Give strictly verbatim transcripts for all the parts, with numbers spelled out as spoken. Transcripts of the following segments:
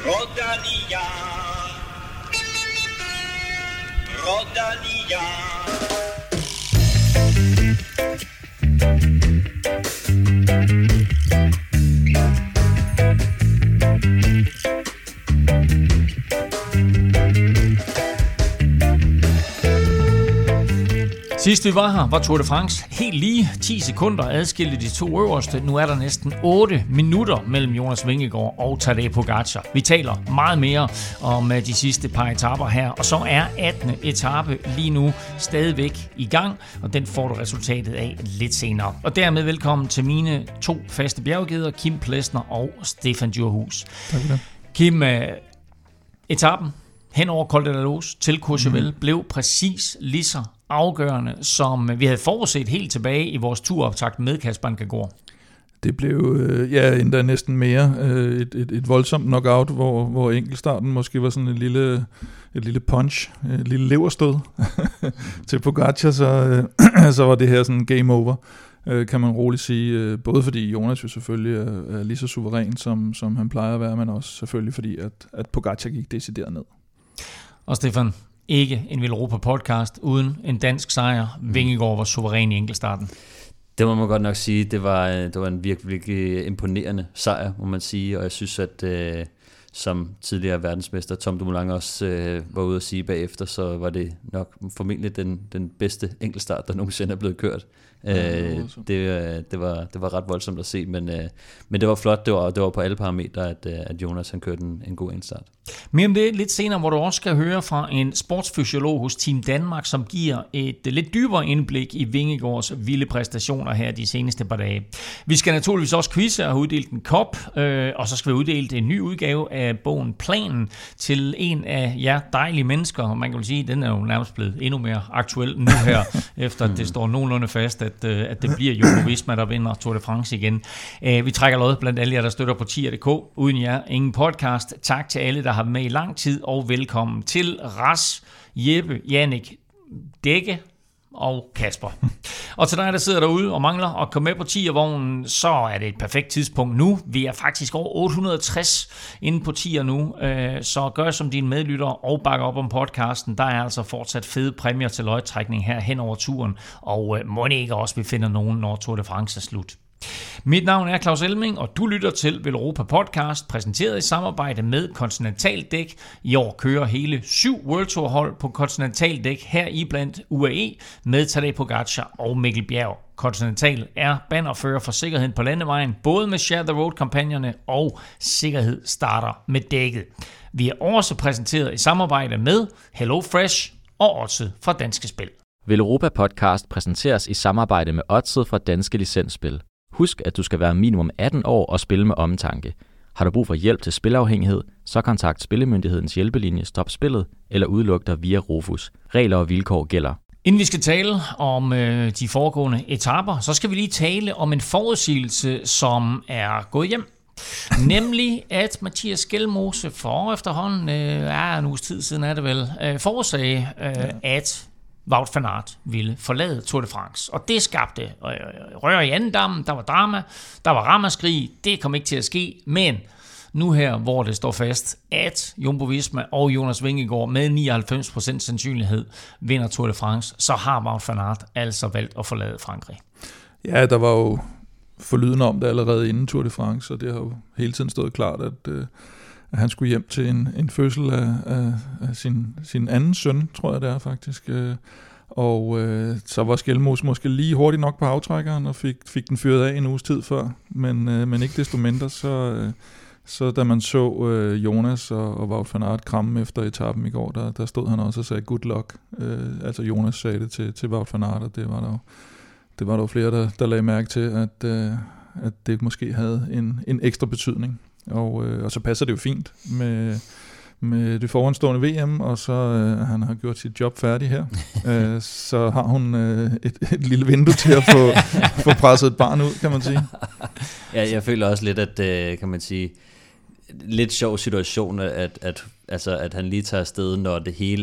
Rodalia, Rodalia. Sidst vi var her, var Tour de France helt lige ti sekunder adskilte de to øverste. Nu er der næsten otte minutter mellem Jonas Vingegaard og Tadej Pogačar. Vi taler meget mere om de sidste par etaper her, og så er attende etape lige nu stadigvæk i gang, og den får du resultatet af lidt senere. Og dermed velkommen til mine to faste bjerggæder, Kim Plesner og Stefan Djurhus. Tak for det. Kim, etappen hen over Col de la Loze til Courchevel mm. blev præcis lige så afgørende, som vi havde forudset helt tilbage i vores turoptakt med Kasper Ankergaard. Det blev ja, endda næsten mere et, et, et voldsomt knockout, hvor, hvor enkeltstarten måske var sådan et lille, et lille punch, et lille leverstød til Pogačar, så, så var det her sådan game over, kan man roligt sige. Både fordi Jonas jo selvfølgelig er, er lige så suveræn, som, som han plejer at være, men også selvfølgelig fordi, at, at Pogačar gik decideret ned. Og Stefan, ikke en Velropa-podcast uden en dansk sejr. Vingegaard var suveræn i enkeltstarten. Det må man godt nok sige. Det var, det var en virkelig, virkelig imponerende sejr, må man sige. Og jeg synes, at øh, som tidligere verdensmester Tom Dumoulin også øh, var ude at sige bagefter, så var det nok formentlig den, den bedste enkeltstart, der nogensinde er blevet kørt. Ja, øh, det, det, var, det var ret voldsomt at se, men, øh, men det var flot. Det var, det var på alle parametre, at, at Jonas han kørte en, en god enkeltstart. Mere om det lidt senere, hvor du også skal høre fra en sportsfysiolog hos Team Danmark, som giver et lidt dybere indblik i Vingegaards vilde præstationer her de seneste par dage. Vi skal naturligvis også quizze og have uddelt en kop, øh, og så skal vi uddele en ny udgave af bogen Planen til en af jer dejlige mennesker. Man kan vel sige, at den er jo nærmest blevet endnu mere aktuel nu her, efter at det står nogenlunde fast, at, at det bliver Jumbo Visma, der vinder Tour de France igen. Vi trækker lod blandt alle jer, der støtter på tier punktum d k. Uden jer, ingen podcast. Tak til alle, der har været med i lang tid, og velkommen til Ras, Jeppe, Jannik, Dække og Kasper. Og til dig, der sidder derude og mangler at komme med på tiervognen, så er det et perfekt tidspunkt nu. Vi er faktisk over otte hundrede og tres inde på tier nu, så gør som dine medlyttere og bakker op om podcasten. Der er altså fortsat fede præmier til lodtrækning her hen over turen, og må ikke også, vi finder nogen, når Tour de France er slut. Mit navn er Claus Elming, og du lytter til Velropa Podcast, præsenteret i samarbejde med Continental Dæk. I år kører hele syv World Tour hold på Continental Dæk, her i blandt U A E med Tadej Pogačar og Mikkel Bjerg. Continental er bannerfører for sikkerheden på landevejen, både med Share the Road-kampagnerne og sikkerhed starter med dækket. Vi er også præsenteret i samarbejde med HelloFresh og Odset fra Danske Spil. Velropa Podcast præsenteres i samarbejde med Odset fra Danske Licensspil. Husk, at du skal være minimum atten år og spille med omtanke. Har du brug for hjælp til spilafhængighed, så kontakt Spillemyndighedens hjælpelinje Stop Spillet eller udluk dig via Rofus. Regler og vilkår gælder. Inden vi skal tale om øh, de foregående etaper, så skal vi lige tale om en forudsigelse, som er gået hjem. Nemlig at Mathias Skjelmose for efterhånden, øh, ja, en uges tid siden er det vel, øh, forudsagde, øh, ja. at Wout van Aert ville forlade Tour de France. Og det skabte øh, rør i andendammen, der var drama, der var ramaskrig, det kom ikke til at ske, men nu her, hvor det står fast, at Jumbo Visma og Jonas Vingegaard med nioghalvfems procent sandsynlighed vinder Tour de France, så har Wout van Aert altså valgt at forlade Frankrig. Ja, der var jo forlydende om det allerede inden Tour de France, og det har jo hele tiden stået klart, at, øh, at han skulle hjem til en, en fødsel af, af, af sin, sin anden søn, tror jeg det er faktisk. Og øh, så var Skjelmose måske lige hurtigt nok på aftrækkeren og fik, fik den fyret af en uges tid før, men, øh, men ikke desto mindre, så, øh, så da man så øh, Jonas og, og Wout van Aert kramme efter etappen i går, der, der stod han også og sagde good luck. Øh, altså Jonas sagde det til, til Wout van Aert, og det var der jo, det var der jo flere, der, der lagde mærke til, at, øh, at det måske havde en, en ekstra betydning. Og, øh, og så passer det jo fint med, med det foranstående V M, og så øh, han har gjort sit job færdig her. øh, så har hun øh, et, et lille vindue til at få, få presset et barn ud, kan man sige. Ja, jeg føler også lidt, at øh, kan man sige, lidt sjov situation, at, at, altså, at han lige tager afsted, når det hele er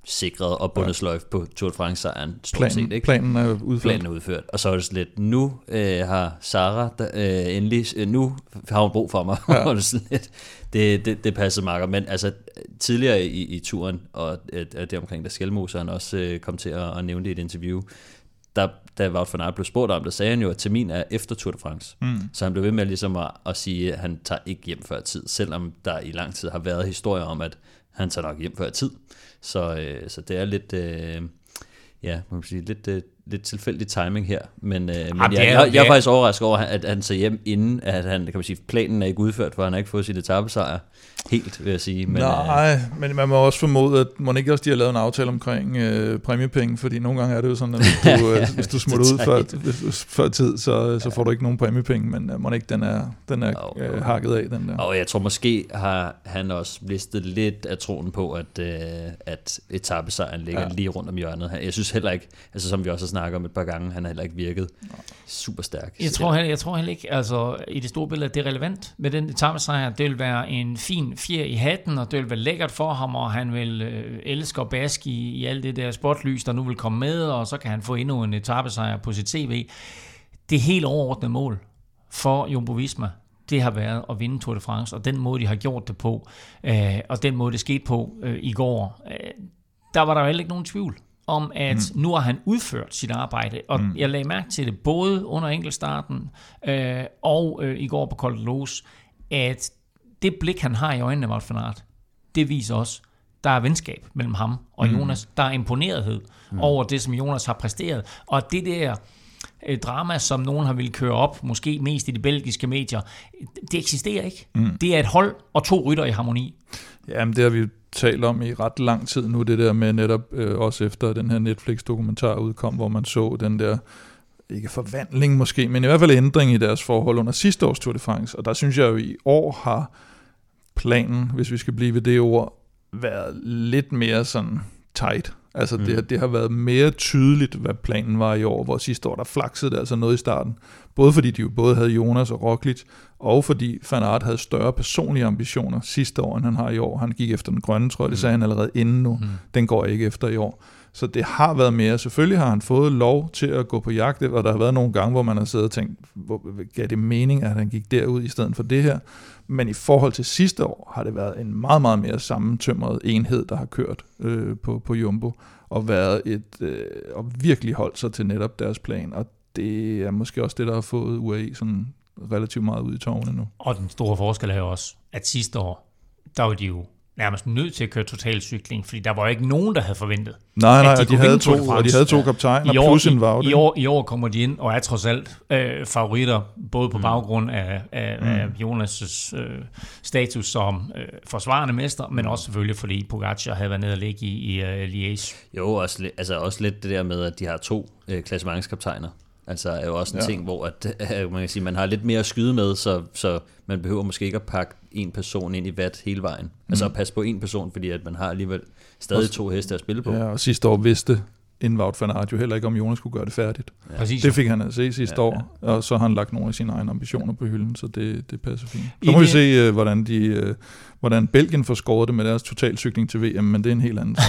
sikret og bundesløjf på Tour de France-sejren, stort planen, set, ikke? Planen er udført. Planen er udført. Og så er det sådan lidt, nu øh, har Sarah der, øh, endelig, øh, nu har hun brug for mig. Ja. Og det, sådan lidt, det, det, det passer meget. Men altså, tidligere i, i turen, og øh, det omkring, da Skelmoseren også øh, kom til at, at nævne det i et interview, der, da Wout van Aert blev spurgt om det, sagde han jo, at termin er efter Tour de France. Mm. Så han blev ved med ligesom at, at sige, at han tager ikke hjem før tid, selvom der i lang tid har været historier om, at han tager nok hjem før tid. Så, øh, så det er lidt, øh, ja, man kan sige, lidt, øh, lidt tilfældig timing her. Men, øh, men jeg, jeg, jeg er faktisk overrasket over, at han tager hjem inden, at han, kan man sige, planen er ikke udført, for han har ikke fået sit etapesejr helt, vil jeg sige. Men, Nej, øh, men man må også formode, at man ikke også de har lavet en aftale omkring øh, præmiepenge, fordi nogle gange er det jo sådan, at hvis du, øh, hvis du smutter ud før, før tid, så, så får du ikke nogen præmiepenge, men øh, man ikke, den er, den er og, øh, hakket af, den der. Og jeg tror måske har han også mistet lidt af troen på, at, øh, at etapesejren ligger ja. lige rundt om hjørnet. Jeg synes heller ikke, altså som vi også har snakket om et par gange, han har heller ikke virket super stærk. Jeg tror, heller, jeg tror heller ikke, altså i det store billede, at det er relevant med den etapesejr. Det vil være en fin fjer i hatten, og det vil være lækkert for ham, og han vil øh, elske og baske i, i alt det der spotlys, der nu vil komme med, og så kan han få endnu en etapesejr på sit C V. Det helt overordnede mål for Jumbo Visma, det har været at vinde Tour de France, og den måde, de har gjort det på, øh, og den måde, det skete på øh, i går, øh, der var der jo heller ikke nogen tvivl om, at mm. nu har han udført sit arbejde, og mm. jeg lagde mærke til det både under enkeltstarten øh, og øh, i går på Col de Los, at det blik, han har i øjnene af Wout van Aert, det viser også, der er venskab mellem ham og mm. Jonas. Der er imponerethed mm. over det, som Jonas har præsteret, og det der øh, drama, som nogen har ville køre op, måske mest i de belgiske medier, det eksisterer ikke. Mm. Det er et hold og to rytter i harmoni. Jamen, det har vi talt om i ret lang tid nu, det der med netop øh, også efter den her Netflix-dokumentar udkom, hvor man så den der, ikke forvandling måske, men i hvert fald ændring i deres forhold under sidste års Tour de France, og der synes jeg jo i år har planen, hvis vi skal blive ved det ord, været lidt mere sådan tight. Altså mm. det, det har været mere tydeligt, hvad planen var i år, hvor sidste år der flaksede det altså noget i starten. Både fordi de jo både havde Jonas og Roglic, og fordi Van Aert havde større personlige ambitioner sidste år, end han har i år. Han gik efter den grønne trøje, det sagde han allerede inden nu. Mm. Den går ikke efter i år. Så det har været mere. Selvfølgelig har han fået lov til at gå på jagt, og der har været nogle gange, hvor man har siddet og tænkt, hvor gav det mening, at han gik derud i stedet for det her. Men i forhold til sidste år, har det været en meget, meget mere sammentømret enhed, der har kørt øh, på, på Jumbo, og været et, øh, og virkelig holdt sig til netop deres plan. Og det er måske også det, der har fået U A E sådan relativt meget ud i tårne nu. Og den store forskel er jo også, at sidste år, der var de jo nærmest nødt til at køre totalcykling, fordi der var ikke nogen, der havde forventet. Nej, nej, de, de havde to, og de havde to kaptajner, ja. Plus en Wout. I, i, år, I år kommer de ind, og er trods alt øh, favoritter, både på mm. baggrund af, af, mm. af Jonas' øh, status som øh, forsvarende mester, men også selvfølgelig, fordi Pogacar havde været nede og ligge i, i uh, Liège. Jo, også, altså også lidt det der med, at de har to øh, klassementskaptajner. Altså er jo også en ja. ting, hvor at, man kan sige, man har lidt mere at skyde med, så, så man behøver måske ikke at pakke en person ind i vat hele vejen. Mm. Altså at passe på en person, fordi at man har alligevel stadig to heste at spille på. Ja, og sidste år vidste inden Wout van Aert jo heller ikke, om Jonas skulle gøre det færdigt. Ja. Præcis. Det fik han at se sidste ja, år, ja. Og så har han lagt nogle af sine egne ambitioner på hylden, så det, det passer fint. Så må I vi det... se, uh, hvordan, de, uh, hvordan Belgien får skåret det med deres totalcykling til V M, men det er en helt anden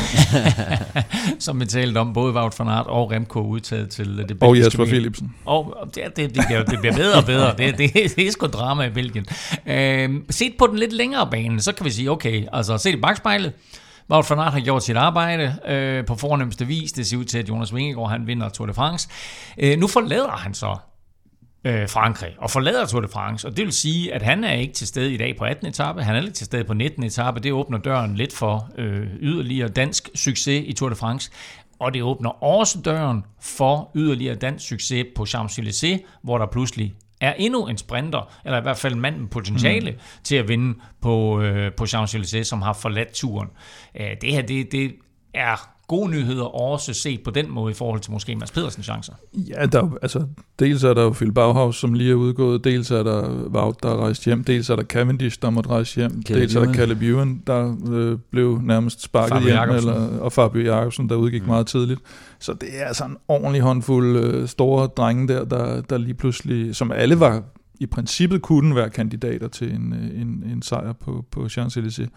Som vi talte om, både Wout van Aert og Remco udtaget til det belgiske. Og Jasper Philipsen. Og det, det, det, bliver, det bliver bedre og bedre. Det, det, det er sgu drama i Belgien. Uh, set på den lidt længere bane, så kan vi sige, okay, altså set i bagspejlet, Wout van Aert har gjort sit arbejde øh, på fornemmeste vis. Det ser ud til, at Jonas Vingegaard han vinder Tour de France. Øh, nu forlader han så øh, Frankrig og forlader Tour de France, og det vil sige, at han er ikke til stede i dag på attende etape. Han er ikke til stede på nittende etape. Det åbner døren lidt for øh, yderligere dansk succes i Tour de France. Og det åbner også døren for yderligere dansk succes på Champs-Élysées, hvor der pludselig er endnu en sprinter, eller i hvert fald en mand med potentiale mm. til at vinde på, øh, på Champs-Élysées, som har forladt turen. Æh, det her, det, det er gode nyheder også set på den måde i forhold til måske Mads Pedersens chancer. Ja, der, altså, dels er der jo Phil Bauhaus, som lige er udgået, dels er der Wout, der er rejst hjem, dels er der Cavendish, der måtte rejse hjem, Caleb dels er der Caleb Ewan, der øh, blev nærmest sparket Fabio hjem, eller, og Fabio Jacobsen, der udgik mm. meget tidligt. Så det er altså en ordentlig håndfuld øh, store drenge der, der, der lige pludselig, som alle var i princippet kunne være kandidater til en, en, en sejr på, på Champs-Élysées.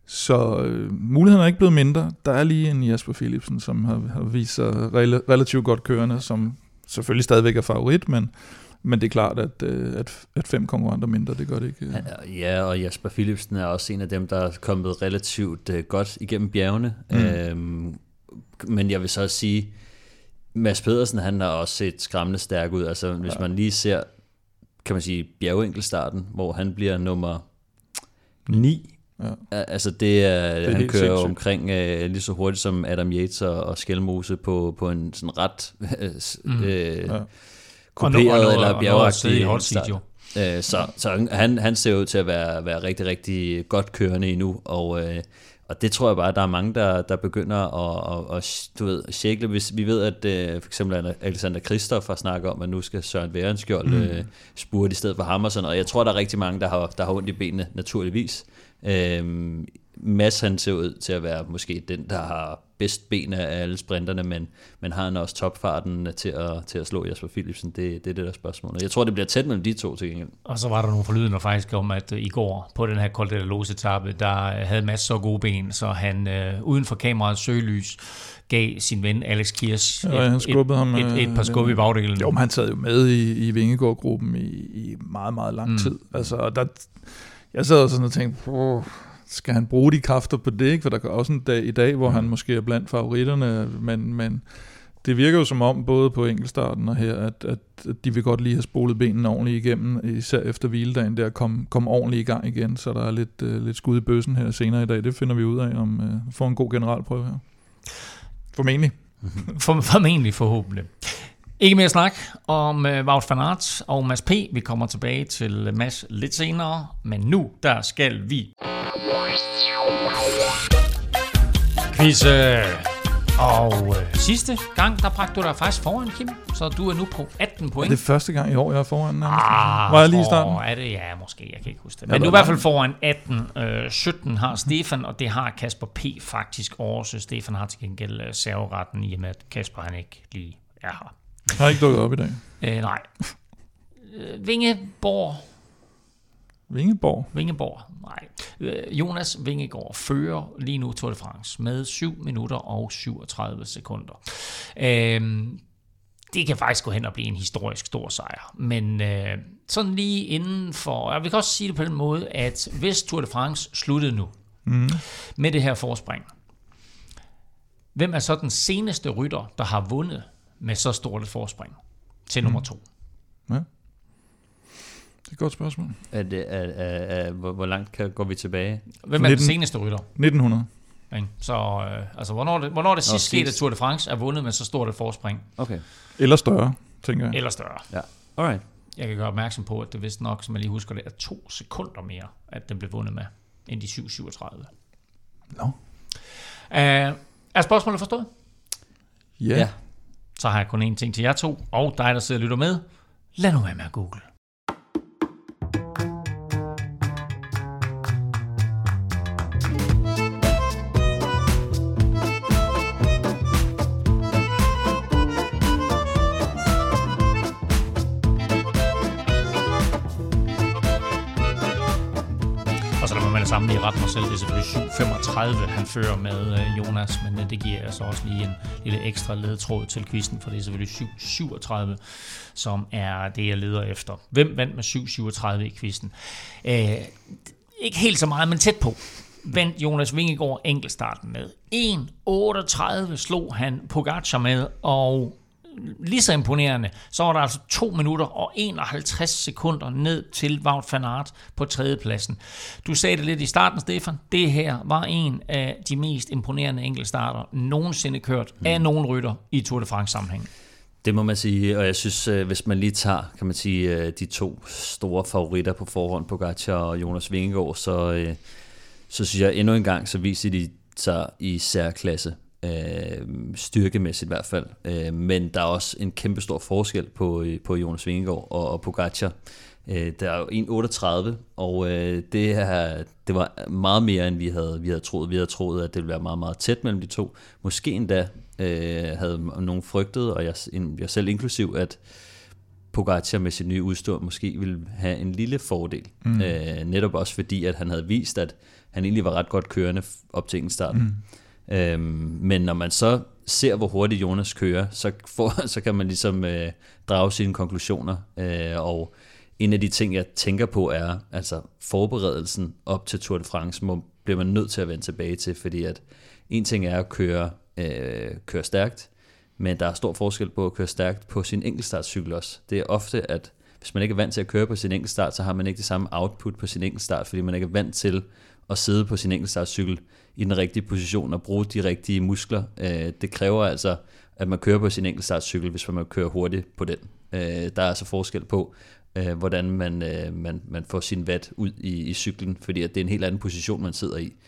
Så øh, muligheden er ikke blevet mindre. Der er lige en Jasper Philipsen, som har, har vist sig rel- relativt godt kørende, som selvfølgelig stadigvæk er favorit, men, men det er klart, at, øh, at, at fem konkurrenter mindre, det gør det ikke. Ja, og Jasper Philipsen er også en af dem, der er kommet relativt øh, godt igennem bjergene. Mm. Øhm, men jeg vil så også sige, Mads Pedersen, han har også set skræmmende stærk ud. Altså, hvis ja. man lige ser, kan man sige, bjergeenkeltstarten, hvor han bliver nummer ni. Ja. Altså, det er, det er han kører sindssygt. omkring uh, lige så hurtigt som Adam Yates og, og Skelmose på, på en sådan ret mm. øh, ja. kuperet eller bjergagtig start. Uh, så så han, han ser ud til at være, være rigtig, rigtig godt kørende endnu, og uh, Og det tror jeg bare, der er mange, der, der begynder at, at, at du ved, shakle. Hvis vi ved, at uh, for eksempel Alexander Kristoff har snakket om, at nu skal Søren Værenskjold mm. uh, spurte i stedet for ham og sådan noget. Og jeg tror, der er rigtig mange, der har, der har ondt i benene, naturligvis. Øhm, Mads, han ser ud til at være måske den, der har bedst ben af alle sprinterne, men, men har han også topfarten til at, til at slå Jasper Philipsen? Det, det er det der spørgsmål. Jeg tror, det bliver tæt mellem de to til gengæld. Og så var der nogle forlydende faktisk om, at i går på den her Col de la Loze-etape, der havde Mads så gode ben, så han øh, uden for kameraets søgelys gav sin ven Alex Kiers ja, et, et, ham, et, et, et par skub i bagdelen. Jo, men han sad jo med i, i Vingegaard-gruppen i, i meget, meget lang mm. tid. Altså, der, jeg sad sådan og tænkte, oh, skal han bruge de kræfter på det, ikke? For der er også en dag i dag, hvor mm. han måske er blandt favoritterne, men, men det virker jo som om, både på enkeltstarten og her, at, at de vil godt lige have spolet benene ordentligt igennem, især efter hviledagen, der kom, kom ordentligt i gang igen, så der er lidt, uh, lidt skud i bøssen her senere i dag. Det finder vi ud af, om uh, får en god generalprøve her. Formentlig. For, formentlig, forhåbentlig. Ikke mere snak om uh, Wout van Aert og Mads P. Vi kommer tilbage til Mads lidt senere, men nu der skal vi quiz. Og uh, sidste gang, der bragte du dig faktisk foran, Kim, så du er nu på atten point. Er det første gang i år, jeg er foran? Ah, var jeg lige i starten? Er det? Ja, måske. Jeg kan ikke huske det. Men du er i hvert fald foran atten. Uh, sytten har Stefan, og det har Kasper P. faktisk også. Stefan har til gengæld uh, serveretten i og med, at Kasper han ikke lige er her. Har ikke dukket op i dag? Uh, nej. Uh, Vingeborg. Vingeborg? Vingeborg, nej. Uh, Jonas Vingegaard fører lige nu Tour de France med syv minutter og syvogtredive sekunder. Uh, det kan faktisk gå hen og blive en historisk stor sejr. Men uh, sådan lige inden for... Jeg vil også sige det på den måde, at hvis Tour de France sluttede nu mm. med det her forspring, hvem er så den seneste rytter, der har vundet med så stort et forspring til nummer to? Ja. Det er et godt spørgsmål. Er det, er, er, er, hvor, hvor langt kan, går vi tilbage? Hvem er nitten, den seneste rytter? nitten hundrede. Så øh, altså, hvornår det, hvornår det sidst skete, at Tour de France er vundet med så stort et forspring? Okay. Eller større, tænker jeg. Eller større. Ja. Alright. Jeg kan gøre opmærksom på, at det vist nok, som jeg lige husker det, er to sekunder mere, at den blev vundet med, end de syv syvogtredive. Nå. No. Uh, er spørgsmålet forstået? Ja. Yeah. Så har jeg kun én ting til jer to, og dig, der sidder og lytter med. Lad nu være med at google. Sammen lige ret mig selv, det er selvfølgelig syv femogtredive, han fører med Jonas, men det giver altså også lige en lille ekstra ledetråd til quizzen, for det er selvfølgelig syv syvogtredive, som er det, jeg leder efter. Hvem vandt med syv syvogtredive i quizzen? Øh, ikke helt så meget, men tæt på. Vandt Jonas Vingegaard enkeltstarten med en otteogtredive, slog han Pogacar med, og lige så imponerende, så var der altså to minutter og enoghalvtreds sekunder ned til Wout van Aert på tredjepladsen. Du sagde det lidt i starten, Stefan. Det her var en af de mest imponerende enkeltstarter nogensinde kørt mm. af nogen rytter i Tour de France sammenhæng. Det må man sige, og jeg synes, hvis man lige tager, kan man sige, de to store favoritter på forhånd, Pogacar og Jonas Vingegaard, så, så synes jeg endnu en gang, så viser de sig i særklasse. Øh, styrkemæssigt i hvert fald, øh, men der er også en kæmpe stor forskel på, på Jonas Vingegaard og, og Pogacar. Øh, der er jo en otteogtredive, og øh, det, er, det var meget mere, end vi havde, vi havde troet. Vi havde troet, at det ville være meget, meget tæt mellem de to. Måske endda øh, havde nogen frygtet, og jeg, jeg selv inklusiv, at Pogačar med sit nye udstyr måske ville have en lille fordel. Mm. Øh, netop også fordi, at han havde vist, at han egentlig var ret godt kørende op til enkeltstarten. Mm. Øhm, men når man så ser, hvor hurtigt Jonas kører, så, får, så kan man ligesom øh, drage sine konklusioner. Øh, og en af de ting, jeg tænker på, er altså forberedelsen op til Tour de France, må, bliver man nødt til at vende tilbage til, fordi at en ting er at køre, øh, køre stærkt, men der er stor forskel på at køre stærkt på sin enkeltstartcykel også. Det er ofte, at hvis man ikke er vant til at køre på sin enkeltstart, så har man ikke det samme output på sin enkeltstart, fordi man ikke er vant til at sidde på sin enkeltstartcykel i den rigtige position og bruge de rigtige muskler. Det kræver altså, at man kører på sin enkeltstartcykel, hvis man kører hurtigt på den. Der er altså forskel på, hvordan man, man, man får sin watt ud i, i cyklen, fordi at det er en helt anden position, man sidder i.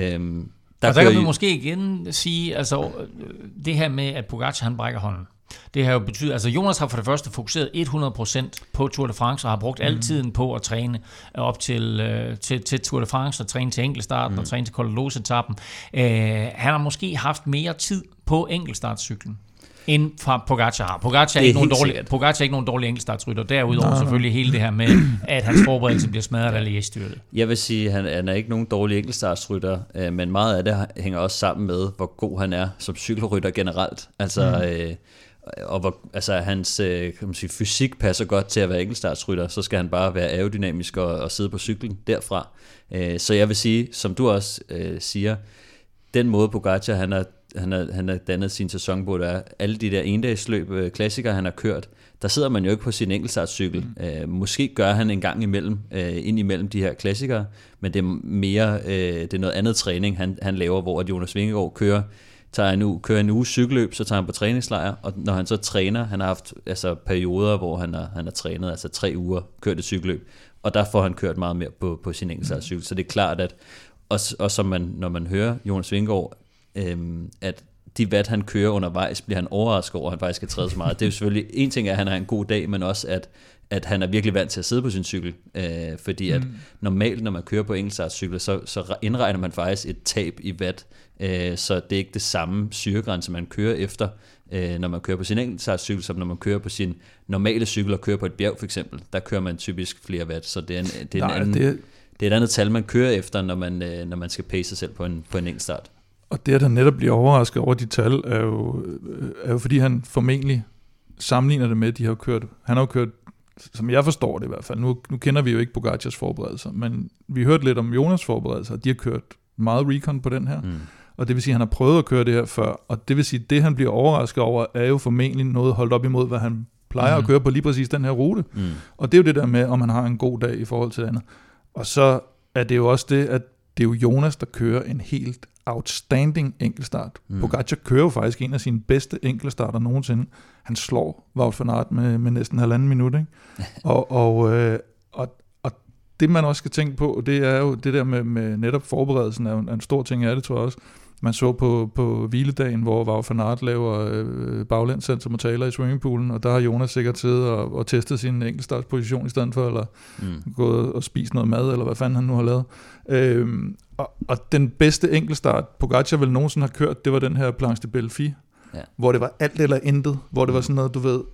Der og der kan vi I... måske igen sige, altså det her med, at Pogačar han brækker hånden. Det har jo betydet, altså Jonas har for det første fokuseret hundrede procent på Tour de France, og har brugt mm. al tiden på at træne op til, øh, til, til Tour de France, og træne til enkeltstarten, mm. og træne til Col de Los-etappen. Øh, han har måske haft mere tid på enkeltstartcyklen, end fra Pogačar har. Pogačar er, er ikke nogen dårlig, Pogačar er ikke nogen dårlig enkeltstartsrytter. Derudover nej, selvfølgelig hele det her med, at hans forberedelse bliver smadret af lægestyrtet. Jeg vil sige, at han, han er ikke nogen dårlig enkeltstartsrytter, øh, men meget af det hænger også sammen med, hvor god han er som cykelrytter generelt. Altså, mm. øh, og hvor, altså, hans øh, kan man sige, fysik passer godt til at være enkeltstartsrytter, så skal han bare være aerodynamisk og, og sidde på cyklen derfra. Øh, så jeg vil sige, som du også øh, siger, den måde Pogačar, han har Han har, han har dannet sin sæson på, der er alle de der endagsløb, klassikere, han har kørt. Der sidder man jo ikke på sin enkeltstartscykel. Mm. Øh, måske gør han en gang imellem, øh, ind imellem de her klassikere, men det er mere, øh, det er noget andet træning, han, han laver, hvor at Jonas Vingegaard kører, tager en uge, kører en uge cykelløb, så tager han på træningslejr, og når han så træner, han har haft altså, perioder, hvor han har, han har trænet, altså tre uger, kørt et cykelløb, og der får han kørt meget mere på, på sin enkeltstartscykel. Mm. Så det er klart, at og, og som man, når man hører Jonas Vingegaard, Øhm, at de watt han kører undervejs, bliver han overrasket over, at han faktisk skal træde så meget. Det er jo selvfølgelig, en ting er, at han har en god dag, men også at, at han er virkelig vant til at sidde på sin cykel, øh, fordi at mm. normalt, når man kører på enkeltstartscykler, så, så indregner man faktisk et tab i watt, øh, så det er ikke det samme syregrænse, man kører efter, øh, når man kører på sin enkeltstartscykel, som når man kører på sin normale cykel og kører på et bjerg for eksempel. Der kører man typisk flere watt, så det er, en, det er, Nej, en anden, det er... det er et andet tal, man kører efter, når man, øh, når man skal pace sig selv på en, på en enkeltstart. Og det, at han netop bliver overrasket over de tal, er jo, er jo fordi han formentlig sammenligner det med, at de har kørt, han har jo kørt, som jeg forstår det i hvert fald, nu, nu kender vi jo ikke Pogacars forberedelser, men vi hørte lidt om Jonas forberedelser, de har kørt meget recon på den her, mm. og det vil sige, at han har prøvet at køre det her før, og det vil sige, at det, han bliver overrasket over, er jo formentlig noget holdt op imod, hvad han plejer mm. at køre på lige præcis den her rute. Mm. Og det er jo det der med, om han har en god dag i forhold til det andet. Og så er det jo også det, at det er jo Jonas, der kører en helt outstanding enkeltstart. Mm. Pogačar kører jo faktisk en af sine bedste enkeltstarter nogensinde. Han slår Wout van Aert med, med næsten halvanden minut, ikke? og, og, øh, og, og det man også skal tænke på, det er jo det der med, med netop forberedelsen er jo en, en stor ting af det, tror jeg også. Man så på, på hviledagen, hvor Wout van Aert laver øh, baglæns Santa Mortala i swimmingpoolen, og der har Jonas sikkert siddet og, og testet sin enkeltstartsposition i stedet for, eller mm. gået og spist noget mad, eller hvad fanden han nu har lavet. Øhm, og, og den bedste enkeltstart, Pogačar vel nogensinde har kørt, det var den her Planche de Belfi, ja. Hvor det var alt eller intet, hvor det var sådan noget, du ved,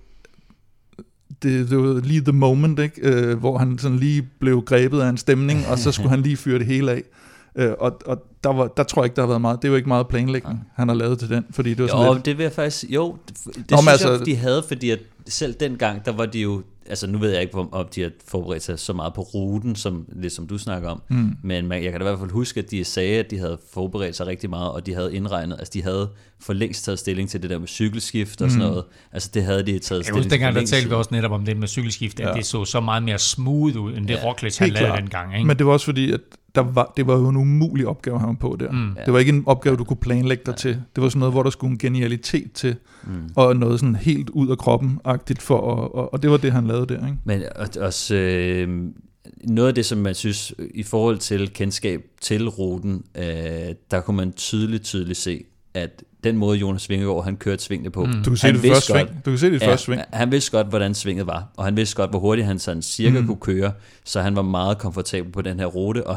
det, det var lige the moment, ikke? Øh, hvor han sådan lige blev grebet af en stemning, og så skulle han lige fyre det hele af. Øh, og og der, var, der tror jeg ikke, der har været meget. Det er jo ikke meget planlægning, ja. Han har lavet til den, fordi det var sådan jo, lidt... det vil jeg faktisk... Jo, det, det Nå, synes altså, jeg, de havde, fordi at selv dengang, der var de jo... Altså nu ved jeg ikke, om de har forberedt sig så meget på ruten, som det som du snakker om, mm. men man, jeg kan da i hvert fald huske, at de sagde, at de havde forberedt sig rigtig meget, og de havde indregnet, altså de havde for længst taget stilling til det der med cykelskift og mm. sådan noget. Altså det havde de taget stilling til. Jeg husker, dengang der talte vi også netop om det med cykelskift, at ja. Det så så meget mere smooth ud, end det ja. Roglic han lavede dengang. Ikke? Men det var også fordi, at der var, det var jo en umulig opgave, han var på der. Mm. Det var ikke en opgave, du kunne planlægge dig ja. Til. Det var sådan noget, hvor der skulle en genialitet til, mm. og noget sådan helt ud af kroppen-agtigt, for, og, og, og det var det, han lavede der. Ikke? Men også øh, noget af det, som man synes, i forhold til kendskab til ruten, øh, der kunne man tydeligt, tydeligt se, at den måde Jonas Vingegaard, han kørte svingene på. Mm. Du kan se det første sving. Du kan se det første sving. Han vidste godt, hvordan svinget var, og han vidste godt, hvor hurtigt han sådan cirka mm. kunne køre, så han var meget komfortabel på den her rute, og han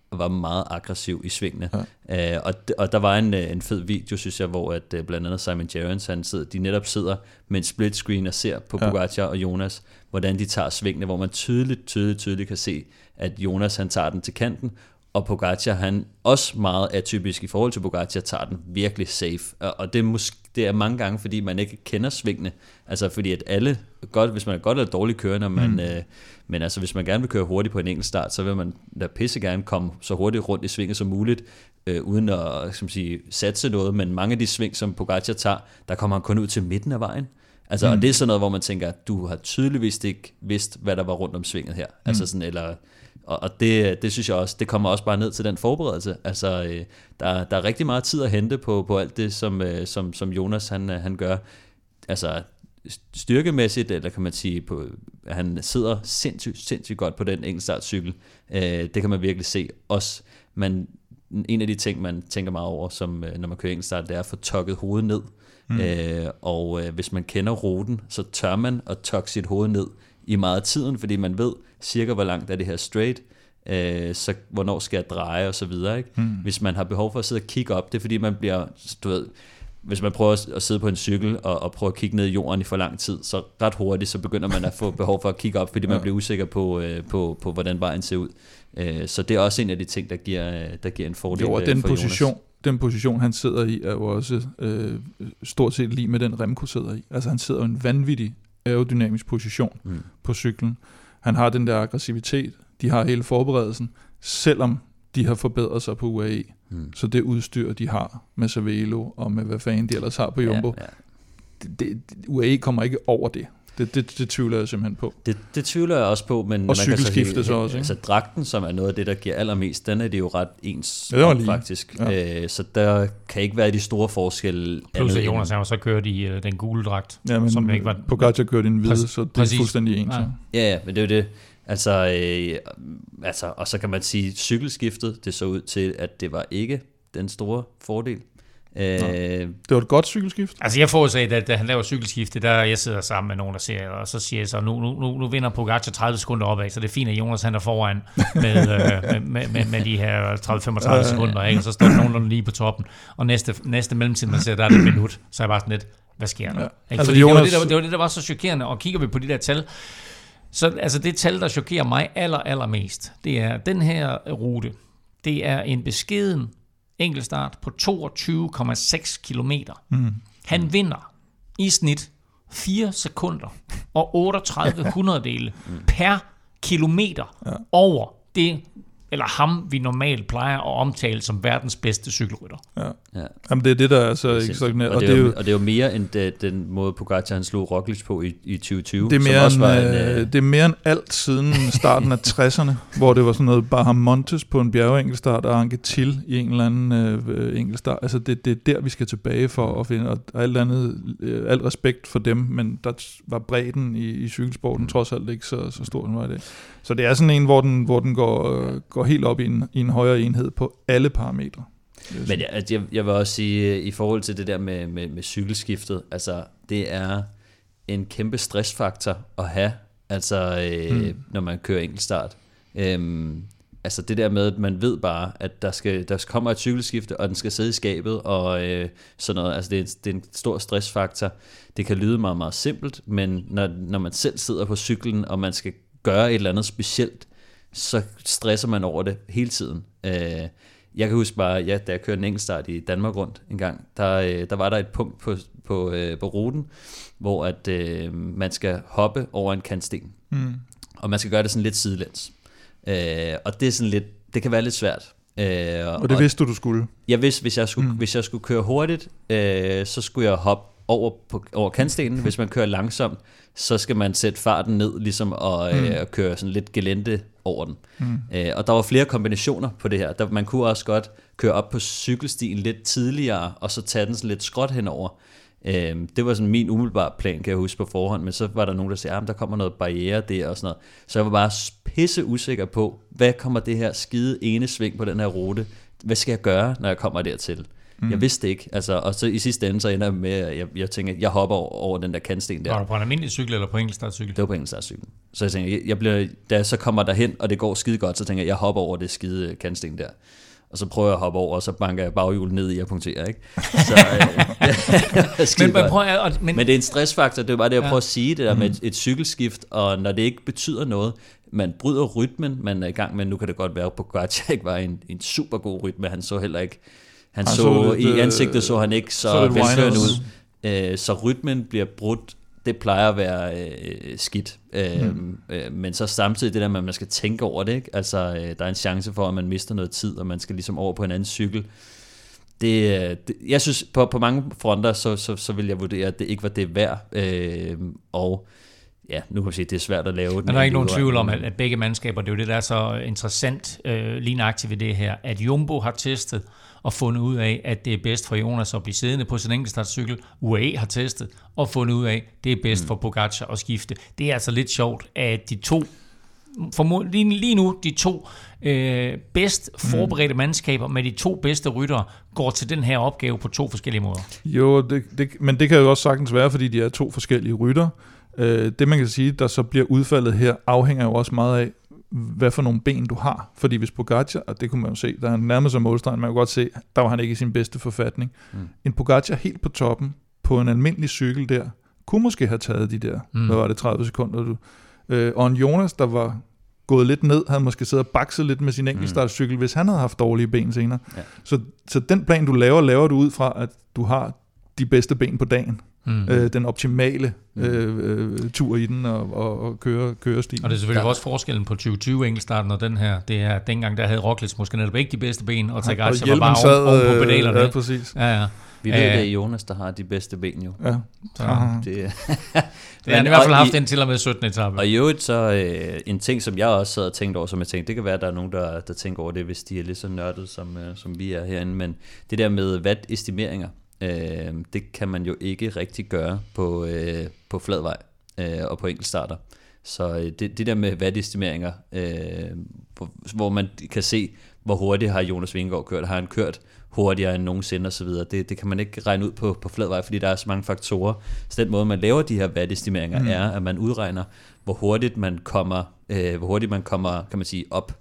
var meget aggressiv i svingene. Ja. Øh, og, og der var en, en fed video, synes jeg, hvor at, blandt andet Simon Gerrans, han sidder, de netop sidder med en split screen og ser på ja. Pogačar og Jonas, hvordan de tager svingene, hvor man tydeligt, tydeligt, tydeligt kan se, at Jonas han tager den til kanten, og Pogačar, han også meget atypisk i forhold til Pogačar, tager den virkelig safe. Og det er, måske, det er mange gange, fordi man ikke kender svingene. Altså fordi at alle, godt, hvis man er godt eller dårligt kørende, man, mm. øh, men altså hvis man gerne vil køre hurtigt på en enkelt start, så vil man da pisse gerne komme så hurtigt rundt i svinget som muligt, øh, uden at som sige, satse noget. Men mange af de sving, som Pogačar tager, der kommer han kun ud til midten af vejen. Altså, mm. og det er sådan noget, hvor man tænker, du har tydeligvis ikke vidst, hvad der var rundt om svinget her. Mm. Altså sådan, eller... Og det, det synes jeg også, det kommer også bare ned til den forberedelse. Altså, øh, der, der er rigtig meget tid at hente på, på alt det, som, øh, som, som Jonas han, han gør. Altså styrkemæssigt, eller kan man sige, på, han sidder sindssygt, sindssygt godt på den enkeltstartcykel. Øh, det kan man virkelig se. Også, man, en af de ting, man tænker meget over, som, når man kører enkeltstart, det er at få tokket hovedet ned. Mm. Øh, og øh, hvis man kender ruten, så tør man at tokke sit hoved ned i meget af tiden, fordi man ved cirka, hvor langt er det her straight, øh, så hvornår skal jeg dreje, og så videre, ikke? Mm. Hvis man har behov for at sidde og kigge op, det er fordi, man bliver, du ved, hvis man prøver at sidde på en cykel, og, og prøve at kigge ned i jorden i for lang tid, så ret hurtigt, så begynder man at få behov for at kigge op, fordi man ja. bliver usikker på, øh, på, på, hvordan vejen ser ud. Øh, så det er også en af de ting, der giver, der giver en fordel jo, og den for position, Jonas. Den position, han sidder i, er jo også øh, stort set lige med den Remco sidder i. Altså han sidder i en vanvittig aerodynamisk position mm. på cyklen. Han har den der aggressivitet, de har hele forberedelsen, selvom de har forbedret sig på U A E. Mm. Så det udstyr, de har med Cervelo og med hvad fanden de ellers har på Jumbo, ja, ja. Det, det, U A E kommer ikke over det. Det, det, det tvivler jeg simpelthen på. Det, det tvivler jeg også på, men og man cykelskifte kan så, så også. Altså dragten, som er noget af det, der giver allermest, den er det jo ret ens ja, om, faktisk. Ja. Øh, så der kan ikke være de store forskelle. Plus at Jonas har så kørt i uh, den gule dragt. Ja, men som ikke var... Pogačar kørte i en hvide, så det præcis. er fuldstændig ens. Ja. ja, ja, men det er jo det. Altså, øh, altså, og så kan man sige, cykelskiftet, det så ud til, at det var ikke den store fordel. Øh, det var et godt cykelskift. Altså jeg forudsagde, at da han laver cykelskifte, der jeg sidder sammen med nogen, der ser, og så siger jeg så, nu, nu, nu, nu vinder Pogačar tredive sekunder opad, så det er fint, at Jonas han er foran med, øh, med, med, med de her tredive til femogtredive sekunder, ikke? Og så står nogenlunde lige på toppen, og næste, næste mellemtid, man ser, der er det et minut, så er jeg bare sådan lidt, hvad sker der? Ja. Altså, Fordi Jonas... det, var det, der, det var det, der var så chokerende, og kigger vi på de der tal, så altså det tal, der chokerer mig aller, allermest, det er den her rute, det er en beskeden enkeltstart på toogtyve komma seks kilometer. Mm. Han vinder i snit fire sekunder og otteogtredive hundrededele mm. per kilometer ja. over det, eller ham, vi normalt plejer at omtale som verdens bedste cykelrytter. Ja. Ja. Jamen det er det, der er så ekstraordinært. Og, og, det er jo, og det er jo mere end det, den måde, Pogačar han slog Roglic på i, i tyve tyve. Det er, mere end, en, øh, det er mere end alt siden starten af tresserne, hvor det var sådan noget Bahamontes på en bjergeenkelstart og Anquetil i en eller anden øh, enkeltstart. Altså det, det er der, vi skal tilbage for at finde, og alt andet, øh, alt respekt for dem, men der var bredden i, i cykelsporten trods alt ikke så, så stor, den var det. Så det er sådan en, hvor den, hvor den går, øh, går helt op i en, i en højere enhed på alle parametre. Men jeg, jeg, jeg vil også sige, i forhold til det der med, med, med cykelskiftet, altså det er en kæmpe stressfaktor at have, altså øh, mm. når man kører enkeltstart. Øhm, altså det der med, at man ved bare, at der, skal, der kommer et cykelskifte, og den skal sidde i skabet, og øh, sådan noget, altså det er, det er en stor stressfaktor. Det kan lyde meget, meget simpelt, men når, når man selv sidder på cyklen, og man skal gøre et eller andet specielt, så stresser man over det hele tiden. Øh, jeg kan huske bare, ja, da jeg kørte en enkeltstart i Danmark rundt en gang, der, der var der et punkt på, på, på ruten, hvor at, øh, man skal hoppe over en kantsten. Mm. Og man skal gøre det sådan lidt sidelæns. Øh, og det er sådan lidt, det kan være lidt svært. Øh, og det og, vidste du, du skulle? Jeg vidste, hvis jeg skulle, mm. hvis jeg skulle køre hurtigt, øh, så skulle jeg hoppe over, på, over kantstenen. Hvis man kører langsomt, så skal man sætte farten ned, ligesom og, mm. øh, og køre sådan lidt gelente over den. Mm. Øh, og der var flere kombinationer på det her. Der, man kunne også godt køre op på cykelstien lidt tidligere, og så tage den sådan lidt skråt henover. Øhm, det var sådan min umiddelbare plan, kan jeg huske på forhånd, men så var der nogen, der sagde, at der kommer noget barriere der og sådan noget. Så jeg var bare pisse usikker på, hvad kommer det her skide ene sving på den her rute? Hvad skal jeg gøre, når jeg kommer dertil? Mm. Jeg vidste ikke, altså, og så i sidste ende, så ender jeg med, at jeg, jeg tænker, jeg hopper over, over den der kantsten der. Var du på en almindelig cykel, eller på enkeltstartcykel? Det var på enkeltstartcykel. Så jeg tænker, jeg, jeg bliver, da jeg så kommer derhen, og det går skide godt, så tænker jeg, jeg hopper over det skide kantsten der. Og så prøver jeg at hoppe over, og så banker jeg baghjulet ned i at punktere, ikke? Så, øh, men, men, prøv at, men, men det er en stressfaktor, det er bare det, jeg ja. prøver at sige, det der med et, et cykelskift, og når det ikke betyder noget, man bryder rytmen, man er i gang med, nu kan det godt være, at Pogačar ikke var en, en super god rytme, han så heller ikke, han, han så, så lidt, i ansigtet så han ikke så, så velførende ud, øh, så rytmen bliver brudt, det plejer at være øh, skidt, øh, mm. øh, men så samtidig det der med, at man skal tænke over det, ikke? Altså øh, der er en chance for, at man mister noget tid, og man skal ligesom over på en anden cykel. Det, det, jeg synes, på, på mange fronter, så, så, så vil jeg vurdere, at det ikke var det værd, øh, og ja, nu kan vi sige, at det er svært at lave. Men der er ikke nogen tvivl om, at, at begge mandskaber, det er jo det, der er så interessant øh, lige nøjagtigt ved det her, at Jumbo har testet og fundet ud af, at det er bedst for Jonas at blive siddende på sin enkeltstartcykel. U A E har testet og fundet ud af, at det er bedst mm. for Pogačar at skifte. Det er altså lidt sjovt, at de to, for lige, lige nu, de to øh, bedst forberedte mm. mandskaber med de to bedste ryttere, går til den her opgave på to forskellige måder. Jo, det, det, men det kan jo også sagtens være, fordi de er to forskellige ryttere. Øh, det man kan sige, der så bliver udfaldet her, afhænger jo også meget af, hvad for nogle ben du har. Fordi hvis Pogačar, og det kunne man jo se, der er nærmest som målstregen, man kan godt se, der var han ikke i sin bedste forfatning. Mm. En Pogačar helt på toppen, på en almindelig cykel der, kunne måske have taget de der, mm. hvad var det, tredive sekunder. Du. Øh, og en Jonas, der var gået lidt ned, havde måske siddet og bakset lidt med sin enkeltstartcykel, mm. hvis han havde haft dårlige ben senere. Ja. Så, så den plan, du laver, laver du ud fra, at du har de bedste ben på dagen. Mm. Øh, den optimale øh, øh, tur i den og, og, og køre, kørestil. Og det er selvfølgelig ja. også forskellen på tyve tyve enkeltstarten og den her. Det er dengang, der havde Roglic måske netop ikke de bedste ben, og Pogačar var bare sad, oven, oven på pedalerne. Ja, præcis. Ja, ja. Vi ved, Æh, det er Jonas, der har de bedste ben jo. Ja. Så, det, det har han i hvert fald haft den til og med syttende etape. Og i øvrigt så øh, en ting, som jeg også sad og tænkt over, som jeg tænkte, det kan være, at der er nogen, der, der tænker over det, hvis de er lidt så nørdet, som, øh, som vi er herinde, men det der med watt-estimeringer, Øh, det kan man jo ikke rigtig gøre på, øh, på fladvej øh, og på enkeltstarter. Så øh, det, det der med watt-estimeringer, øh, hvor, hvor man kan se, hvor hurtigt har Jonas Vingegaard kørt, har han kørt hurtigere end nogensinde osv., det, det kan man ikke regne ud på, på fladvej, fordi der er så mange faktorer. Så den måde, man laver de her watt-estimeringer, mm. er, at man udregner, hvor hurtigt man kommer, øh, hvor hurtigt man kommer, kan man sige, op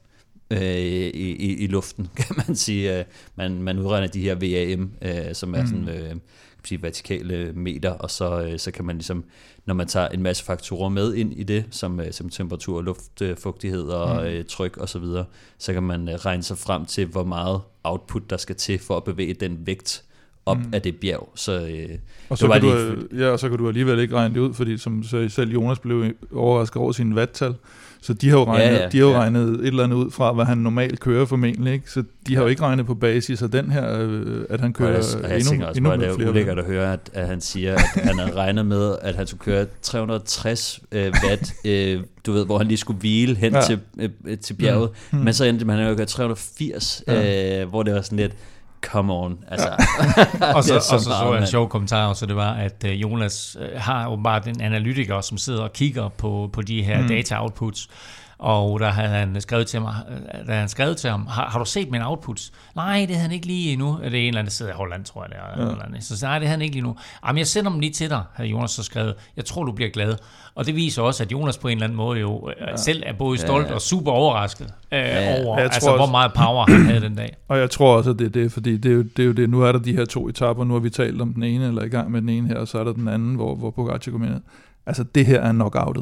I, i, i luften, kan man sige. Man, man udregner de her V A M, øh, som er sådan, øh, kan sige, vertikale meter, og så, øh, så kan man ligesom, når man tager en masse faktorer med ind i det, som, øh, som temperatur, luftfugtighed og øh, tryk og så videre, så kan man øh, regne sig frem til, hvor meget output der skal til for at bevæge den vægt op mm. af det bjerg. Så, øh, og, så kan lige... du, ja, og så kan du alligevel ikke regne det ud, fordi som selv Jonas blev overrasket over sine watttal, så de har jo regnet, ja, ja, de har jo ja. regnet et eller andet ud fra, hvad han normalt kører formentlig, ikke? Så de har jo ikke regnet på basis af den her, at han kører og jeg, og jeg endnu, også, endnu mere flere. Det er ulækkert at høre, at, at han siger, at han har regnet med, at han skulle køre tre hundrede og tres øh, watt, øh, du ved, hvor han lige skulle hvile hen ja. til, øh, til bjerget, mm. men så endte man jo at køre tre hundrede og firs, ja. øh, hvor det var sådan lidt, come on, altså. Ja. og så, og så, så så jeg en sjov kommentar, så det var, at Jonas har jo bare den analytiker, som sidder og kigger på, på de her mm. data outputs, og der havde han skrevet til mig, da han skrevet til ham, har, har du set mine outputs? Nej, det havde han ikke lige endnu. Det er en eller anden, der sidder i Holland, tror jeg, det er. Ja. Eller andet. Så nej, det havde han ikke lige nu. Jamen, jeg sender dem lige til dig, havde Jonas så skrevet. Jeg tror, du bliver glad. Og det viser også, at Jonas på en eller anden måde jo ja. selv er både stolt ja, ja. og super overrasket øh, ja. over, altså, også, hvor meget power han havde den dag. Og jeg tror også, at det er det, fordi det er, jo, det er jo det. Nu er der de her to etaper, nu har vi talt om den ene, eller i gang med den ene her, og så er der den anden, hvor, hvor Pogačar kommer ind. Altså, det her er knockoutet.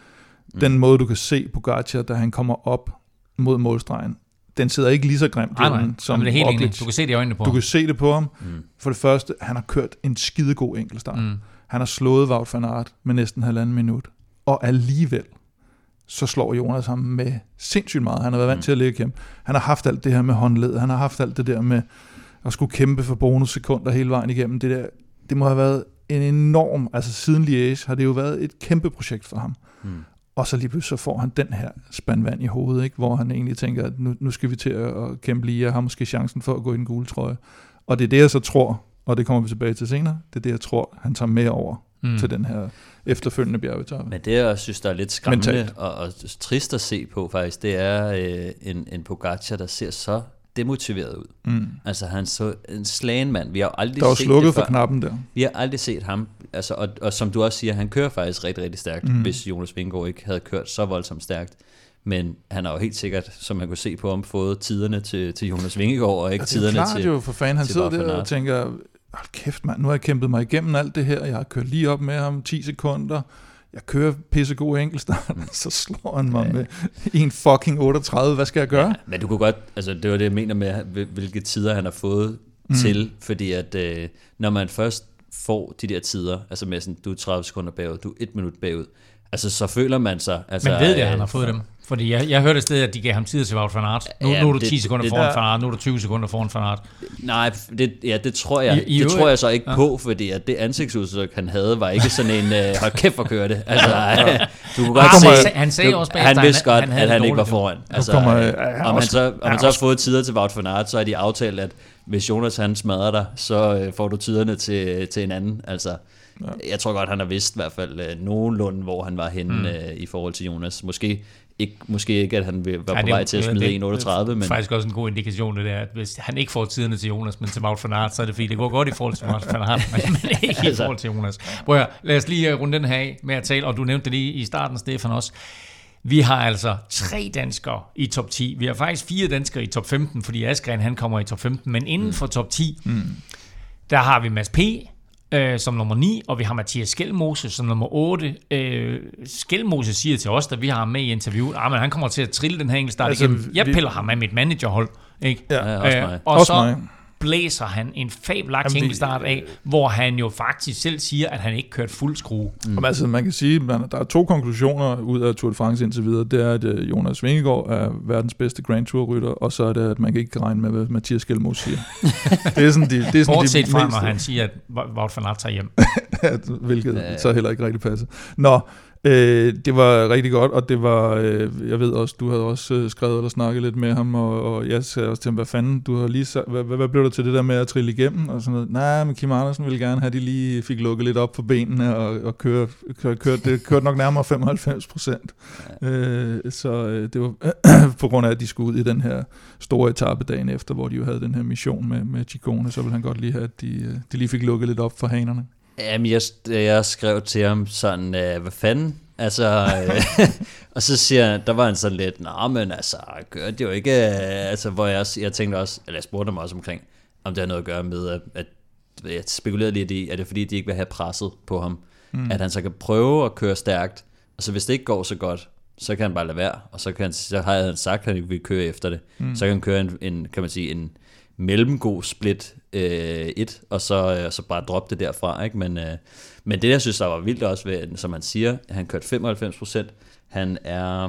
Den måde, du kan se Pogačar, da han kommer op mod målstregen, den sidder ikke lige så grimt ah, nej. som det er helt enig. Du kan se det i øjnene på Du ham. kan se det på ham. Mm. For det første, han har kørt en skidegod enkeltstart. Mm. Han har slået Wout van Aert med næsten halvanden minut. Og alligevel, så slår Jonas ham med sindssygt meget. Han har været vant mm. til at ligge kæmpe. Han har haft alt det her med håndled. Han har haft alt det der med at skulle kæmpe for bonussekunder hele vejen igennem. Det der, det må have været en enorm, altså siden Liège har det jo været et kæmpe projekt for ham. Mm. Og så lige pludselig så får han den her spand vand i hovedet, ikke? Hvor han egentlig tænker, at nu, nu skal vi til at kæmpe lige, jeg har måske chancen for at gå i den gule trøje. Og det er det, jeg så tror, og det kommer vi tilbage til senere, det er det, jeg tror, han tager med over mm. til den her efterfølgende bjergetappe. Men det, jeg synes, der er lidt skræmmende og, og trist at se på faktisk, det er øh, en, en Pogacar, der ser så demotiveret ud. Mm. Altså han så en slagen mand. Vi har aldrig der var set slukket det for knappen der. Vi har aldrig set ham. Altså, og, og som du også siger, han kører faktisk rigtig, rigtig stærkt, mm. hvis Jonas Vingegaard ikke havde kørt så voldsomt stærkt. Men han har jo helt sikkert, som man kunne se på ham, fået tiderne til, til Jonas Vingegaard, og ikke tiderne klart, til... Det er jo for fanden, han sidder der og tænker, hold kæft mand, nu har jeg kæmpet mig igennem alt det her, jeg har kørt lige op med ham ti sekunder, jeg kører pissegod enkeltstart, mm. så slår han mig ja. med en fucking otteogtredive, hvad skal jeg gøre? Ja, men du kunne godt, altså det var det, jeg mener med, hvilke tider han har fået mm. til, fordi at øh, når man først får de der tider, altså med sådan, du er tredive sekunder bagud, du er et minut bagud, altså så føler man sig... Altså, men ved det, at han har fået dem? Fordi jeg, jeg hørte et sted, at de gav ham tid til Wout van Aert. Nu, ja, nu er du det, ti sekunder det, foran Van Aert, nu er du tyve sekunder foran Van Aert. Nej, det, ja, det tror jeg, I, I det tror jeg så ikke ja. på, fordi at det ansigtsudtryk, han havde, var ikke sådan en, uh, hold kæft for at køre det. Altså, ja. du kunne godt ah, se... Han sagde også bagefter, han vidste godt, han, at han ikke var foran. Altså, kommer, ja, om han så, om han så har fået tider til Wout van Aert, så har de aftalt, at hvis Jonas han smadrer dig, så uh, får du tiderne til, til en anden. Altså, ja. Jeg tror godt, han har vidst i hvert fald uh, nogenlunde, hvor han var henne mm. uh, i forhold til Jonas. Måske ikke, måske ikke, at han var på ja, vej til at smide en otteogtredive. Men... Det er faktisk også en god indikation, det der, at hvis han ikke får tiderne til Jonas, men til Wout van Aert, så er det fordi, det går godt i forhold til Wout van Aert, men ikke altså. i forhold til Jonas. Prøv at, lad os lige runde den her af med at tale, og du nævnte det lige i starten, Stefan også. Vi har altså tre danskere i top ti. Vi har faktisk fire danskere i top femten, fordi Askren han kommer i top femten, men inden for top ti, mm. der har vi Mads P., Øh, som nummer ni, og vi har Mathias Skelmose som nummer otte. Øh, Skelmose siger til os, da vi har ham med i interviewet, ah, men han kommer til at trille den her enkeltstart altså, igennem. Jeg piller vi... ham af mit managerhold. Ikke? Ja, ja, også øh, mig. Og også så mig. blæser han en fabelagt enkeltstart af, hvor han jo faktisk selv siger, at han ikke kørt fuld skrue. Mm. Altså, man kan sige, at der er to konklusioner ud af Tour de France indtil videre. Det er, at Jonas Vingegaard er verdens bedste Grand Tour-rytter, og så er det, at man kan ikke regne med, hvad Mathias Skelmose siger. det er sådan de, det er sådan Bortset de fra, når han siger, at Wout van Aert tager hjem. Hvilket ja, ja. så heller ikke rigtig passer. Nå, Øh, det var rigtig godt, og det var, øh, jeg ved også, du havde også øh, skrevet eller snakket lidt med ham, og, og jeg sagde også til ham, hvad fanden, du har lige sagt, hvad, hvad, hvad blev der til det der med at trille igennem, og sådan noget. Nej, men Kim Andersen ville gerne have, at de lige fik lukket lidt op på benene, og, og køre, køre, køre, det kørte nok nærmere femoghalvfems procent. Ja. Øh, så øh, det var på grund af, at de skulle ud i den her store etape dagen efter, hvor de jo havde den her mission med, med Ciccone, så ville han godt lige have, at de, de lige fik lukket lidt op for hanerne. Jamen, jeg, jeg skrev til ham sådan, øh, hvad fanden? Altså, øh, og så siger han, der var han sådan lidt, nej, men altså, gør det jo ikke, øh, altså, hvor jeg, jeg tænkte også, eller jeg spurgte mig også omkring, om det har noget at gøre med, at, at jeg spekulerede lidt i, at det er fordi, de ikke vil have presset på ham, mm. at han så kan prøve at køre stærkt, og så hvis det ikke går så godt, så kan han bare lade være, og så, kan han, så har han sagt, at han ikke vil køre efter det, mm. så kan han køre en, en kan man sige, en mellemgod split øh, et, og så, øh, så bare droppe det derfra, ikke? Men, øh, men det, jeg synes, der var vildt også ved, som han siger, han kørte femoghalvfems procent, han er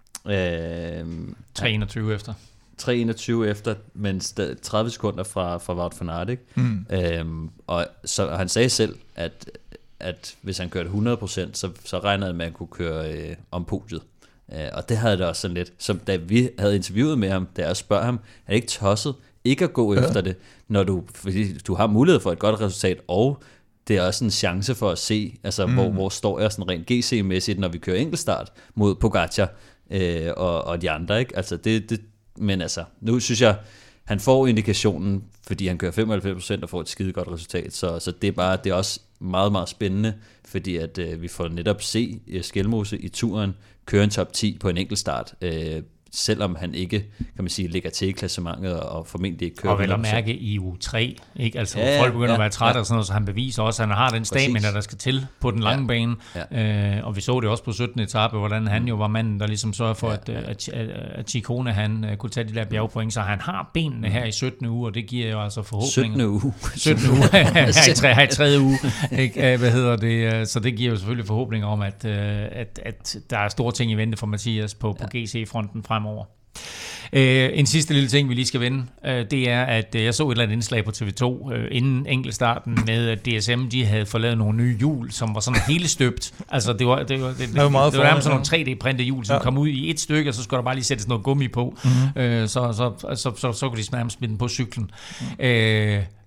øh, tre enogtyve efter. tre enogtyve efter, men tredive sekunder fra, fra Wout van Aert, ikke? Mm. Øhm, og så han sagde selv, at, at hvis han kørte hundrede procent, så, så regnede han med, at han kunne køre øh, om podiet. Øh, og det havde det også sådan lidt, som da vi havde interviewet med ham, da jeg spørger ham, er det ikke tosset, ikke at gå ja. efter det, når du, fordi du har mulighed for et godt resultat, og det er også en chance for at se, altså mm. hvor, hvor står jeg sådan rent G C-mæssigt, når vi kører enkeltstart mod Pogacar øh, og, og de andre, ikke? Altså det, det, men altså, nu synes jeg, han får indikationen, fordi han kører femoghalvfems procent og får et skide godt resultat, så, så det er bare, det er også meget, meget spændende, fordi at øh, vi får netop se uh, Skelmose i turen køre en top ti på en enkeltstart, øh, selvom han ikke, kan man sige, ligger til i klassementet og formentlig ikke kører. Og vel at mærke i uge tre, ikke? Altså ja, folk begynder ja, at være trætte ja. og sådan noget, så han beviser også, at han har den stamina, der skal til på den lange ja. bane. Ja. Øh, og vi så det også på syttende etape, hvordan han jo var manden, der ligesom sørger for, ja, ja. at, at, at Ciccone, han uh, kunne tage de der bjergpoint, så han har benene her i syttende uge, og det giver jo altså forhåbninger. syttende uge. syttende uge, her i, tre, her i tredje uge, ikke? Hvad hedder det? Så det giver jo selvfølgelig forhåbninger om, at, at, at der er store ting i vente for Mathias på, på ja. G C-fronten fremover. Uh, en sidste lille ting, vi lige skal vende, uh, det er, at uh, jeg så et eller andet indslag på T V to uh, inden enkeltstarten med, at D S M de havde fået lavet nogle nye hjul, som var sådan hele støbt. Altså, det var, det var, det, det, det, det var nærmest sådan nogle tre D-printede hjul, som ja. kom ud i et stykke, og så skulle der bare lige sættes noget gummi på, mm-hmm. uh, så, så, så, så, så, så kunne de nærmest smide den på cyklen. Mm. Uh,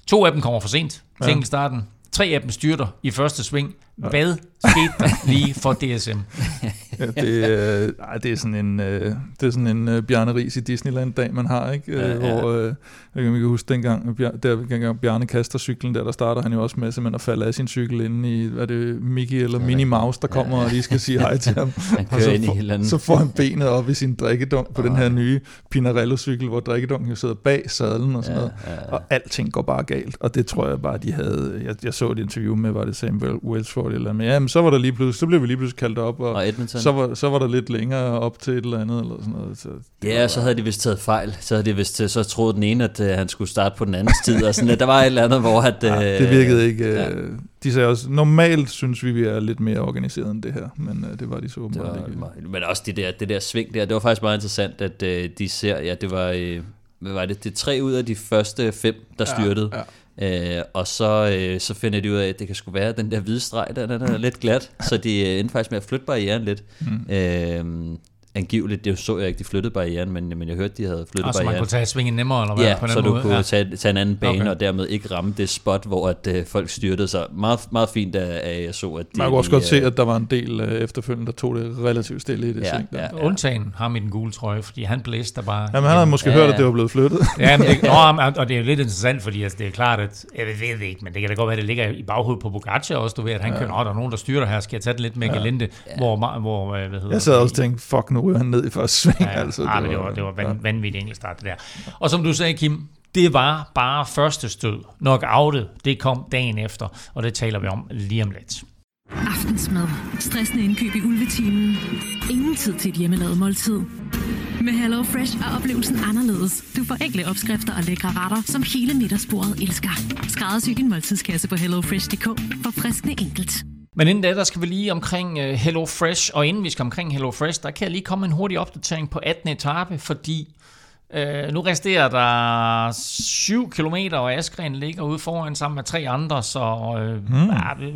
To af dem kommer for sent til Ja. enkeltstarten. Tre af dem styrter i første sving. Hvad skete der lige for D S M? Ja, det, øh, ej, det er sådan en, øh, det er sådan en øh, Bjarne Riis i Disneyland-dag, man har, ikke? Øh, Ja, ja. Hvor, øh, jeg kan ikke huske dengang, Bjar- der, dengang Bjarne kaster cyklen der, der starter han jo også med simpelthen at falde af sin cykel inde i, hvad er det, Mickey eller Ja, Minnie Mouse, der kommer ja, ja. og lige skal sige hej til ham. Han Og kører så, ind i får, et eller andet. så får han benet op i sin drikkedunk på den her nye Pinarello-cykel, hvor drikkedunken jo sidder bag sadlen og sådan Ja, noget. ja, ja. Og alting går bare galt, og det tror jeg bare, de havde. Jeg, jeg så et interview med, var det Samuel Welsford eller med, jamen så var der lige pludselig, så blev vi lige pludselig kaldt op, og, Og Edmonton. så var, så var der lidt længere op til et eller andet, eller sådan noget. Så det Ja, var så bare- havde de vist taget fejl. Så havde de vist så troede den ene, at uh, han skulle starte på den anden tid. Og sådan, at der var et eller andet, hvor at, uh, ja, det virkede ikke. ja. Øh, de sagde også, normalt synes vi, vi er lidt mere organiseret end det her, men øh, det var de så Det åbenbart var, ikke. meget- men også det der, det der sving der, det var faktisk meget interessant, at uh, de ser, ja, det var, uh, hvad var det, det er tre ud af de første fem, der styrtede. Ja, Øh, og så, øh, så finder de ud af, at det kan sgu være, at den der hvide streg, der, den er lidt glat, så de øh, endte faktisk med at flytte barrieren lidt. Mm. Øh, angiveligt, det så jeg ikke, de flyttede barrieren, men, men jeg hørte, de havde flyttet Og så man barrieren. kunne tage svingen nemmere, eller hvad? Ja, på den så du måde? kunne Ja. tage, tage en anden bane, Okay. okay. og dermed ikke ramme det spot, hvor at, øh, folk styrtede sig. Meget, meget fint, at, at jeg så, at de... Man kunne også de, godt se, øh, at der var en del øh, efterfølgende, der tog det relativt stille i det Ja, sving der. ja. Undtagen ham i den gule trøje, fordi han blæste der bare... Jamen, han havde måske Ja, hørt, ja. at det var blevet flyttet. Ja, men det, nå, og det er jo lidt interessant, fordi altså, det er klart, at jeg ved det ikke, men det kan da godt være, at det ligger i baghovedet på Pogacar også, du ved, at han ja. kører, åh, der er nogen, der styrer her, skal jeg tage det lidt med ja. gelinde, Ja. hvor, hvor, hvad hedder Jeg sad også og tænkte, fuck, nu ryger han ned i første sving. Ja, altså, det, ah, det, var, det var van, vanvittigt enkeltstart, det der. Og som du sagde, Kim, det var bare første stød. Knockoutet, det kom dagen efter, og det taler vi om lige om lidt. Aftensmad. Stressende indkøb i ulvetimen. Ingen tid til et hjemmelavet måltid. Med Hello Fresh er oplevelsen anderledes. Du får enkle opskrifter og lækre retter, som hele middagsbordet elsker. Skræddersy din måltidskasse på hello fresh punktum d k for friskende enkelt. Men inden da, der skal vi lige omkring uh, Hello Fresh, og inden vi skal omkring Hello Fresh, der kan jeg lige komme en hurtig opdatering på attende etape, fordi uh, nu resterer der syv kilometer, og Askren ligger ude foran sammen med tre andre, så uh, mm.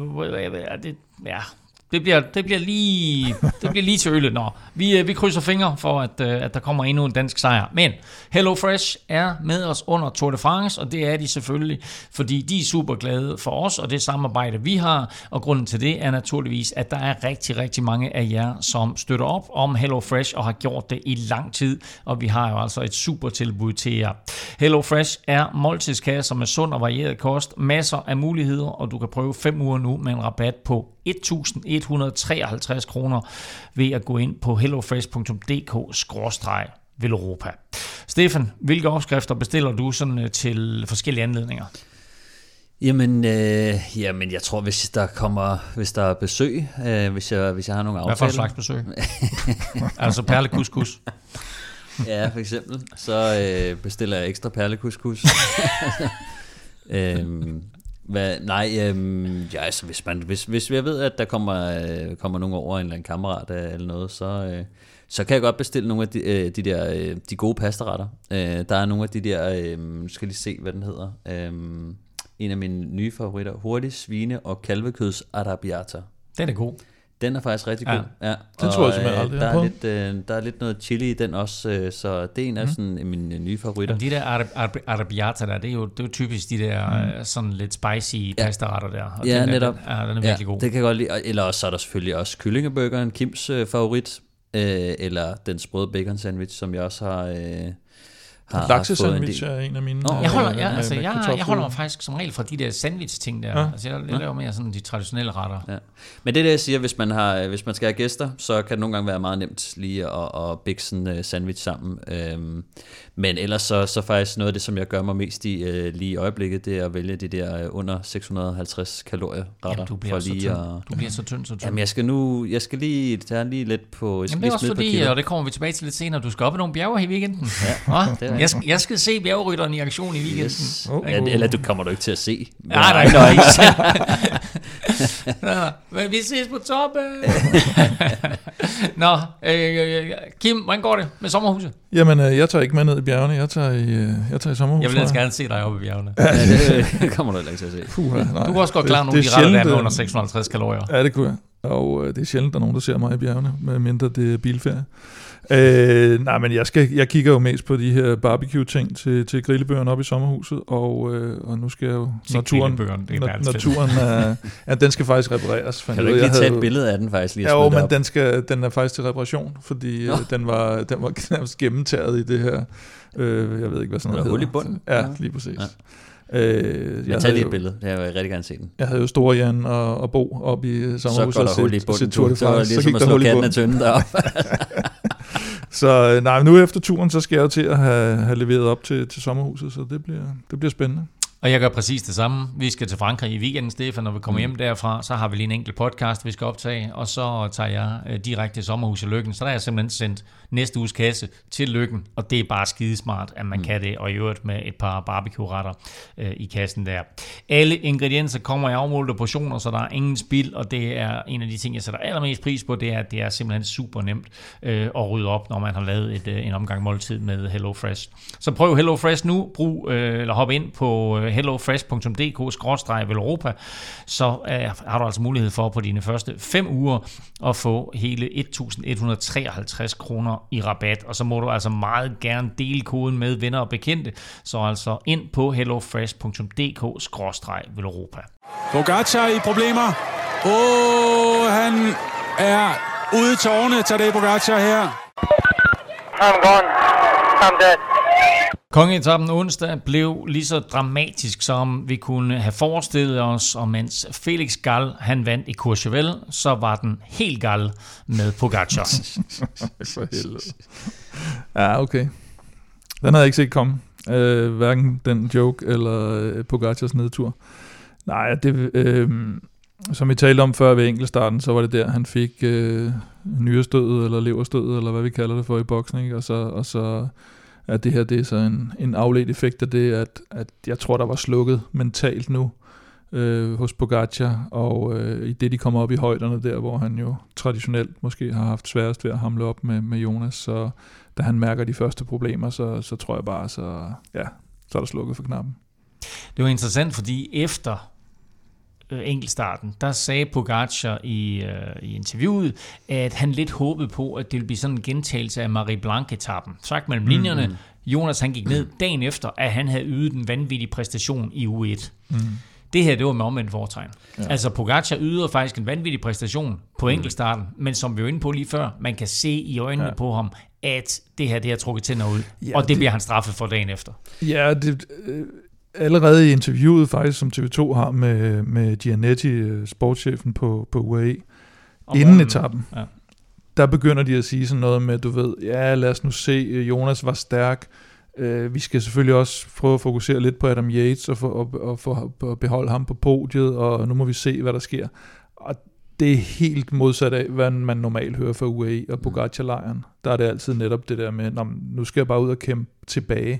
ja, det, ja, det, bliver, det, bliver lige, det bliver lige til øllet. Nå, vi, vi krydser fingre for, at, at der kommer endnu en dansk sejr. Men Hello Fresh er med os under Tour de France, og det er de selvfølgelig, fordi de er super glade for os, og det samarbejde, vi har. Og grunden til det er naturligvis, at der er rigtig, rigtig mange af jer, som støtter op om Hello Fresh og har gjort det i lang tid. Og vi har jo altså et super tilbud til jer. Hello Fresh er måltidskasser med sund og varieret kost, masser af muligheder, og du kan prøve fem uger nu med en rabat på et tusind et hundrede treoghalvtreds kroner ved at gå ind på hellofresh punktum d k skråstreg Velropa. Stefan, hvilke opskrifter bestiller du sådan til forskellige anledninger? Jamen, øh, jamen, jeg tror, hvis der kommer, hvis der er besøg, øh, hvis, jeg, hvis jeg har nogle aftaler. Hvad for slags besøg? Altså perlekuskus? Ja, for eksempel. Så øh, bestiller jeg ekstra perlekuskus. øhm, hvad, nej, øhm, ja, altså, hvis, man, hvis, hvis jeg ved, at der kommer, øh, kommer nogen over, en eller anden kammerat øh, eller noget, så, øh, så kan jeg godt bestille nogle af de, øh, de der øh, de gode pastaretter. Øh, der er nogle af de der, øh, nu skal jeg lige se, hvad den hedder. Øh, en af mine nye favoritter, hurtig svine- og kalvekøds arrabbiata. Den er god. Den er faktisk rigtig Ja. god. Ja. Den tror jeg simpelthen aldrig, der jeg har er lidt, øh, der er lidt noget chili i den også, øh, så det er en af sådan, mine nye favoritter. Jamen, de der arab- arab- arrabbiata der, det er jo, det er jo typisk de der mm. sådan lidt spicy Ja. pastaretter der. Og Ja, den er, netop. Den, ja, den er virkelig ja, god. det kan jeg godt lide. Og- Eller også så er der selvfølgelig også kyllingeburgeren, Kims øh, favorit, øh, eller den sprøde bacon sandwich, som jeg også har, øh, har, har Laksesandwich er en af mine. Nå, Jeg holder, øh, ja, med- altså, med jeg, kartoffel. jeg holder mig faktisk som regel fra de der sandwich-ting der. Ja. Altså, jeg, jeg laver mere sådan de traditionelle retter. Ja. Men det er det, jeg siger, hvis man, har, hvis man skal have gæster, så kan det nogle gange være meget nemt lige at, at bække sådan en sandwich sammen. Øhm, men ellers så, så faktisk noget af det, som jeg gør mig mest i øh, lige i øjeblikket, det er at vælge de der øh, under seks hundrede og halvtreds kalorier retter. Jamen, du bliver for så lige tynd. at, Du bliver så tynd, så tynd. Jamen, jeg skal nu, jeg skal lige tage lige lidt på, jeg skal Jamen, det er lige også smide et par fordi, kilo. og det kommer vi tilbage til lidt senere, du skal op i nogle bjerge i weekenden. Ja, Hva? det er jeg, skal, jeg skal se bjergrytteren i aktion i weekenden. Yes. Oh. Ja, eller du kommer du ikke til at se. Nej, nej, nej. nej. Men vi ses på toppen. Nå, øh, Kim, hvordan går det med sommerhuset? Jamen, øh, jeg tager ikke med ned i bjergene, jeg tager i, øh, jeg tager i sommerhus. Jeg vil tror ellers gerne se dig oppe i bjergene. Ja, det kommer du heller ikke til at se. Puha, nej. Du kan også godt klare Det- nogle af det de er retter, der er sjældent, med øh, under seks hundrede og halvtreds kalorier. Ja, det kunne jeg. og øh, det er sjældent, der er nogen, der ser mig i bjergene, medmindre det er bilferie. Øh, nej, men jeg, skal, jeg kigger jo mest på de her barbecue-ting til, til grillebøgerne op i sommerhuset, og, øh, og nu skal jeg jo... Naturen, na, naturen er, ja, den skal faktisk repareres. Kan du ikke lige tage et billede af den faktisk? Lige ja, jo, men den, skal, den er faktisk til reparation, fordi øh, den var, den var nærmest gennemtæret i det her... Øh, jeg ved ikke, hvad sådan noget hedder. Hul i bunden? Ja, lige præcis. Ja. Øh, jeg tager lige et billede, jeg vil rigtig gerne se den. Jeg havde jo Store Jan og, og Bo op i sommerhuset. Så går der hul i bunden, så, så var det ligesom at slå katten af tønden deroppe. Så nej, nu efter turen, så skal jeg jo til at have, have leveret op til, til sommerhuset, så det bliver, det bliver spændende. Og jeg gør præcis det samme. Vi skal til Frankrig i weekenden, Stefan. Når vi kommer hjem derfra, så har vi lige en enkelt podcast, vi skal optage, og så tager jeg øh, direkte til sommerhus i Løkken. Så der er jeg simpelthen sendt næste uges kasse til Løkken, og det er bare skidesmart, at man mm. kan det, og i øvrigt med et par barbecue-retter øh, i kassen der. Alle ingredienser kommer i afmålte portioner, så der er ingen spild, og det er en af de ting, jeg sætter allermest pris på, det er, at det er simpelthen super nemt øh, at rydde op, når man har lavet et, øh, en omgang måltid med HelloFresh. Så prøv HelloFresh nu, brug, øh, eller hop ind på hellofresh punktum d k skråstreg Velropa, så øh, har du altså mulighed for på dine første fem uger at få hele et tusind et hundrede og treoghalvtreds kroner i rabat, og så må du altså meget gerne dele koden med venner og bekendte, så altså ind på hellofresh punktum d k skråstreg Velropa. Pogacar i problemer. Åh, oh, han er ude i tårne. Tadej Pogacar her. I'm gone. I'm dead. Kongeetappen onsdag blev lige så dramatisk, som vi kunne have forestillet os, og mens Felix Gall han vandt i Courchevel, så var den helt gal med Pogacar. For helvede. Ja, okay. Den havde jeg ikke set komme. Øh, hverken den joke eller øh, Pogacars nedtur. Nej, det, øh, som vi talte om før ved enkeltstarten, så var det der, han fik øh, nyrestødet eller leverstødet, eller hvad vi kalder det for i boksning, og så... Og så at det her, det er så en, en afledt effekt af det, at, at jeg tror, der var slukket mentalt nu øh, hos Pogacar, og øh, i det, de kommer op i højderne der, hvor han jo traditionelt måske har haft sværest ved at hamle op med, med Jonas, så da han mærker de første problemer, så, så tror jeg bare, så, ja, så er der slukket for knappen. Det var interessant, fordi efter enkeltstarten, der sagde Pogacar i, øh, i interviewet, at han lidt håbede på, at det ville blive sådan en gentagelse af Marie Blanc-etappen. Sagt mellem linjerne, mm. Jonas han gik ned dagen efter, at han havde ydet en vanvittig præstation i U et. Mm. Det her, det var med omvendt foretegn. Ja. Altså Pogacar yder faktisk en vanvittig præstation på enkeltstarten, mm. men som vi var inde på lige før, man kan se i øjnene ja. på ham, at det her, det har trukket tænder ud, ja, og det, det bliver han straffet for dagen efter. Ja, det... Øh allerede i interviewet faktisk, som T V to har med, med Gianetti, sportschefen på, på U A E, inden etappen, ja. der begynder de at sige sådan noget med, du ved, ja, lad os nu se, Jonas var stærk, uh, vi skal selvfølgelig også prøve at fokusere lidt på Adam Yates, og, for, og, og, for, og beholde ham på podiet, og nu må vi se, hvad der sker. Og det er helt modsat af, hvad man normalt hører fra U A E og Pogacar-lejren. Der er det altid netop det der med, nu skal jeg bare ud og kæmpe tilbage.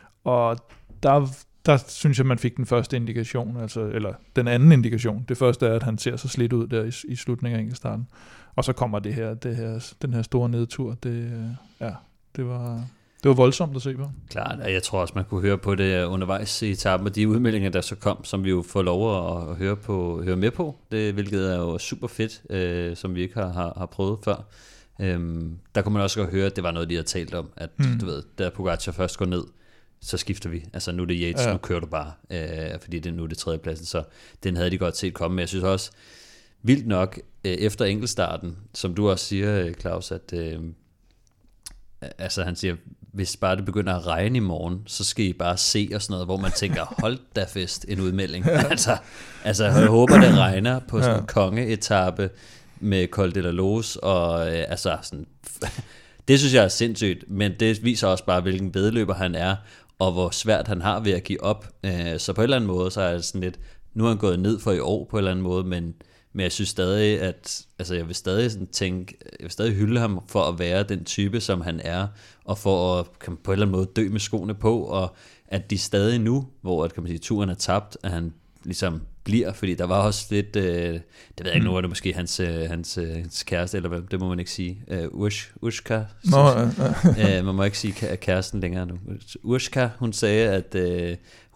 Og der Der synes jeg, man fik den første indikation, altså, eller den anden indikation. Det første er, at han ser så slidt ud der i, i slutningen af enkeltstarten. Og så kommer det her, det her, den her store nedtur. Det, ja, det var, det var voldsomt at se på. Klart, jeg tror også, man kunne høre på det undervejs i etappen, og de udmeldinger, der så kom, som vi jo får lov at, at høre, på, høre med på, det, hvilket er jo super fedt, øh, som vi ikke har, har, har prøvet før. Øhm, der kunne man også godt høre, at det var noget, de havde talt om, at hmm. du ved, da Pogacar først går ned, så skifter vi. Altså nu er det Yates, ja. nu kører du bare, øh, fordi det, nu er det tredjepladsen, så den havde de godt set komme. Men jeg synes også, vildt nok, øh, efter enkeltstarten, som du også siger, Claus, at øh, altså han siger, hvis bare det begynder at regne i morgen, så skal I bare se og sådan noget, hvor man tænker, hold da fest, en udmelding. altså, altså jeg håber, det regner på sådan en ja. kongeetappe med Col de la Loze, og øh, altså sådan... Det synes jeg er sindssygt, men det viser også bare, hvilken vedløber han er, og hvor svært han har ved at give op. Så på en eller anden måde, så er det sådan lidt, nu er han gået ned for i år på en eller anden måde, men, men jeg synes stadig, at altså jeg vil stadig sådan tænke, jeg vil stadig hylde ham for at være den type, som han er, og for at kan på en eller anden måde dø med skoene på, og at de stadig nu, hvor at, kan man sige, turen er tabt, at han ligesom bliver, fordi der var også lidt, øh, det ved jeg ikke, nu var det måske hans, øh, hans, øh, hans kæreste, eller hvad, det må man ikke sige, uh, Ush, Ushka, Nå, ja, ja. uh, man må ikke sige kæresten længere nu. Ushka, hun sagde, at øh,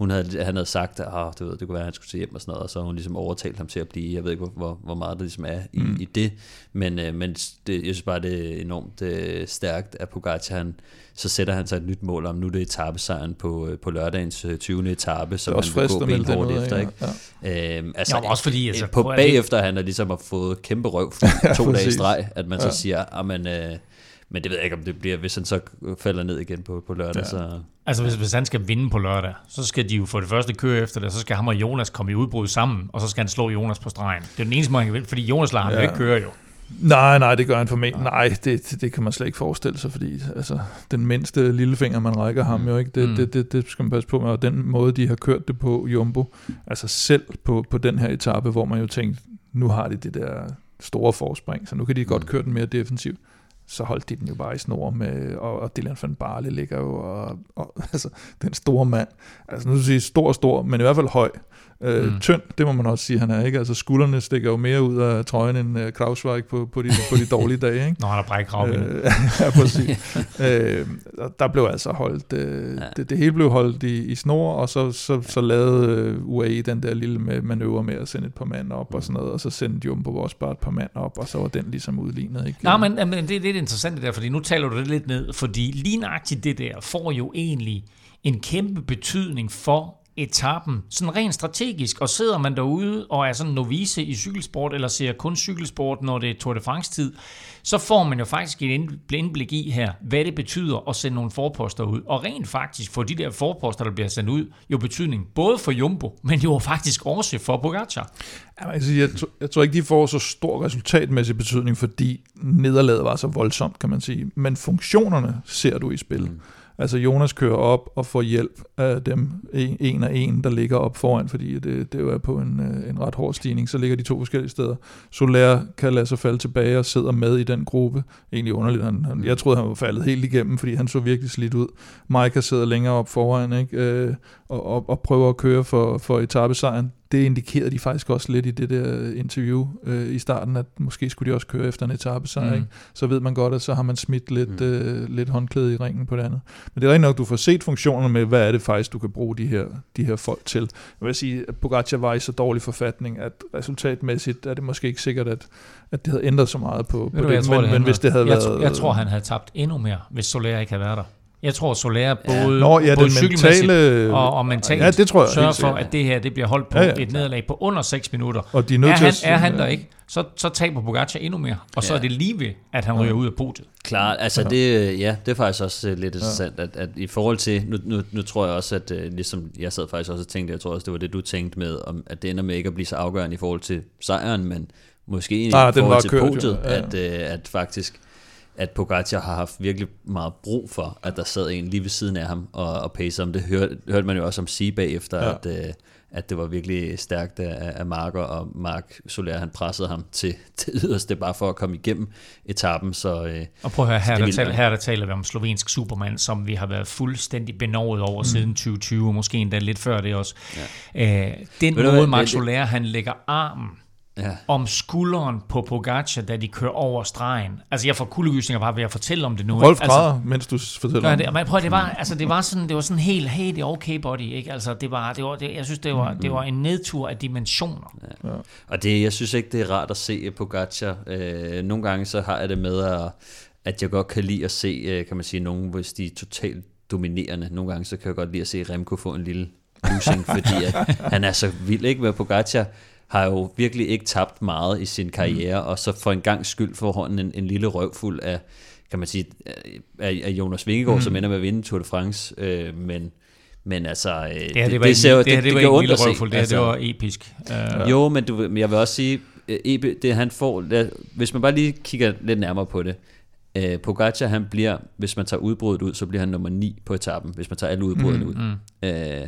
hun havde, han havde sagt, at oh, det, ved, det kunne være, at han skulle til hjem og sådan noget, og så havde hun ligesom overtalt ham til at blive. Jeg ved ikke, hvor, hvor, hvor meget der ligesom er i, mm. i det, men, øh, men det, jeg synes bare, det er enormt øh, stærkt, at Pogačar, han, så sætter han sig et nyt mål om, nu det er etapesejren på, på lørdagens tyvende etape, som han vil gå benhårdt efter. Ikke? Ja. Øhm, altså, ja, også fordi, altså, på bagefter, han er ligesom har fået kæmpe røv for to dage i streg, at man ja. så siger, at man... Øh, men det ved jeg ikke, om det bliver, hvis han så falder ned igen på, på lørdag. Ja. Så... Altså, hvis, hvis han skal vinde på lørdag, så skal de jo for det første køre efter det, så skal ham og Jonas komme i udbrud sammen, og så skal han slå Jonas på stregen. Det er den eneste måde, han kan vinde, fordi Jonas lader ham ja. jo ikke køre jo. Nej, nej, det gør han formentlig. Nej, nej det, det kan man slet ikke forestille sig, fordi altså, den mindste lillefinger, man rækker ham jo ikke, det, mm. det, det, det skal man passe på med. Og den måde, de har kørt det på Jumbo, altså selv på, på den her etape, hvor man jo tænkte, nu har de det der store forspring, så nu kan de godt køre den mere defensivt. Så holdt de den jo bare i snor med, og, og Dylan van Baarle ligger jo, og, og altså, den store mand, altså nu skal jeg sige stor, stor, men i hvert fald høj, øh, mm. tynd, det må man også sige, han er, ikke? Altså skuldrene stikker jo mere ud af trøjen end uh, Krausweig på, på, de, på de dårlige dage, ikke? Nå, han har brækket kravben. Øh, ja, præcis. øh, der blev altså holdt, øh, ja. det, det hele blev holdt i, i snor, og så, så, så lavede uh, U A E den der lille manøvre med at sende et par mand op, mm. og sådan noget, og så sendte Jumbo også bare et par mand op, og så var den ligesom udlignet, ikke? Nej, men, men det er lidt interessant det der, fordi nu taler du det lidt ned, fordi lige nøjagtigt det der får jo egentlig en kæmpe betydning for etappen, sådan rent strategisk, og sidder man derude og er sådan novice i cykelsport, eller ser kun cykelsport, når det er Tour de France-tid, så får man jo faktisk et indblik i her, hvad det betyder at sende nogle forposter ud. Og rent faktisk får de der forposter, der bliver sendt ud, jo betydning både for Jumbo, men jo faktisk også for Pogačar. Ja, jeg, jeg, jeg tror ikke, de får så stor resultatmæssig betydning, fordi nederlaget var så voldsomt, kan man sige. Men funktionerne ser du i spil. Mm. Altså Jonas kører op og får hjælp af dem, en og en, der ligger op foran, fordi det, det jo er på en, en ret hård stigning, så ligger de to forskellige steder. Soler kan lade sig falde tilbage og sidder med i den gruppe. Egentlig underligt. Han, han, jeg troede, han var faldet helt igennem, fordi han så virkelig slidt ud. Maika sidder længere op foran, ikke? Øh, og, og, og prøver at køre for, for etapesejren. Det indikerede de faktisk også lidt i det der interview øh, i starten, at måske skulle de også køre efter en etapesejr. Mm. Så ved man godt, at så har man smidt lidt, mm. øh, lidt håndklæde i ringen på det andet. Men det er rigtig nok, du får set funktionerne med, hvad er det faktisk, du kan bruge de her, de her folk til. Jeg vil sige, at Pogačar var i så dårlig forfatning, at resultatmæssigt er det måske ikke sikkert, at, at det havde ændret så meget på, på du, det. Tror, men, det men hvis det havde jeg været... Tror, jeg tror, han havde tabt endnu mere, hvis Soler ikke havde været der. Jeg tror, Soler både, ja. Nå, ja, både mentale... og, og mentalt ja, det tror jeg, sørger for, at det her det bliver holdt på ja, ja. et nederlag på under seks minutter. Og de er, nødt er, til han, at... er han der ikke, så, så taber Pogačar endnu mere. Og så ja. er det lige ved, at han ryger ud af podiet. Klart, altså ja. det, ja, det er faktisk også lidt interessant, ja. at, at i forhold til, nu, nu, nu tror jeg også, at ligesom jeg sad faktisk også og tænkte, jeg tror også, det var det, du tænkte med, om, at det ender med ikke at blive så afgørende i forhold til sejren, men måske i ah, forhold til podiet, ja. at, at faktisk... at Pogačar har haft virkelig meget brug for, at der sad en lige ved siden af ham og, og pacer ham. Det hørte, hørte man jo også om sige bagefter, ja. at, øh, at det var virkelig stærkt af, af Marker, og Marc Soler, han pressede ham til, til yderste, bare for at komme igennem etappen. Så, øh, og prøv at høre, her, der taler, her der taler vi om slovensk supermand, som vi har været fuldstændig benovet over mm. siden tyve tyve, måske endda lidt før det også. Ja. Øh, den Ved måde, Marc Soler, han lægger armen Ja. om skulderen på Pogačar, da de kører over stregen. Altså, jeg får kuldegysninger bare ved at fortælle om det nu. Rolf græder, altså, mens du fortæller om det. Men prøv, det var, altså, det var sådan, det var sådan helt, hey, det er okay, buddy, ikke? Altså, det var, det var, det, jeg synes, det var, det var en nedtur af dimensioner. Ja. Ja. Og det, jeg synes ikke, det er rart at se Pogačar. Øh, nogle gange så har jeg det med, at, at jeg godt kan lide at se, kan man sige, nogen, hvis de er totalt dominerende. Nogle gange så kan jeg godt lide at se Remco få en lille losing, fordi at han er så vild, ikke? Med Pogačar har jo virkelig ikke tabt meget i sin karriere, mm. og så for en gang skyld får han en, en lille røvfuld af, kan man sige, af, af Jonas Vingegaard, mm. som ender med at vinde Tour de France, øh, men, men altså, øh, det, det, det, det, ser, det, det, det, det var ikke en lille røvfuld, det, altså, det var episk. Uh. Jo, men du, jeg vil også sige, det han får, hvis man bare lige kigger lidt nærmere på det, øh, Pogačar, han bliver, hvis man tager udbruddet ud, så bliver han nummer ni på etappen, hvis man tager alle udbruddene mm. ud. Mm. Øh,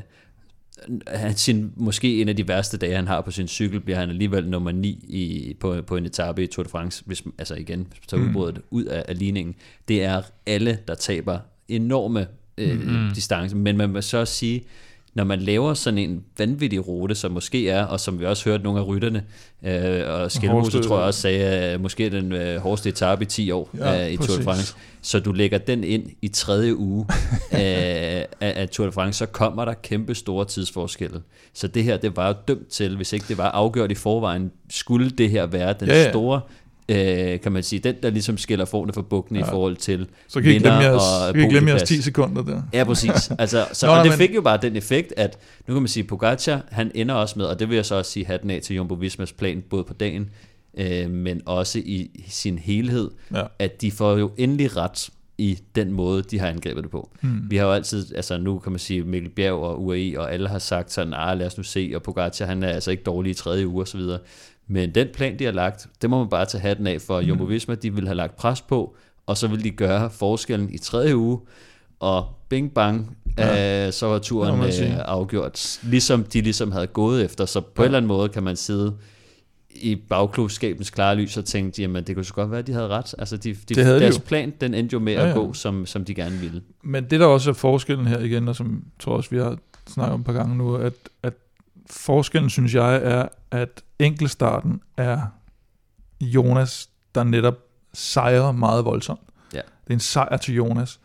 Han, sin, måske en af de værste dage, han har på sin cykel, bliver han alligevel nummer ni i, på, på en etape i Tour de France, hvis, altså igen, hvis man tager udbruddet mm. ud af, af ligningen. Det er alle, der taber enorme øh, mm. distancer, men man må så sige, når man laver sådan en vanvittig rute, som måske er, og som vi også hørte nogle af rytterne, øh, og Skelmose tror jeg også sagde, at måske den øh, hårdeste etape i ti år ja, øh, i Tour de France, så du lægger den ind i tredje uge af, af Tour de France, så kommer der kæmpe store tidsforskelle. Så det her, det var jo dømt til, hvis ikke det var afgjort i forvejen, skulle det her være den ja, ja. store, øh, kan man sige, den der ligesom skiller forne for bukkene ja. i forhold til så kan vinder jeres, og kan glemme jeres ti sekunder der. Ja, præcis. Altså, så, Nå, og det men... fik jo bare den effekt, at nu kan man sige, Pogacar, han ender også med, og det vil jeg så også sige hatten af til Jumbo Vismas plan, både på dagen, øh, men også i sin helhed, ja. at de får jo endelig ret i den måde, de har angrebet det på. Hmm. Vi har jo altid, altså nu kan man sige, Mikkel Bjerg og U A E, og alle har sagt sådan, ah, lad os nu se, og Pogacar, han er altså ikke dårlig i tredje uge og så videre. Men den plan, de har lagt, det må man bare tage hatten af for Jumbo Visma, de vil have lagt pres på, og så vil de gøre forskellen i tredje uge, og bing bang, ja. øh, så var turen øh, afgjort, ligesom de ligesom havde gået efter, så på ja. en eller anden måde kan man sidde i bagklubskabens klare lys og tænkte, jamen det kunne så godt være, at de havde ret. Altså de, de, deres de plan, den endte jo med ja, ja. at gå, som, som de gerne ville. Men det der også er forskellen her igen, og som jeg tror også, vi har snakket om et par gange nu, at, at forskellen, synes jeg, er, at enkeltstarten er Jonas, der netop sejrer meget voldsomt. Ja. Det er en sejr til Jonas.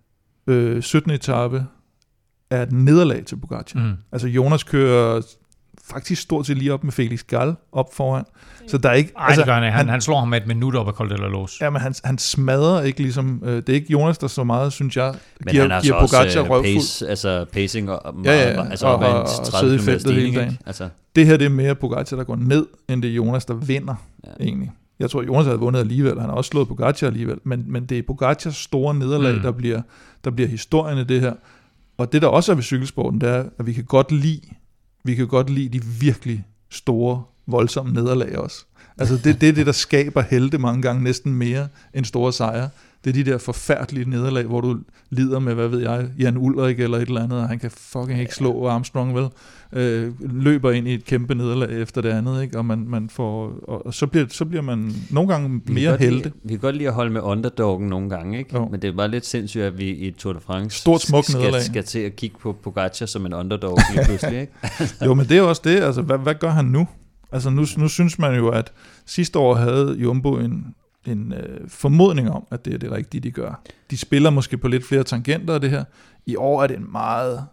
Øh, syttende etape er et nederlag til Pogacar. Mm. Altså Jonas kører faktisk stort set lige op med Felix Gall op foran. Så der er ikke... Ej, altså, det gør han, han, han slår ham med et minut op af Col de la Loze. Ja, men han, han smadrer ikke ligesom... Øh, det er ikke Jonas, der så meget, synes jeg, men giver, giver Pogacar røvfuld. Pace, altså pacing og, ja, ja, altså og, og, og sidde i feltet hele dagen. Altså. Det her, det er mere Pogacar, der går ned, end det er Jonas, der vinder, ja. egentlig. Jeg tror, Jonas havde vundet alligevel, han har også slået Pogacar alligevel, men, men det er Pogacars store nederlag, mm. der, bliver, der bliver historien i det her. Og det, der også er ved cykelsporten, det er, at vi kan godt lide, vi kan godt lide de virkelig store, voldsomme nederlag også. Altså det, det er det, der skaber helte mange gange næsten mere end store sejre. Det er de der forfærdelige nederlag, hvor du lider med, hvad ved jeg, Jan Ulrik eller et eller andet, og han kan fucking ikke slå Armstrong, vel? Øh, løber ind i et kæmpe nederlag efter det andet, ikke? Og man, man får, og så bliver, så bliver man nogle gange mere helte. Lide, vi kan godt lide at holde med underdoggen nogle gange, ikke? Jo. Men det er bare lidt sindssygt, at vi i Tour de France Stort, smuk skal, skal til at kigge på Pogacar som en underdog lige pludselig, ikke? Jo, men det er også det, altså hvad, hvad gør han nu? Altså nu, nu synes man jo, at sidste år havde Jumbo en en øh, formodning om, at det er det rigtige, de gør. De spiller måske på lidt flere tangenter af det her. I år er det en meget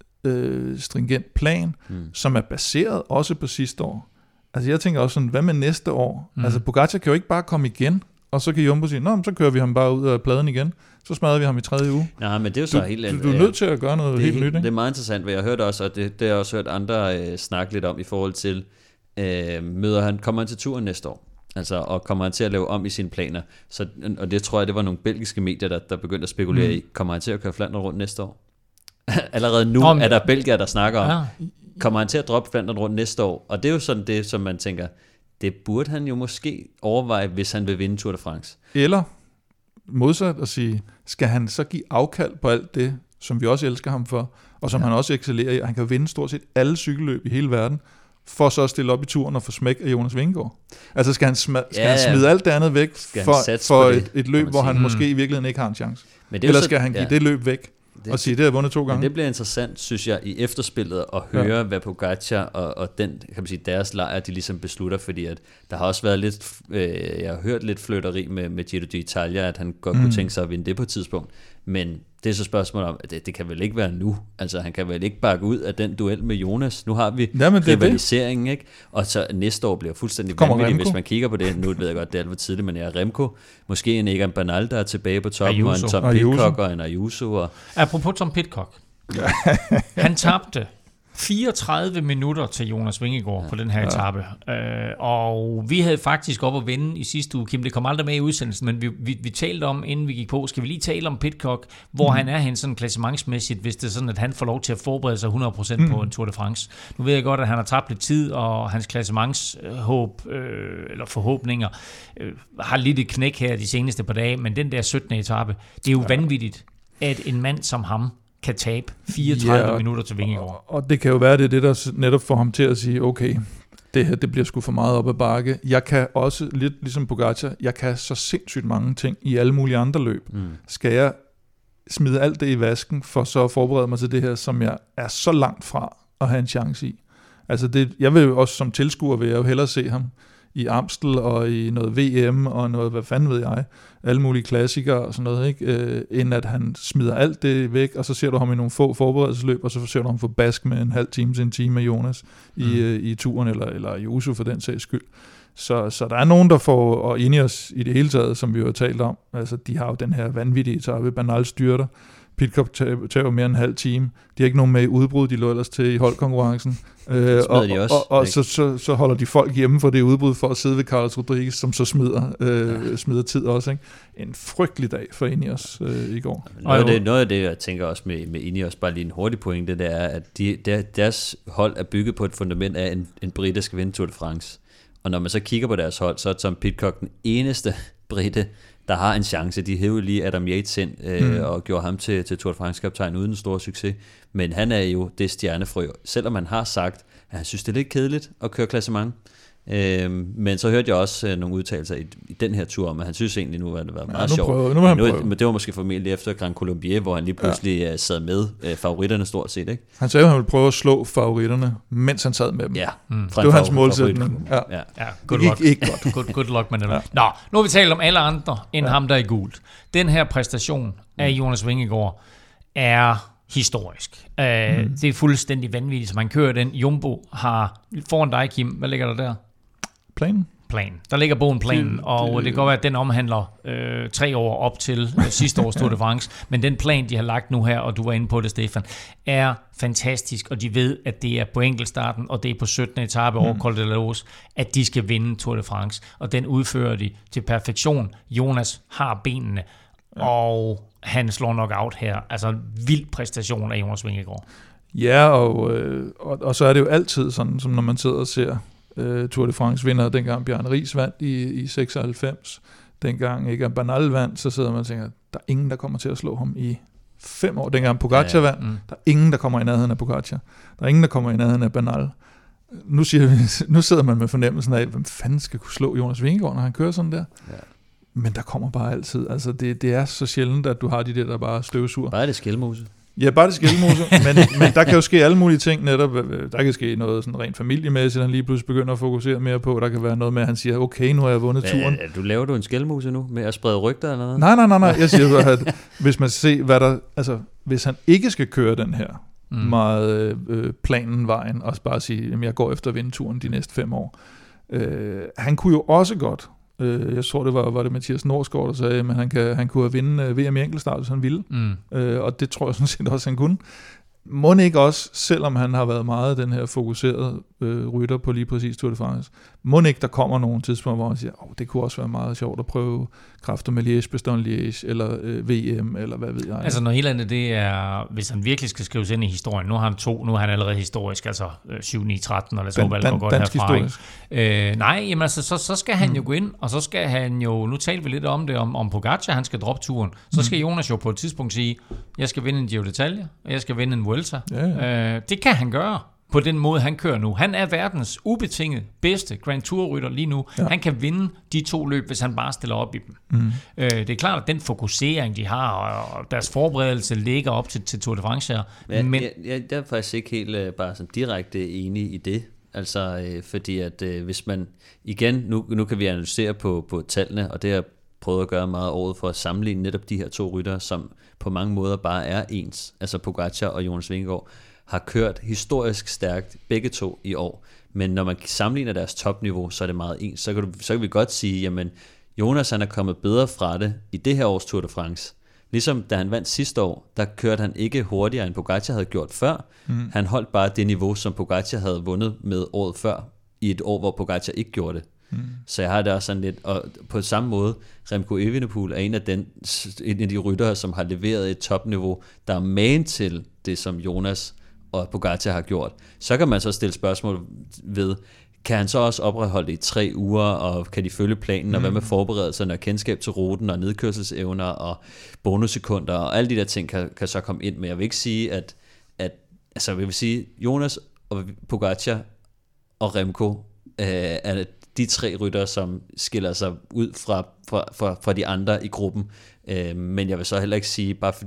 øh, stringent plan, mm. som er baseret også på sidste år. Altså jeg tænker også sådan, hvad med næste år? Mm. Altså Pogacar kan jo ikke bare komme igen, og så kan Jumbo sige, nå, så kører vi ham bare ud af pladen igen. Så smadrer vi ham i tredje uge. Nej, men det er jo så du, helt andet. Du, du er nødt til at gøre noget det helt helt, nyt, ikke? Det er meget interessant, hvad jeg har hørt også, og det, det har jeg også hørt andre øh, snakke lidt om i forhold til, øh, møder han, kommer han til turen næste år? Altså, og kommer han til at lave om i sine planer. Så, og det tror jeg, det var nogle belgiske medier, der, der begyndte at spekulere mm. i. Kommer han til at køre Flandern rundt næste år? Allerede nu om, er der belgier, der snakker om. Ja. Kommer han til at droppe Flandern rundt næste år? Og det er jo sådan det, som man tænker, det burde han jo måske overveje, hvis han vil vinde Tour de France. Eller modsat at sige, skal han så give afkald på alt det, som vi også elsker ham for, og som ja. han også excellerer i. Han kan vinde stort set alle cykelløb i hele verden, for så at stille op i turen og få smæk af Jonas Vingegaard. Altså skal han, sma- skal ja, han smide alt det andet væk for, for et, et løb, hvor han mm. måske i virkeligheden ikke har en chance? Men det Eller skal så, han give ja. det løb væk det, og sige, det har vundet to gange? Men det bliver interessant, synes jeg, i efterspillet at høre, ja. hvad Pogacar og, og den, kan man sige, deres lejr, de ligesom beslutter, fordi at der har også været lidt, øh, jeg har hørt lidt flytteri med, med Giro d'Italia, at han godt mm. kunne tænke sig at vinde det på et tidspunkt, men det er så spørgsmålet om, at det, det kan vel ikke være nu. Altså han kan vel ikke bakke ud af den duel med Jonas. Nu har vi ja, rivaliseringen, ikke? Og så næste år bliver fuldstændig vanvittigt, hvis man kigger på det. Nu ved jeg godt, det er alt for tidligt, men jeg er Remco. Måske en Egan Bernal, der er tilbage på toppen, Ayuso. Og en Tom Ayuso. Pidcock og en Ayuso. Og... Apropos Tom Pidcock. Han tabte fireogtredive minutter til Jonas Vingegaard ja. på den her etape. Øh, og vi havde faktisk op at vinde i sidste uge, Kim. Det kom aldrig med i udsendelsen, men vi, vi, vi talte om, inden vi gik på, skal vi lige tale om Pidcock, hvor mm. han er hen sådan klassementsmæssigt, hvis det er sådan, at han får lov til at forberede sig hundrede procent mm. på en Tour de France. Nu ved jeg godt, at han har tabt lidt tid, og hans klassementshåb, øh, eller forhåbninger, øh, har lidt et knæk her de seneste par dage, men den der syttende etape, det er jo ja. vanvittigt, at en mand som ham kan tabe fireogtredive ja, minutter til Vingegaard. Og, og det kan jo være, det er det, der netop får ham til at sige, okay, det her, det bliver sgu for meget op ad bakke. Jeg kan også, lidt ligesom Pogacar, jeg kan så sindssygt mange ting i alle mulige andre løb. Mm. Skal jeg smide alt det i vasken, for så at forberede mig til det her, som jeg er så langt fra at have en chance i. Altså det, jeg vil jo også som tilskuer, vil jeg jo hellere se ham i Amstel og i noget V M og noget, hvad fanden ved jeg, alle mulige klassikere og sådan noget, ikke? Øh, end at han smider alt det væk, og så ser du ham i nogle få forberedelsesløb, og så ser du ham få bask med en halv time til en time med Jonas i, mm. øh, i turen, eller, eller i Uso for den sags skyld. Så, så der er nogen, der får, og Ineos i det hele taget, som vi jo har talt om, altså de har jo den her vanvittige etape, Bernal styrter, Pidcock tager mere end en halv time. De har ikke nogen med i udbrud, de lå ellers til i holdkonkurrencen. Øh, og de også, og, og så, så, så holder de folk hjemme for det udbrud for at sidde ved Carlos Rodriguez, som så smider, øh, ja. smider tid også. Ikke? En frygtelig dag for Ineos øh, i går. Noget af, det, noget af det, jeg tænker også med, med Ineos, bare lige en hurtig pointe, det er, at de, der, deres hold er bygget på et fundament af en, en brite, der skal vinde Tour de France. Og når man så kigger på deres hold, så er Tom Pidcock den eneste brite, der har en chance. De hævde lige Adam Yates ind øh, mm. og gjorde ham til, til Tour de France-kaptajn uden en stor succes. Men han er jo det stjernefrø. Selvom man har sagt, at han synes, det er lidt kedeligt at køre klassement. Øh, men så hørte jeg også øh, nogle udtalelser i, i den her tur om, at han synes egentlig, nu var det været ja, meget sjovt. Nu nu, men det var måske formentlig efter Grand Colombier, hvor han lige pludselig ja. sad med øh, favoritterne stort set. Ikke? Han sagde, at han ville prøve at slå favoritterne, mens han sad med dem. Ja. Mm. Det var hans målsætning. Ja. Ja. Ja, good luck. Ikke, ikke godt. good, good luck med det. Ja. Nå, nu har vi talt om alle andre end ja. ham, der er i gult. Den her præstation af Jonas Vingegaard er historisk. Uh, mm. Det er fuldstændig vanvittigt, som han kører den. Jumbo har foran dig, Kim. Hvad ligger der der? Planen. Plan. Der ligger bogen planen, det, og det, det kan godt være, at den omhandler øh, tre år op til øh, sidste års Tour de France, men den plan, de har lagt nu her, og du var inde på det, Stefan, er fantastisk, og de ved, at det er på enkeltstarten, og det er på syttende etape over mm. Col de l'Aos, at de skal vinde Tour de France, og den udfører de til perfektion. Jonas har benene, ja. og han slår nok out her. Altså en vild præstation af Jonas Vingegaard. Ja, og, øh, og, og så er det jo altid sådan, som når man sidder og ser uh, Tour de France vinder, dengang Bjarne Riis vandt i, i seksoghalvfems, dengang ikke Bernal vandt, så sidder man og tænker, der er ingen, der kommer til at slå ham i fem år. Dengang Pogacar ja, ja. vandt, mm. der er ingen, der kommer i nærheden af Pogacar. Der er ingen, der kommer i nærheden af Bernal. Nu, siger vi, nu sidder man med fornemmelsen af, hvem fanden skal kunne slå Jonas Vingegaard, når han kører sådan der? Ja. Men der kommer bare altid. Altså det, det er så sjældent, at du har de der, der bare støvsuger. Bare det skælmose. Ja, bare det skælmose. men, men der kan jo ske alle mulige ting netop. Der kan ske noget sådan rent familiemæssigt, han lige pludselig begynder at fokusere mere på. Der kan være noget med, at han siger, okay, nu har jeg vundet turen. Hva, du laver du en skælmose nu med at sprede rygter eller noget? Nej, nej, nej, nej. Jeg siger bare, at hvis man ser, hvad der, altså hvis han ikke skal køre den her mm. meget øh, planen vejen, og bare sige, at jeg går efter at vinde turen de næste fem år. Øh, han kunne jo også godt. Jeg tror, det var, var det Mathias Norsgaard, der sagde, at han, kan, han kunne have vinde V M i enkeltstart, hvis han ville. Mm. Øh, og det tror jeg sådan set også, han kunne. Må ikke også, selvom han har været meget den her fokuserede øh, rytter på lige præcis Tour de France, må ikke der kommer nogle tidspunkter, hvor han siger, åh, det kunne også være meget sjovt at prøve kræfter med Liège, Bastogne Liège, eller øh, V M, eller hvad ved jeg. Altså noget helt andet, det er, hvis han virkelig skal skrives ind i historien, nu har han to, nu er han allerede historisk, altså øh, syv ni tretten, eller så valg går godt herfra. Øh, nej, jamen altså, så, så skal han mm. jo gå ind, og så skal han jo, nu talte vi lidt om det, om, om Pogacar, han skal droppe turen, så skal mm. Jonas jo på et tidspunkt sige, jeg skal vinde en Giro d'Italia, og jeg skal vinde en Vuelta. Ja, ja. Øh, det kan han gøre. På den måde, han kører nu. Han er verdens ubetinget bedste Grand Tour-rytter lige nu. Ja. Han kan vinde de to løb, hvis han bare stiller op i dem. Mm. Øh, det er klart, at den fokusering, de har, og deres forberedelse ligger op til, til Tour de France her. Ja, men jeg, jeg, jeg er faktisk ikke helt uh, bare sådan direkte enig i det. Altså, øh, fordi at øh, hvis man, igen, nu, nu kan vi analysere på, på tallene, og det har jeg prøvet at gøre meget året for at sammenligne netop de her to ryttere, som på mange måder bare er ens. Altså Pogacar og Jonas Vingegaard har kørt historisk stærkt begge to i år, men når man sammenligner deres topniveau, så er det meget ens. Så kan, du, så kan vi godt sige, jamen Jonas han er kommet bedre fra det i det her års Tour de France. Ligesom da han vandt sidste år, der kørte han ikke hurtigere end Pogacar havde gjort før. Mm. Han holdt bare det niveau, som Pogacar havde vundet med året før, i et år, hvor Pogacar ikke gjorde det. Mm. Så jeg har det også sådan lidt, og på samme måde, Remco Evenepoel er en af, den, en af de ryttere, som har leveret et topniveau, der er magen til det, som Jonas og Pogacar har gjort. Så kan man så stille spørgsmål ved, kan han så også opretholde det i tre uger, og kan de følge planen, mm. og hvad med forberedelserne, og kendskab til ruten, og nedkørselsevner, og bonussekunder, og alle de der ting kan, kan så komme ind. Men jeg vil ikke sige, at, at altså jeg vil sige, Jonas og Pogacar og Remco øh, er de tre ryttere, som skiller sig ud fra, fra, fra, fra de andre i gruppen. Øh, men jeg vil så heller ikke sige, bare fordi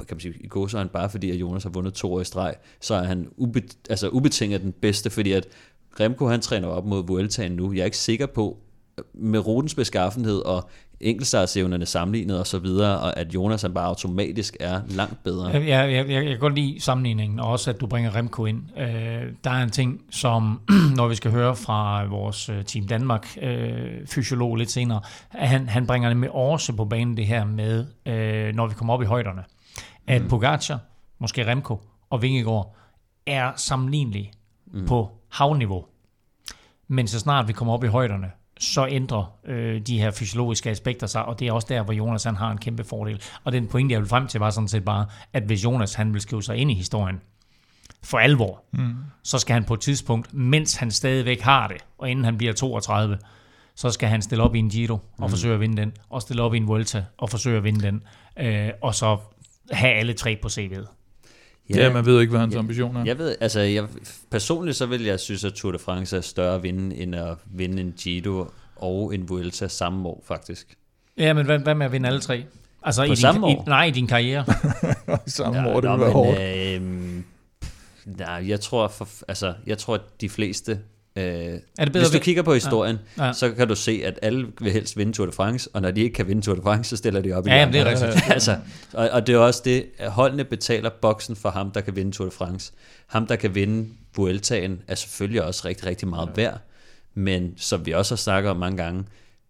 kan man sige, i gåseøjne, bare fordi at Jonas har vundet to år i streg, så er han ube, altså ubetinget den bedste, fordi at Remco han træner op mod Vueltaen nu. Jeg er ikke sikker på, med rutens beskaffenhed og enkeltstartsevnerne sammenlignet og så videre, og at Jonas han bare automatisk er langt bedre. Jeg, jeg, jeg, jeg kan godt lide sammenligningen, og også at du bringer Remco ind. Øh, der er en ting, som når vi skal høre fra vores Team Danmark øh, fysiolog lidt senere, han, han bringer det med også på banen det her med, øh, når vi kommer op i højderne, at mm. Pogacar, måske Remco og Vingegaard er sammenlignelige mm. på havniveau. Men så snart vi kommer op i højderne, så ændrer øh, de her fysiologiske aspekter sig, og det er også der, hvor Jonas han har en kæmpe fordel. Og den pointe, jeg vil frem til, var sådan set bare, at hvis Jonas han vil skrive sig ind i historien for alvor, mm. så skal han på et tidspunkt, mens han stadigvæk har det, og inden han bliver toogtredive, så skal han stille op i en Giro og mm. forsøge at vinde den, og stille op i en Vuelta og forsøge at vinde den, øh, og så have alle tre på C V'et. Ja, ja, man ved ikke, hvad hans ambition er. Jeg ved, altså, jeg, personligt så vil jeg synes, at Tour de France er større at vinde, end at vinde en Giro og en Vuelta samme år, faktisk. Ja, men hvad, hvad med at vinde alle tre? Altså på i samme din, år? I, nej, i din karriere. samme ja, år, det nå, vil være hårdt. Øh, nej, jeg tror, for, altså, jeg tror, at de fleste... Øh, er det hvis du kigger på historien, ja. Ja. så kan du se, at alle vil helst vinde Tour de France, og når de ikke kan vinde Tour de France, så stiller de op i ja, det er rigtigt. altså, og, og det er også det, at holdene betaler boksen for ham, der kan vinde Tour de France. Ham, der kan vinde Vueltaen, er selvfølgelig også rigtig, rigtig meget ja. værd, men som vi også har snakket om mange gange,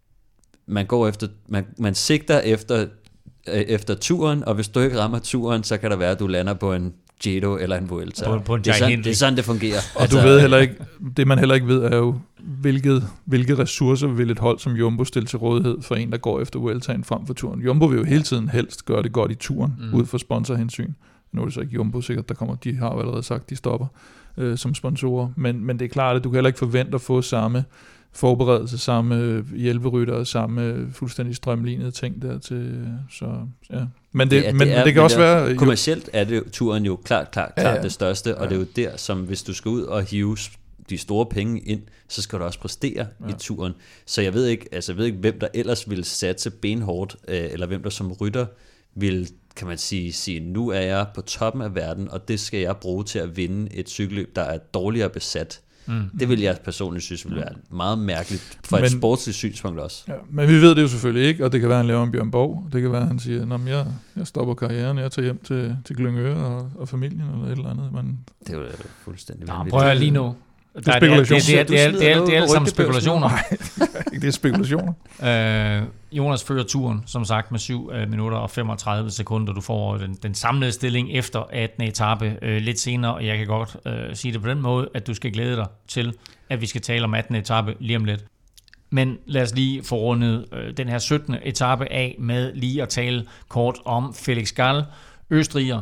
man går efter, man, man sigter efter, øh, efter turen, og hvis du ikke rammer turen, så kan der være, at du lander på en Giro eller en Vuelta. På, på en det, er sådan, det er sådan, det fungerer. Og altså, du ved heller ikke, det man heller ikke ved, er jo, hvilket, hvilke ressourcer vil et hold som Jumbo stille til rådighed for en, der går efter Vueltaen frem for turen. Jumbo vil jo hele tiden helst gøre det godt i turen, mm. ud fra sponsorhensyn. Nu er det så ikke Jumbo sikkert, der kommer, de har jo allerede sagt, de stopper øh, som sponsorer. Men, men det er klart, at du kan heller ikke forvente at få samme forberedelse, samme hjælperytter og samme fuldstændig strømlignede ting der til, så ja. Men det, det, er, men, det, er, det kan også være... Kommercielt er det turen jo klart, klart, klart ja, ja. det største, og ja. det er jo der, som hvis du skal ud og hive de store penge ind, så skal du også præstere ja. i turen. Så jeg ved ikke, altså jeg ved ikke, hvem der ellers vil satse benhårdt, øh, eller hvem der som rytter vil, kan man sige, sige, nu er jeg på toppen af verden, og det skal jeg bruge til at vinde et cykelløb, der er dårligere besat. Mm. Det vil jeg personligt synes vil være meget mærkeligt fra men, et sportsligt synspunkt også. Ja, men vi ved det jo selvfølgelig ikke, og det kan være, han laver en Bjørn Borg. Det kan være, han siger, at jeg, jeg stopper karrieren, jeg tager hjem til, til Glyngøre og, og familien eller et eller andet. Men det er jo fuldstændig vanvittigt. Prøv at lige nu. Det er spekulationer. Det er, det er, det er, det er, det er alle sammen spekulationer. Nej, det er spekulationer. øh, Jonas fører turen, som sagt, med syv øh, minutter og femogtredive sekunder. Du får den, den samlede stilling efter attende etape øh, lidt senere, og jeg kan godt øh, sige det på den måde, at du skal glæde dig til, at vi skal tale om attende etape lige om lidt. Men lad os lige få rundet øh, den her syttende etape af med lige at tale kort om Felix Gall, østriger,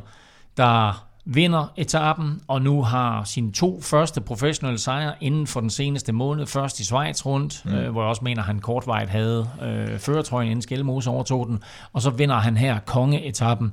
der vinder etappen, og nu har sine to første professionelle sejre inden for den seneste måned. Først i Schweiz rundt, mm. øh, hvor jeg også mener, at han kortvarigt havde øh, førertrøjen, inden Skelmose overtog den. Og så vinder han her kongeetappen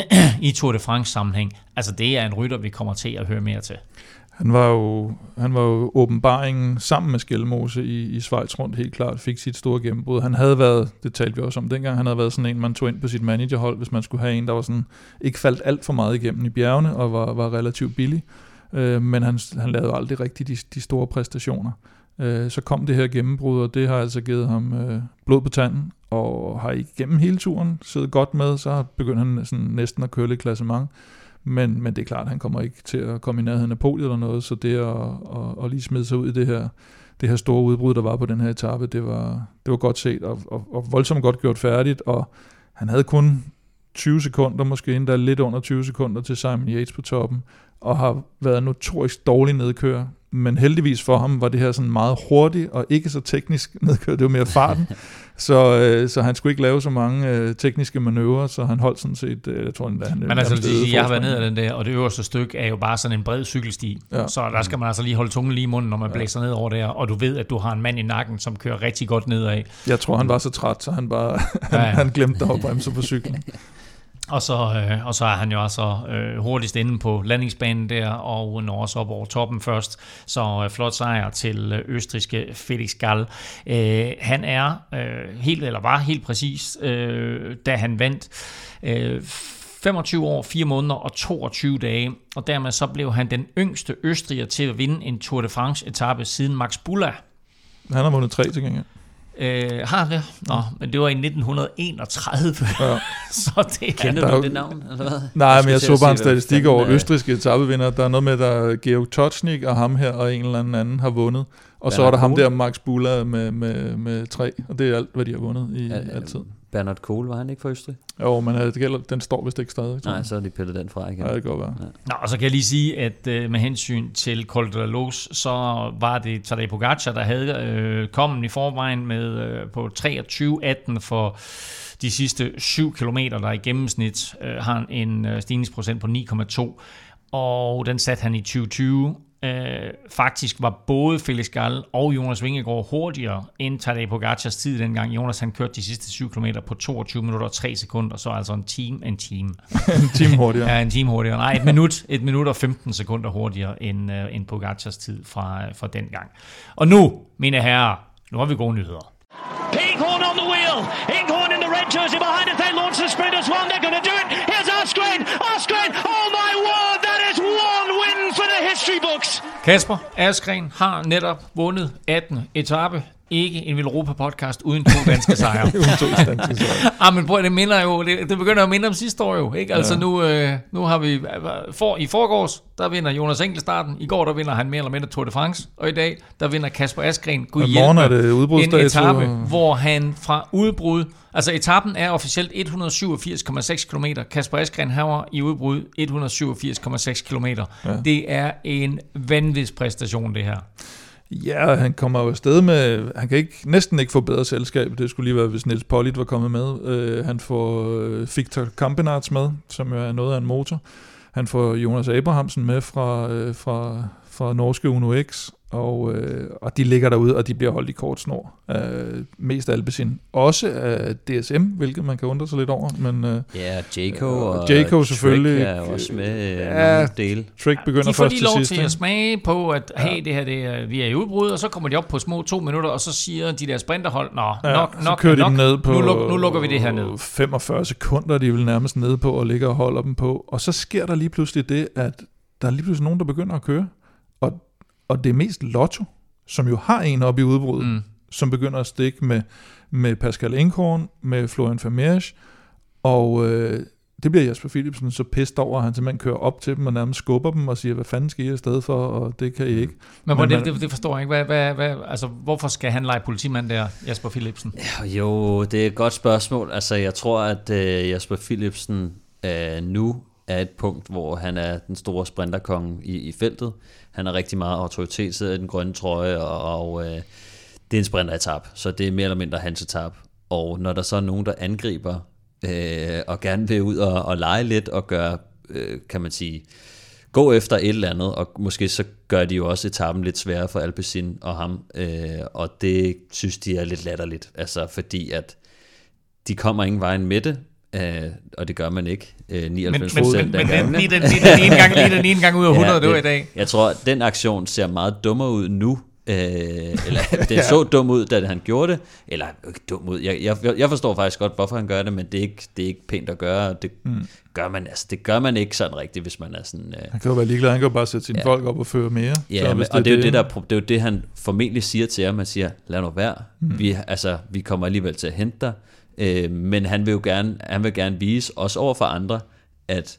i Tour de France sammenhæng. Altså det er en rytter, vi kommer til at høre mere til. Han var jo, han var jo åbenbaringen sammen med Skelmose i, i Schweiz rundt, helt klart fik sit store gennembrud. Han havde været, det talte vi også om dengang, han havde været sådan en, man tog ind på sit managerhold, hvis man skulle have en, der var sådan, ikke faldt alt for meget igennem i bjergene, og var, var relativt billig. Øh, men han, han lavede aldrig rigtig de, de store præstationer. Øh, så kom det her gennembrud, og det har altså givet ham øh, blod på tanden, og har igennem hele turen siddet godt med, så begyndte han sådan næsten at køre lidt klassement. Men, men det er klart, at han kommer ikke til at komme i nærheden af podiet eller noget, så det at, at, at lige smide sig ud i det her, det her store udbrud, der var på den her etape, det var, det var godt set og, og, og voldsomt godt gjort færdigt, og han havde kun tyve sekunder, måske endda lidt under tyve sekunder til Simon Yates på toppen, og har været notorisk dårlig nedkør, men heldigvis for ham var det her sådan meget hurtigt og ikke så teknisk nedkør, det var mere farten, så, øh, så han skulle ikke lave så mange øh, tekniske manøvrer, så han holdt sådan set, øh, jeg tror endda, han... Men altså, jeg har været ned af den der, og det øverste stykke er jo bare sådan en bred cykelsti, ja. Så der skal man altså lige holde tungen lige i munden, når man ja. blæser ned over der, og du ved, at du har en mand i nakken, som kører rigtig godt nedad. Jeg tror, han var så træt, så han bare han, ja, ja. han glemte at bremse på cyklen. Og så, øh, og så er han jo også øh, hurtigst inde på landingsbanen der, og når også op over toppen først. Så øh, flot sejr til øh, østrigske Felix Gall. Øh, han er øh, helt, eller var helt præcis, øh, da han vandt, øh, femogtyve år, fire måneder og toogtyve dage, og dermed så blev han den yngste østriger til at vinde en Tour de France-etape siden Max Bulla. Han har vundet tre til gengæld. Øh, har det? Nå, men det var i nitten enogtredive. Ja. Så det Kender du det navn, eller hvad? Nej, men jeg så bare en statistik over østrigske etapevinder. Der er noget med, der Georg Tocznik og ham her og en eller anden anden har vundet. Og Bernard så er der ham der, Max Bulla, med, med, med tre. Og det er alt, hvad de har vundet i ja, altid. Bernard Kohl, var han ikke fra Østrig? Jo, men det gælder, den står vist ikke stadig. Nej, så er de pillet den fra igen. Ja, det kan godt være. Ja. Nå, og så kan jeg lige sige, at øh, med hensyn til Col de la Loze, så var det Tadej Pogacar, der havde øh, kommet i forvejen med øh, på treogtyve atten for de sidste syv kilometer, der i gennemsnit øh, har en øh, stigningsprocent på ni komma to. Og den satte han i tyve tyve. Øh, faktisk var både Felix Gall og Jonas Vingegaard hurtigere end Tadej Pogacars tid dengang. Jonas han kørte de sidste syv kilometer på toogtyve minutter og tre sekunder, så altså en time, en time. en time hurtigere. Ja, en time hurtigere. Nej, et minut, et minut og femten sekunder hurtigere end, uh, end Pogacars tid fra, fra dengang. Og nu, mine herrer, nu har vi gode nyheder. Inghorn on the wheel. Inghorn in the red jersey behind it. They launch the sprinters one. They're going to do it. Here's Askren. Askren. Oh my word. That is one win for the history books. Kasper Askren har netop vundet attende etape. Ikke en Velropa-podcast uden to danske sejre. uden to danske sejre. ah, men prøv, det minder jo, det, det begynder at minde om sidste år jo, ikke? Altså ja. nu, øh, nu har vi, for, i forgårs, der vinder Jonas Engle starten, i går der vinder han mere eller mindre Tour de France, og i dag, der vinder Kasper Askren, gud hjælpe, en etape, hvor han fra udbrud, altså etappen er officielt et hundrede syvogfirs komma seks kilometer, Kasper Askren har i udbrud et hundrede syvogfirs komma seks kilometer. Ja. Det er en vanvidspræstation, det her. Ja, han kommer jo afsted med, han kan ikke, næsten ikke få bedre selskab, det skulle lige være, hvis Niels Pollitt var kommet med. Uh, han får uh, Victor Campenaerts med, som jo er noget af en motor. Han får Jonas Abrahamsen med fra, uh, fra, fra norske Uno X, og, øh, og de ligger derude, og de bliver holdt i kort snor. Øh, mest af Alpecin. Også af D S M, hvilket man kan undre sig lidt over. Men, øh, ja, Jayco øh, og Jayco selvfølgelig. Trek er også med ja, nogle dele. Trek begynder de får først lige til lov sidst. til at smage på, at hey, det her det er, vi er i udbrud, og så kommer de op på små to minutter, og så siger de der sprinterhold, nå, ja, nok, så nok, kører de nok, dem ned på nu, luk, nu lukker vi det her ned. femogfyrre sekunder, de er vel nærmest nede på, og ligger og holder dem på. Og så sker der lige pludselig det, at der er lige pludselig nogen, der begynder at køre. Og, og det er mest Lotto, som jo har en op i udbruddet, mm. som begynder at stikke med, med Pascal Inghorn, med Florian Vermeersch, og øh, det bliver Jasper Philipsen så pissed over, at han simpelthen kører op til dem og nærmest skubber dem og siger, hvad fanden skal I afsted for, og det kan I ikke. Men, Men det, det, det forstår jeg ikke. Hvad, hvad, hvad, altså, hvorfor skal han lege politimand der, Jasper Philipsen? Ja, jo, det er et godt spørgsmål. Altså, jeg tror, at øh, Jasper Philipsen øh, nu er et punkt, hvor han er den store sprinterkonge i, i feltet. Han har rigtig meget autoritet, sidder i den grønne trøje, og, og øh, det er en sprinteretap, så det er mere eller mindre hans etap. Og når der så er nogen, der angriber øh, og gerne vil ud og, og lege lidt og gøre, øh, kan man sige, gå efter et eller andet, og måske så gør de jo også etappen lidt sværere for Alpecin og ham, øh, og det synes de er lidt latterligt, altså fordi at de kommer ingen vejen med det, Uh, og det gør man ikke. Uh, nioghalvfems procent af gangene. Men lige den, lige den ene gang, lige den ene gang ud af hundrede, ja, det var i dag. Jeg tror, at den aktion ser meget dummere ud nu. Uh, eller det så dum ud, da han gjorde det. Eller ikke dum ud. Jeg, jeg, jeg forstår faktisk godt, hvorfor han gør det, men det er ikke, det er ikke pænt at gøre. Det mm. gør man, altså, det gør man ikke sådan rigtigt, hvis man er sådan. Uh, han kan jo være ligeglad. Han kan jo bare sætte sine ja. folk op og føre mere. Ja, så, men, og det, det, er jo det, der, det er jo det, han formentlig siger til ham. Han siger, lad nu være. Mm. Vi, altså, vi kommer alligevel til at hente dig. Øh, men han vil jo gerne, han vil gerne vise, også over for andre, at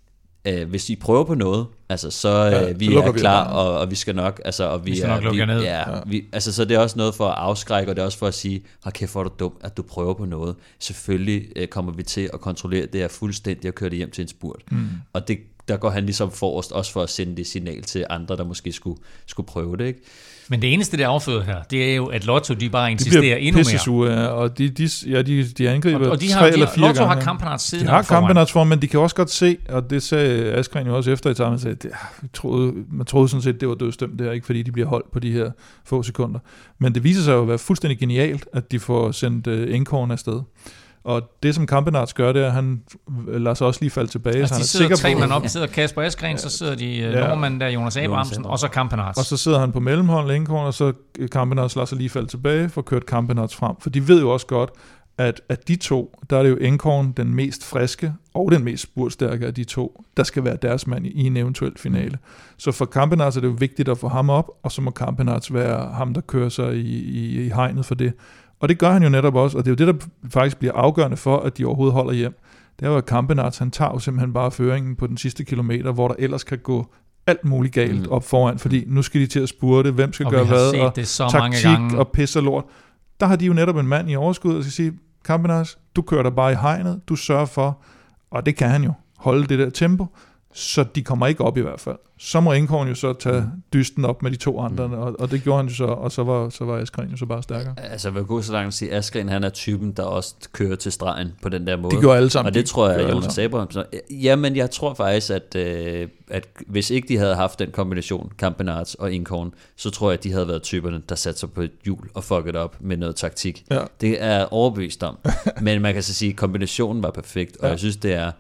øh, hvis I prøver på noget, altså så ja, øh, vi så er vi klar, og, og vi skal nok, altså, og vi, vi skal er, nok lukke vi, ned. Ja, ja. Vi, altså, så det er også noget for at afskrække, og det er også for at sige, hold kæft, hvor er du dum, at du prøver på noget. Selvfølgelig øh, kommer vi til at kontrollere det her fuldstændig og køre det hjem til en spurt. Mm. Og det, der går han ligesom forrest, også for at sende det signal til andre, der måske skulle, skulle prøve det, ikke? Men det eneste, det afføder her, det er jo, at Lotto, de bare insisterer endnu mere. De bliver pissesure, og de, de, ja, de, de angriber og, og de tre har, eller de, fire Lotto gange. har Campenaerts siden De har Campenaerts foran, men de kan også godt se, og det sagde Askren jo også efter i taget, man sagde, det, troede, man troede sådan set, det var dødstømt det her, ikke fordi de bliver holdt på de her få sekunder. Men det viser sig jo at være fuldstændig genialt, at de får sendt uh, Inghorn afsted. Og det, som Campenaerts gør, det er, at han lader sig også lige falde tilbage. Altså, så han de er sidder tre på, mand op, ja. sidder Kasper Askren, ja. så sidder de uh, ja. nordmanden der, Jonas Abrahamsen, og så Campenaerts. Og så sidder han på mellemhånd, Inghorn, og så Campenaerts lader sig lige falde tilbage, for kørt Campenaerts frem. For de ved jo også godt, at, at de to, der er det jo Enkhorn, den mest friske og den mest spurtstærke af de to, der skal være deres mand i, i en eventuel finale. Så for Campenaerts er det jo vigtigt at få ham op, og så må Campenaerts være ham, der kører sig i, i, i hegnet for det. Og det gør han jo netop også, og det er jo det, der faktisk bliver afgørende for, at de overhovedet holder hjem. Det er jo, at Campenaerts, han tager jo simpelthen bare føringen på den sidste kilometer, hvor der ellers kan gå alt muligt galt mm. op foran, fordi nu skal de til at spurte, hvem skal og gøre hvad, og taktik og pisse og lort. Der har de jo netop en mand i overskud, og skal sige, Campenaerts, du kører der bare i hegnet, du sørger for, og det kan han jo, holde det der tempo, så de kommer ikke op i hvert fald. Så må Enkhorn jo så tage mm. dysten op med de to andre, mm. og, og det gjorde han jo så, og så var, så var Askren jo så bare stærkere. Altså, jeg vil gå så langt at sige, at Askren, han er typen, der også kører til stregen på den der måde. De gjorde alle sammen. Og det tror jeg, Jonas Abrahamsen. Jamen, jeg tror faktisk, at, øh, at hvis ikke de havde haft den kombination, Campenaerts og Enkhorn, så tror jeg, at de havde været typerne, der satte sig på et hjul og fucket op med noget taktik. Ja. Det er overbevist om. Men man kan så sige, at kombinationen var perfekt, og ja. jeg synes, det er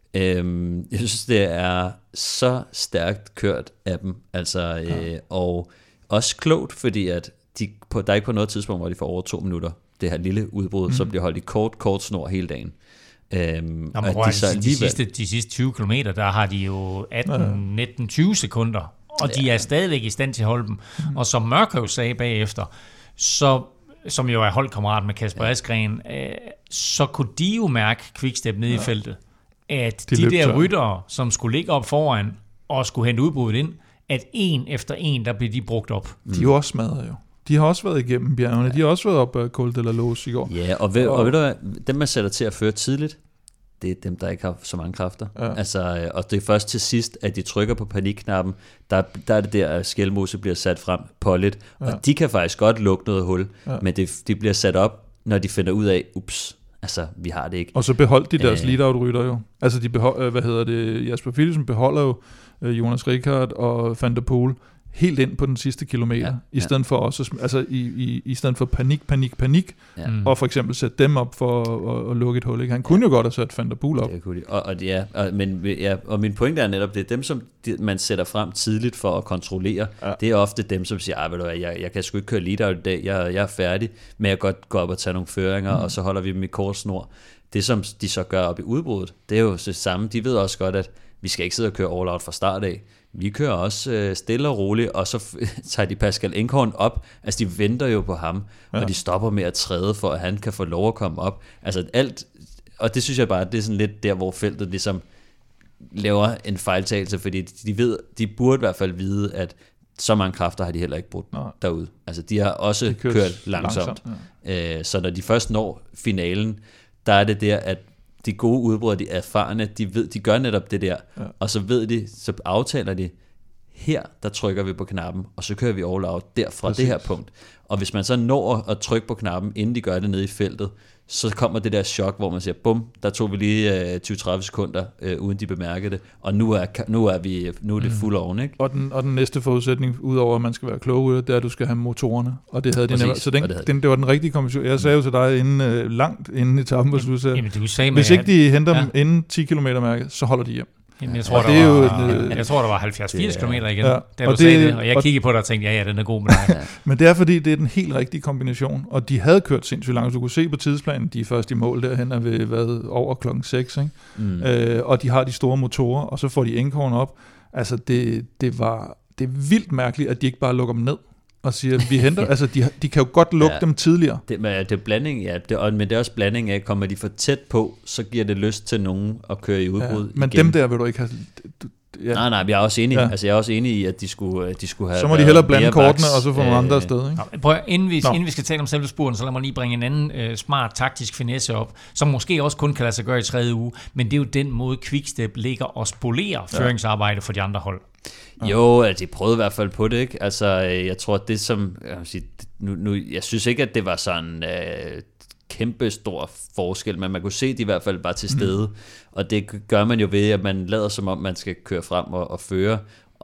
Øhm, jeg synes det er så stærkt kørt af dem, altså, øh, ja. og også klogt, fordi at de, på, der er ikke på noget tidspunkt, hvor de får over to minutter, det her lille udbrud, mm. som bliver holdt i kort, kort snor hele dagen. Øhm, Jamen, de, så de, sidste, de sidste tyve kilometer, der har de jo atten, nitten, tyve sekunder, og ja. de er stadigvæk i stand til at holde dem. Mm. Og som Mørkøv sagde bagefter, så, som jo er holdkammerat med Kasper ja. Askren, øh, så kunne de jo mærke Quickstep nede ja. i feltet, at de, de der ryttere, som skulle ligge op foran og skulle hente udbruddet ind, at en efter en, der blev de brugt op. De er jo også smadret jo. De har også været igennem bjergene. Ja. De har også været op ad Col de la Loze i går. Ja, og ved, og, og ved du hvad, dem man sætter til at føre tidligt, det er dem, der ikke har så mange kræfter. Ja. Altså, og det er først til sidst, at de trykker på panikknappen, der, der er det der, at Skjelmose bliver sat frem på lidt, ja. og de kan faktisk godt lukke noget hul, ja. men det, de bliver sat op, når de finder ud af, ups, altså, vi har det ikke. Og så beholdt de deres øh, lead-out-rytter jo. Altså, de behold, hvad hedder det, Jasper Philipsen beholder jo Jonas Ricard og Van der Poel helt ind på den sidste kilometer, ja, i stedet ja. for også, altså i, i, i stedet for panik, panik, panik, ja. og for eksempel sætte dem op for at, at lukke et hul. Ikke? Han kunne ja. jo godt have sat Van der Poel op. Det kunne de. Og, og, ja, og, men, ja, og min pointe er netop, det er dem, som de, man sætter frem tidligt for at kontrollere. Ja. Det er ofte dem, som siger, ved du hvad, jeg, jeg kan sgu ikke køre lead-out i dag, jeg, jeg er færdig, men jeg kan godt gå op og tage nogle føringer, mm. og så holder vi dem i kort snor. Det, som de så gør op i udbruddet, det er jo det samme. De ved også godt, at vi skal ikke sidde og køre all out fra start af. Vi kører også øh, stille og roligt, og så f- tager de Pascal Enkhorn op. Altså, de venter jo på ham, ja. og de stopper med at træde, for at han kan få lov at komme op. Altså, alt, og det synes jeg bare, det er sådan lidt der, hvor feltet ligesom laver en fejltagelse, fordi de ved, de burde i hvert fald vide, at så mange kræfter har de heller ikke brugt Nej. derude. Altså, de har også de kørt langsomt. langsomt ja. øh, så når de først når finalen, der er det der, at de gode udbrydere, de erfarne, de ved, de gør netop det der, ja. og så ved de, så aftaler de, her, der trykker vi på knappen, og så kører vi all out derfra Præcis. det her punkt. Og hvis man så når at trykke på knappen, inden de gør det nede i feltet, så kommer det der chok, hvor man siger, bum, der tog vi lige uh, tyve til tredive sekunder, uh, uden de bemærkede det, og nu er, nu er, vi, nu er det fuld oven, ikke? Og den, og den næste forudsætning, udover at man skal være klog, det er, at du skal have motorerne, og det havde de nemlig. Så den, det, den, det var den rigtige kombination. Jeg sagde jo til dig, inden, uh, langt inden etappen, hvor du sagde, jamen, du sagde hvis ikke de henter ja. dem inden ti kilometer mærket, så holder de hjem. Jamen, jeg, tror, der var, jo, jeg tror, der var halvfjerds til firs kilometer igen, ja. da du og sagde det, det, og jeg og kiggede på dig og tænkte, ja, ja, den er god med dig. Men det er fordi, det er den helt rigtige kombination, og de havde kørt sindssygt langt. Du kunne se på tidsplanen, de er først i mål derhen er ved hvad, over klokken seks, ikke? Mm. Øh, og de har de store motorer, og så får de Enkhorn op. Altså, det, det var det er vildt mærkeligt, at de ikke bare lukker dem ned og siger, vi henter, altså de, de kan jo godt lukke ja, dem tidligere. Det, det er blanding, ja, det, men det er også blanding af, kommer de for tæt på, så giver det lyst til nogen at køre i udbrud. Ja, men igen. Dem der vil du ikke have... Du, ja. Nej, nej, jeg er også enig. Ja. Altså, jeg er også enig i, at de skulle, de skulle have... Så må de hellere blande kortene, og så få nogle andre afsted, ikke? Nå, prøv, inden, vi, inden vi skal tale om selve spuren, så lad mig lige bringe en anden øh, smart taktisk finesse op, som måske også kun kan lade sig gøre i tredje uge, men det er jo den måde, Quickstep ligger og spolerer ja. føringsarbejde for de andre hold. Ja. Jo, altså, de prøvede i hvert fald på det, ikke? Altså, jeg tror, det som... Jeg, sige, nu, nu, jeg synes ikke, at det var sådan... Øh, kæmpe stor forskel, men man kunne se, at de i hvert fald var til stede, mm. og det gør man jo ved, at man lader som om, man skal køre frem og, og føre.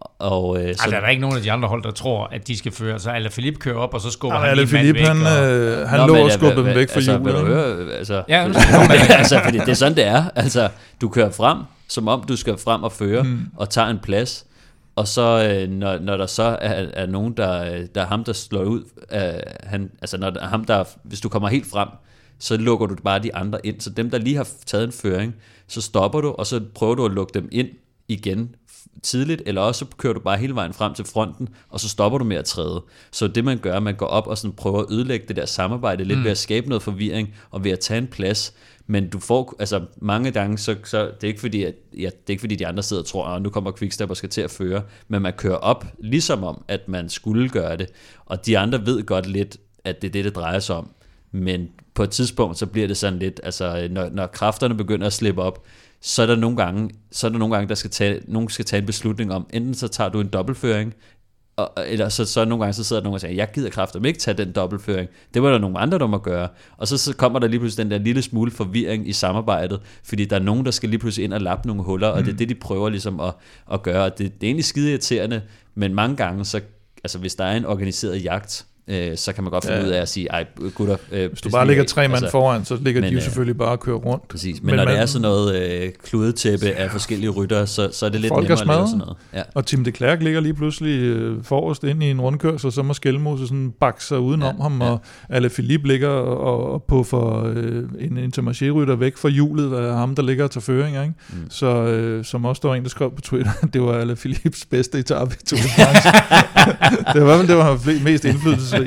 Og, øh, så altså, der er ikke nogen af de andre hold, der tror, at de skal føre. Så Alaphilippe kører op, og så skubber ja, han en mand væk. Han, øh, han lå og skubbede dem væk fra altså, hjulet. Høre, altså, ja, altså, fordi det er sådan, det er. Altså, du kører frem, som om du skal frem og føre, mm. og tager en plads, og så øh, når, når der så er, er nogen, der, der er ham, der slår ud, øh, han, altså når der er ham, der, hvis du kommer helt frem, så lukker du bare de andre ind. Så dem, der lige har taget en føring, så stopper du, og så prøver du at lukke dem ind igen tidligt, eller også så kører du bare hele vejen frem til fronten, og så stopper du med at træde. Så det man gør, man går op og sådan prøver at ødelægge det der samarbejde lidt mm. ved at skabe noget forvirring, og ved at tage en plads, men du får, altså mange gange, så, så det er ikke fordi, at, ja, det er ikke fordi de andre sidder og tror, at nu kommer Quickstep og skal til at føre, men man kører op, ligesom om, at man skulle gøre det, og de andre ved godt lidt, at det er det, det drejer sig om, men på et tidspunkt, så bliver det sådan lidt, altså når, når kræfterne begynder at slippe op, så er der nogle gange, så er der nogle gange, der skal tage, nogen skal tage en beslutning om, enten så tager du en dobbeltføring, og, eller så, så nogle gange så sidder der nogen og siger, jeg gider kræfter ikke tage den dobbeltføring, det var der nogle andre, der må gøre, og så, så kommer der lige pludselig den der lille smule forvirring i samarbejdet, fordi der er nogen, der skal lige pludselig ind og lappe nogle huller, mm. og det er det, de prøver ligesom at, at gøre, og det, det er egentlig skide irriterende, men mange gange, så, altså hvis der er en organiseret jagt, så kan man godt finde ja. ud af at sige, ej gutter... Øh, Hvis du bare ligger tre mand altså, foran, så ligger men, de jo selvfølgelig bare og kører rundt. Præcis, men, men når man, det er sådan noget øh, kludetæppe ja. af forskellige ryttere, så, så er det lidt nemmere at lave sådan noget. Ja. Og Tim de Klerk ligger lige pludselig øh, forrest ind i en rundkørsel, så må Skelmose sådan bakke sig udenom ja. ham, ja. og Alaphilippe ligger og, og puffer øh, en Intermarché-rytter væk fra hjulet af ham, der ligger og tager føringer. Ikke? Mm. Så øh, som også der var en, der skrev på Twitter, det var Alaphilippes bedste etape i Tour de France. det var i hvert fald det, var mest indflydelsesrig.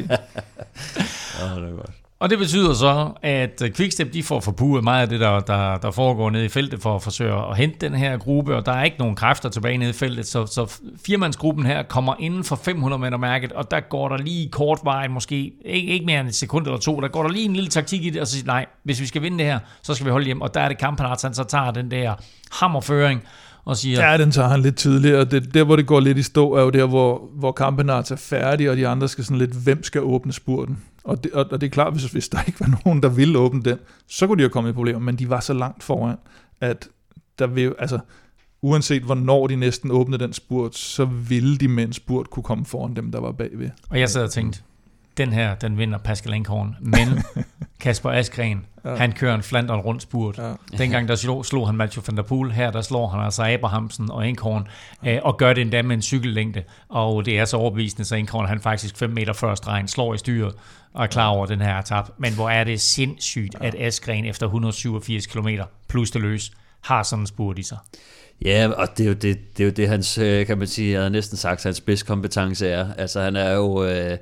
Ja, det er godt. Og det betyder så, at Quickstep de får forpuget meget af det, der, der, der foregår nede i feltet for at forsøge at hente den her gruppe, og der er ikke nogen kræfter tilbage nede i feltet, så, så firmandsgruppen her kommer inden for fem hundrede meter mærket, og der går der lige kort vejen, måske ikke, ikke mere end et sekund eller to, der går der lige en lille taktik i det, og så siger nej, hvis vi skal vinde det her, så skal vi holde hjem, og der er det Campenaerts, han så tager den der hammerføring, og siger... Ja, den tager han lidt tidligere. Det, der, hvor det går lidt i stå, er jo der, hvor, hvor Campenaerts er færdig, og de andre skal sådan lidt, hvem skal åbne spurten? Og det, og, og det er klart, hvis, hvis der ikke var nogen, der ville åbne den, så kunne de jo komme i problemer, men de var så langt foran, at der vil, altså, uanset hvornår de næsten åbnede den spurt, så ville de med en spurt kunne komme foran dem, der var bagved. Og jeg sad og tænkte, den her, den vinder Pascal Enkhorn, men Kasper Asgreen, ja. han kører en Flandern rundt spurt. Ja. Dengang der slog, slog han Mathieu van der Poel, her der slår han altså Abrahamsen og Enkhorn, ja. øh, og gør det endda med en cykellængde, og det er så overbevisende, så Enkhorn han faktisk fem meter før stregen slår i styret, og er klar over den her etape. Men hvor er det sindssygt, ja. at Asgreen efter et hundrede og syvogfirs kilometer plus det løs, har sådan en spurt i sig. Ja, og det er jo det, det, er jo det hans, kan man sige, jeg havde næsten sagt, hans spidskompetence er. Altså han er jo... Øh,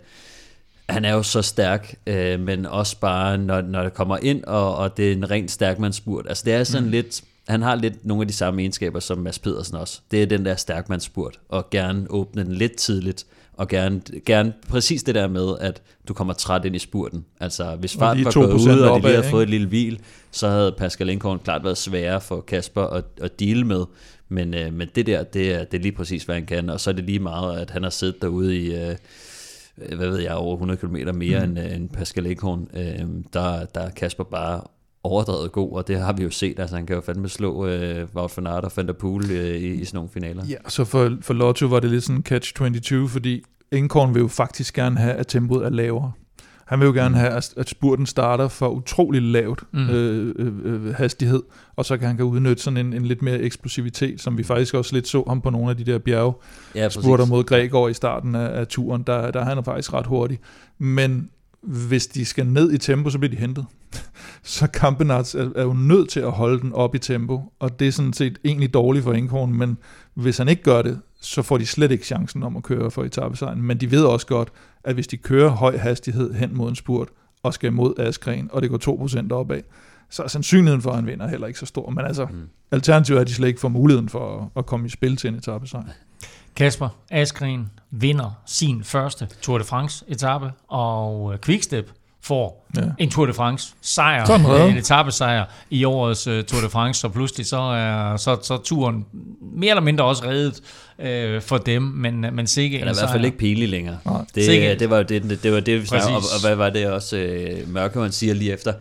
Han er jo så stærk, øh, men også bare, når, når det kommer ind, og, og det er en rent stærkmandsspurt. Altså det er sådan mm. lidt, han har lidt nogle af de samme egenskaber som Mads Pedersen også. Det er den der stærkmandsspurt, og gerne åbne den lidt tidligt, og gerne, gerne præcis det der med, at du kommer træt ind i spurten. Altså hvis farten var gået ud, og de lige havde fået et lille hvil, så havde Pascal Enkhorn klart været sværere for Kasper at, at deale med. Men, øh, men det der, det er, det er lige præcis, hvad han kan, og så er det lige meget, at han har siddet derude i... Øh, hvad ved jeg, over hundrede kilometer mere mm. end, end Pascal Enkhorn, øh, der, der er Kasper bare overdrevet god, og det har vi jo set, altså han kan jo fandme slå øh, Wout van Aert og Van der Poel øh, i, i sådan nogle finaler. Ja, så for, for Lotto var det lidt sådan catch toogtyve, fordi Enkhorn vil jo faktisk gerne have, at tempoet er lavere. Han vil jo gerne mm. have, at spurten starter for utrolig lavt mm. øh, øh, hastighed, og så kan han kan udnytte sådan en, en lidt mere eksplosivitet, som vi faktisk også lidt så ham på nogle af de der bjerge ja, spurter mod Gregor i starten af, af turen, der, der er han faktisk ret hurtig. Men hvis de skal ned i tempo, så bliver de hentet. Så Campenaerts er, er jo nødt til at holde den op i tempo, og det er sådan set egentlig dårligt for Enkhorn, men hvis han ikke gør det, så får de slet ikke chancen om at køre for etapesejren. Men de ved også godt, at hvis de kører høj hastighed hen mod en spurt, og skal mod Asgreen, og det går to procent opad, så er sandsynligheden for, at han vinder heller ikke så stor. Men altså, mm. alternativet er, at de slet ikke får muligheden for at, at komme i spil til en etapesejr. Kasper Asgreen vinder sin første Tour de France etape, og Quickstep får ja. en Tour de France sejr, en etapesejr i årets uh, Tour de France, så pludselig så er så, så turen mere eller mindre også reddet uh, for dem, men, men sikke en sejr. Det er i hvert fald ikke pinligt længere. Det, det var jo det, det, det, var det vi snakkede om, og hvad var det også uh, Mørkøven siger lige efter,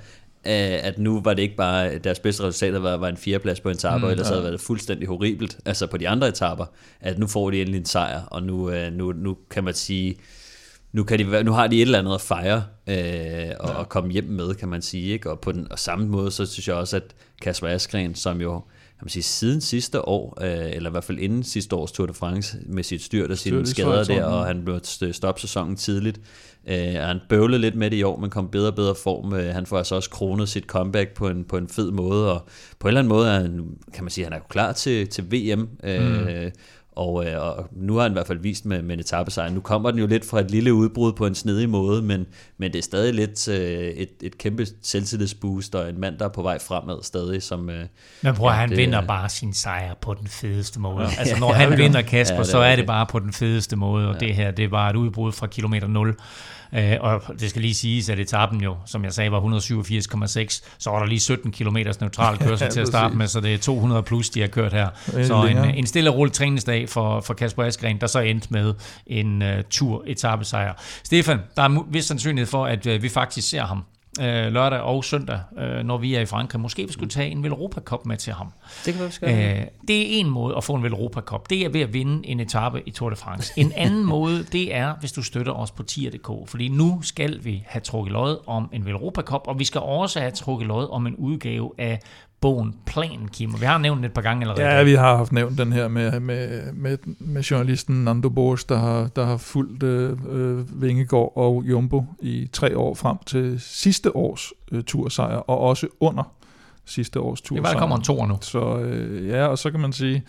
at nu var det ikke bare, deres bedste resultater var, var en fjerdeplads på en etape, mm, ellers ja. havde været fuldstændig horribelt, altså på de andre etaper, at nu får de endelig en sejr, og nu, nu, nu kan man sige, nu, kan de, nu har de et eller andet at fejre, øh, og, ja. og komme hjem med, kan man sige, ikke? Og på den og samme måde, så synes jeg også, at Kasper Asgreen, som jo man sige, siden sidste år, øh, eller i hvert fald inden sidste års Tour de France, med sit styrt og sine skader der, og han blev stoppe sæsonen tidligt. Øh, han bøvlede lidt med det i år, men kom bedre og bedre form. Øh, han får altså også kronet sit comeback på en, på en fed måde, og på en eller anden måde er han, kan man sige, han er klar til, til V M. Øh, mm. Og, og nu har han i hvert fald vist med, med en etapesejr. Nu kommer den jo lidt fra et lille udbrud på en snedig måde, men, men det er stadig lidt øh, et, et kæmpe selvtillidsboost, og en mand, der er på vej fremad stadig. Som, øh, men bror, ja, han det, vinder bare sin sejr på den fedeste måde. Ja, altså når ja, han vinder, Kasper, ja, så er det bare på den fedeste måde, og ja. det her, det er bare et udbrud fra kilometer nul. Uh, og det skal lige siges, at etappen jo, som jeg sagde, var et hundrede og syvogfirs komma seks, så var der lige sytten kilometers neutral kørsel ja, til at starte med, så det er to hundrede plus, de har kørt her. Så en, en stille og rolig træningsdag for, for Kasper Asgreen, der så endte med en uh, tur-etapesejr. Stefan, der er vis sandsynlighed for, at uh, vi faktisk ser ham øh, lørdag og søndag, øh, når vi er i Frankrig. Måske vi skulle tage en Velropa Cup med til ham. Det kan vi skal. Øh, det er en måde at få en Velropa Cup. Det er ved at vinde en etape i Tour de France. En anden måde, det er, hvis du støtter os på tier punktum d k. Fordi nu skal vi have trukket lod om en Velropa Cup, og vi skal også have trukket lod om en udgave af bogen Plan, Kim. Vi har nævnt det et par gange allerede. Ja, vi har haft nævnt den her med, med, med, med journalisten Nando Bosch, der har, der har fulgt øh, Vingegaard og Jumbo i tre år frem til sidste års øh, tursejr, og også under sidste års tursejr. Det var, der kommer en toer nu. Så øh, ja, og så kan man sige,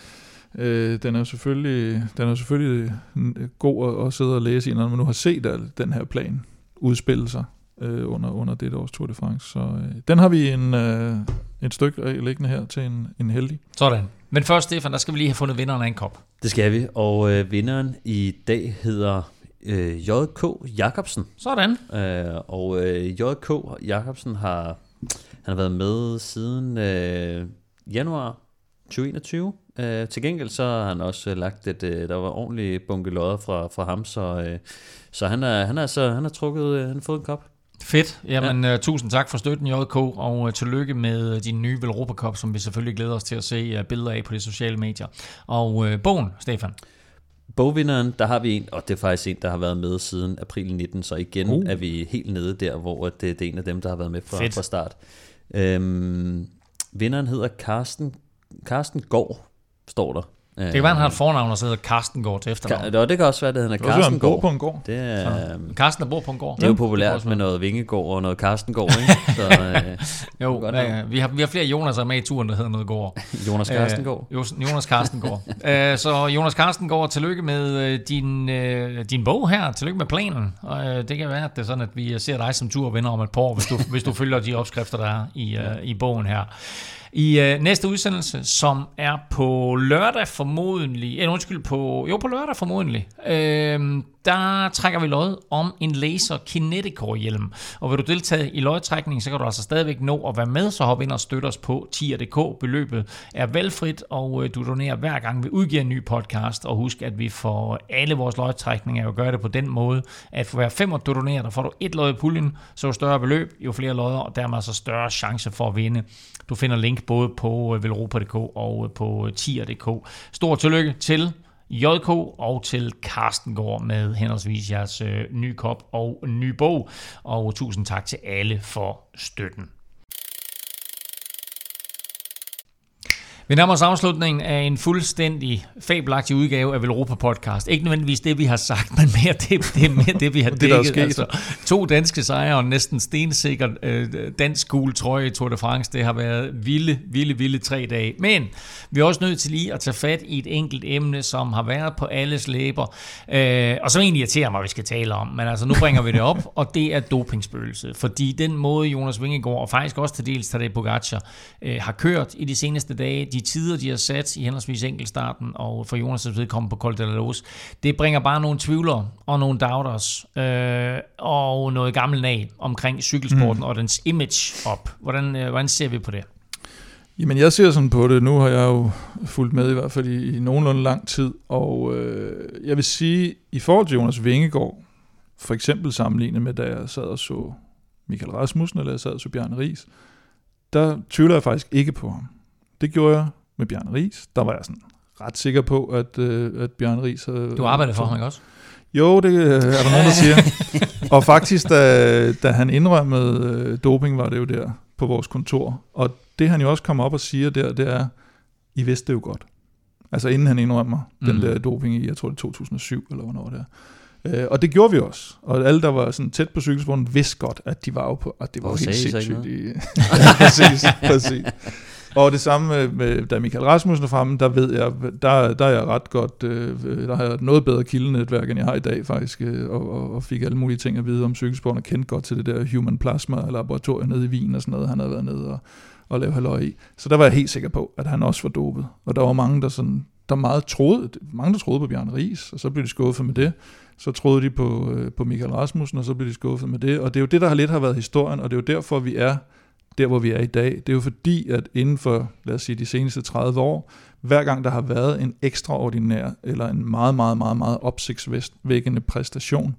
øh, den er selvfølgelig, den er selvfølgelig god at, at sidde og læse i, når man nu har set al den her plan udspille sig øh, under, under dette års Tour de France. Så øh, den har vi en... Øh, et stykke liggende her til en, en heldig. Sådan. Men først, Stefan, der skal vi lige have fundet vinderen af en kop. Det skal vi, og øh, vinderen i dag hedder øh, J K Jacobsen. Sådan. Øh, og øh, J K Jacobsen har, han har været med siden øh, januar tyve enogtyve. Øh, til gengæld så har han også øh, lagt et, øh, der var ordentligt bunke lodder fra, fra ham, så, øh, så han har han er, så, han har trukket, øh, han har fået en kop. Fedt. Jamen, ja. uh, tusind tak for støtten, J K, og uh, tillykke med din nye Velropa Cup, som vi selvfølgelig glæder os til at se uh, billeder af på de sociale medier. Og uh, bogen, Stefan? Bogvinderen, der har vi en, og det er faktisk en, der har været med siden april nitten, så igen uh. er vi helt nede der, hvor det, det er en af dem, der har været med fra, fra start. Øhm, vinderen hedder Carsten, Carsten Gård, står der. Det kan være, han har et fornavn, og så hedder Carsten Gård til efternavn. Ka- det kan også være, det hedder Carsten Gård. på en gård. Det er, Carsten, der bor på en gård. Det er jo populært med noget Vingegård og noget Carsten Gård, ikke? Så, øh, jo, ja, vi, har, vi har flere Jonas med i turen, der hedder noget gård. Jonas Carsten Gård. Øh, Jonas Carsten Gård. uh, så Jonas Carsten Gård, tillykke med uh, din, uh, din bog her. Tillykke med planen. Og uh, det kan være, at det er sådan, at vi ser dig som turvinder om et par år, hvis du, hvis du følger de opskrifter, der er i, uh, i bogen her. I øh, næste udsendelse, som er på lørdag formodentlig, eller undskyld, på, jo på lørdag formodentlig, øh, der trækker vi lod om en Laser Kineticor-hjelm. Og vil du deltage i lodtrækningen, så kan du altså stadigvæk nå at være med, så hop ind og støt os på tier punktum d k. Beløbet er valgfrit, og øh, du donerer hver gang vi udgiver en ny podcast. Og husk, at vi får alle vores lodtrækninger og gør det på den måde, at for hver femmer du donerer, der får du et lod i puljen, så jo større beløb, jo flere lodder, og dermed så større chance for at vinde. Du finder link både på velropa punktum d k og på tier punktum d k. Stor tillykke til J K og til Carsten Gård med henholdsvis jeres øh, nye kop og nye bog. Og tusind tak til alle for støtten. Vi nærmer os afslutningen af en fuldstændig fabelagtig udgave af Velropa Podcast. Ikke nødvendigvis det, vi har sagt, men mere det, det, er mere det vi har dækket. Det, altså, to danske sejre og næsten stensikkert øh, dansk gul trøje i Tour de France. Det har været vilde, vilde, vilde tre dage. Men vi er også nødt til lige at tage fat i et enkelt emne, som har været på alles læber, øh, og som egentlig irriterer mig, at vi skal tale om. Men altså, nu bringer vi det op, og det er dopingspøgelset. Fordi den måde, Jonas Vingegaard og faktisk også til dels Tadej Pogačar øh, har kørt i de seneste dage, de tider, de har sat i henholdsvis enkeltstarten og for Jonas' vedkommende på Col de la Loze, det bringer bare nogle tvivlere og nogle doubters øh, og noget gammel nag omkring cykelsporten mm. og dens image op. Hvordan, øh, hvordan ser vi på det? Jamen, jeg ser sådan på det. Nu har jeg jo fulgt med i hvert fald i, i nogenlunde lang tid, og øh, jeg vil sige, i forhold til Jonas Vingegaard, for eksempel sammenlignet med, da jeg sad og så Michael Rasmussen, eller jeg sad og så Bjarne Riis, der tvivler jeg faktisk ikke på ham. Det gjorde jeg med Bjarne Riis. Der var jeg sådan ret sikker på, at, øh, at Bjarne Riis havde... Du arbejdede for ham, ikke også? Jo, det er der nogen, der siger. Og faktisk, da, da han indrømmede øh, doping, var det jo der på vores kontor. Og det han jo også kommer op og siger der, det er, I vidste det jo godt. Altså inden han indrømmer mm. den der doping i, jeg tror det er to tusind og syv, eller hvornår det er. Øh, og det gjorde vi også. Og alle, der var sådan tæt på cykelsporten, vidste godt, at de var jo på, at det var oh, helt sindssygt. Ja, præcis, præcis. Og det samme med, med da Michael Rasmussen er fremme, der ved jeg, der, der er jeg ret godt, øh, der har jeg noget bedre kildenetværk, end jeg har i dag faktisk, øh, og, og, og fik alle mulige ting at vide om cykelsporten, og kendte godt til det der Human Plasma laboratorium nede i Wien og sådan noget, han havde været nede og, og lave halløj i. Så der var jeg helt sikker på, at han også var dopet. Og der var mange, der sådan, der meget troede, mange der troede på Bjarne Riis, og så blev de skuffet med det. Så troede de på, øh, på Michael Rasmussen, og så blev de skuffet med det. Og det er jo det, der har lidt har været historien, og det er jo derfor, vi er der, hvor vi er i dag. Det er jo fordi, at inden for, lad os sige, de seneste tredive år, hver gang der har været en ekstraordinær, eller en meget, meget, meget, meget opsigtsvækkende præstation,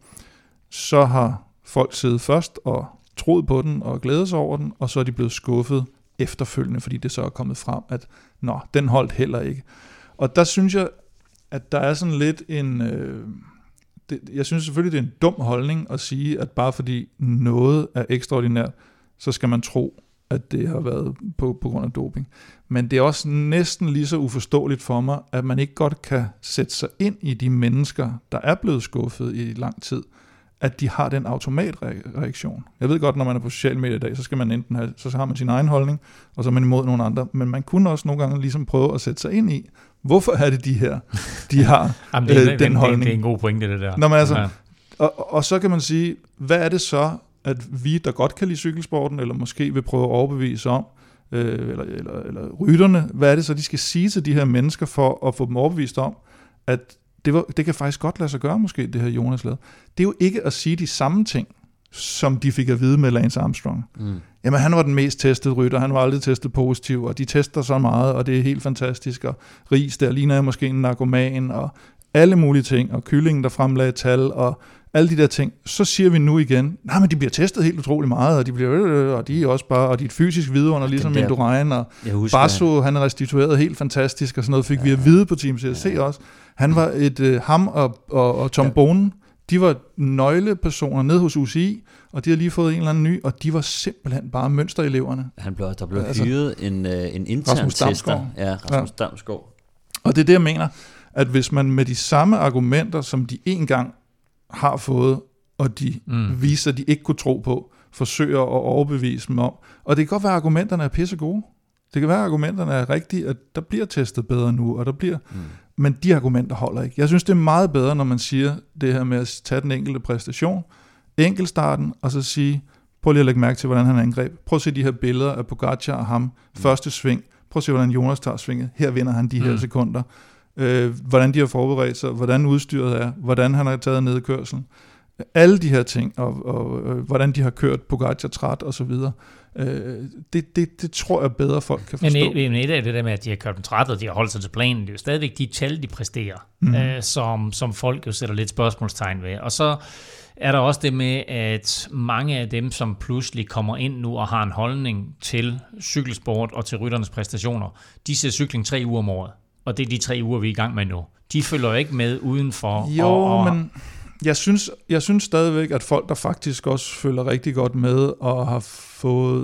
så har folk siddet først og troet på den, og glædet sig over den, og så er de blevet skuffet efterfølgende, fordi det så er kommet frem, at nå, den holdt heller ikke. Og der synes jeg, at der er sådan lidt en... Øh, det, jeg synes selvfølgelig, det er en dum holdning at sige, at bare fordi noget er ekstraordinært, så skal man tro, at det har været på, på grund af doping. Men det er også næsten lige så uforståeligt for mig, at man ikke godt kan sætte sig ind i de mennesker, der er blevet skuffet i lang tid, at de har den automatreaktion. Jeg ved godt, når man er på sociale medier i dag, så skal man enten have, så har man sin egen holdning, og så er man imod nogle andre, men man kunne også nogle gange ligesom prøve at sætte sig ind i, hvorfor er det de her, de har Jamen, det er, øh, den det, holdning. Det er en god pointe, det der. Nå, men altså, ja. og, og så kan man sige, hvad er det så, at vi, der godt kan lide cykelsporten, eller måske vil prøve at overbevise om, øh, eller, eller, eller rytterne, hvad er det så, de skal sige til de her mennesker, for at få dem overbevist om, at det, var, det kan faktisk godt lade sig gøre, måske, det her Jonas lavede. Det er jo ikke at sige de samme ting, som de fik at vide med Lance Armstrong. Mm. Jamen, han var den mest testede rytter, han var aldrig testet positiv, og de tester så meget, og det er helt fantastisk, og Riis, der ligner jeg måske en narkoman, og alle mulige ting, og kyllingen, der fremlagde tal, og alle de der ting, så siger vi nu igen, nej, men de bliver testet helt utrolig meget, og de bliver øh, og de er også bare, og de er et fysisk vidunder, ligesom Indurain, og Basso, han er restitueret helt fantastisk, og sådan noget fik ja. vi at vide på Team C S C ja. også. Han var et, øh, ham og, og, og Tom ja. Bonen, de var nøglepersoner nede hos U C I, og de har lige fået en eller anden ny, og de var simpelthen bare mønstereleverne. Han blev, der blev altså, hyret en, øh, en intern tester. Ja, Rasmus ja. Damsgaard. Og det er det, jeg mener, at hvis man med de samme argumenter, som de engang har fået, og de mm. viser, at de ikke kunne tro på, forsøger at overbevise dem om. Og det kan godt være, at argumenterne er pisse gode. Det kan være, at argumenterne er rigtige, at der bliver testet bedre nu, og der bliver... Mm. Men de argumenter holder ikke. Jeg synes, det er meget bedre, når man siger det her med at tage den enkelte præstation, enkeltstarten, og så sige, prøv lige at lægge mærke til, hvordan han angreb. Prøv at se de her billeder af Pogacar og ham. Mm. Første sving. Prøv at se, hvordan Jonas tager svinget. Her vinder han de her mm. sekunder. Øh, hvordan de har forberedt sig, hvordan udstyret er, hvordan han har taget nedkørselen. Alle de her ting, og, og øh, hvordan de har kørt Pogacar træt og så videre. Øh, det, det, det tror jeg bedre folk kan forstå. Men et, men et af det der med, at de har kørt dem træt, og de har holdt sig til planen, det er jo stadigvæk de tal, de præsterer, mm. øh, som, som folk jo sætter lidt spørgsmålstegn ved. Og så er der også det med, at mange af dem, som pludselig kommer ind nu og har en holdning til cykelsport og til rytternes præstationer, de ser cykling tre uger om året. Og det er de tre uger, vi er i gang med nu. De følger jo ikke med udenfor. Jo, og, og men jeg synes, jeg synes stadigvæk, at folk, der faktisk også følger rigtig godt med, og har fået,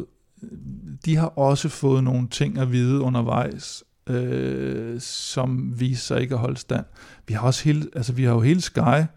de har også fået nogle ting at vide undervejs, øh, som viser sig ikke at holde stand. Vi har også hele, altså vi har jo hele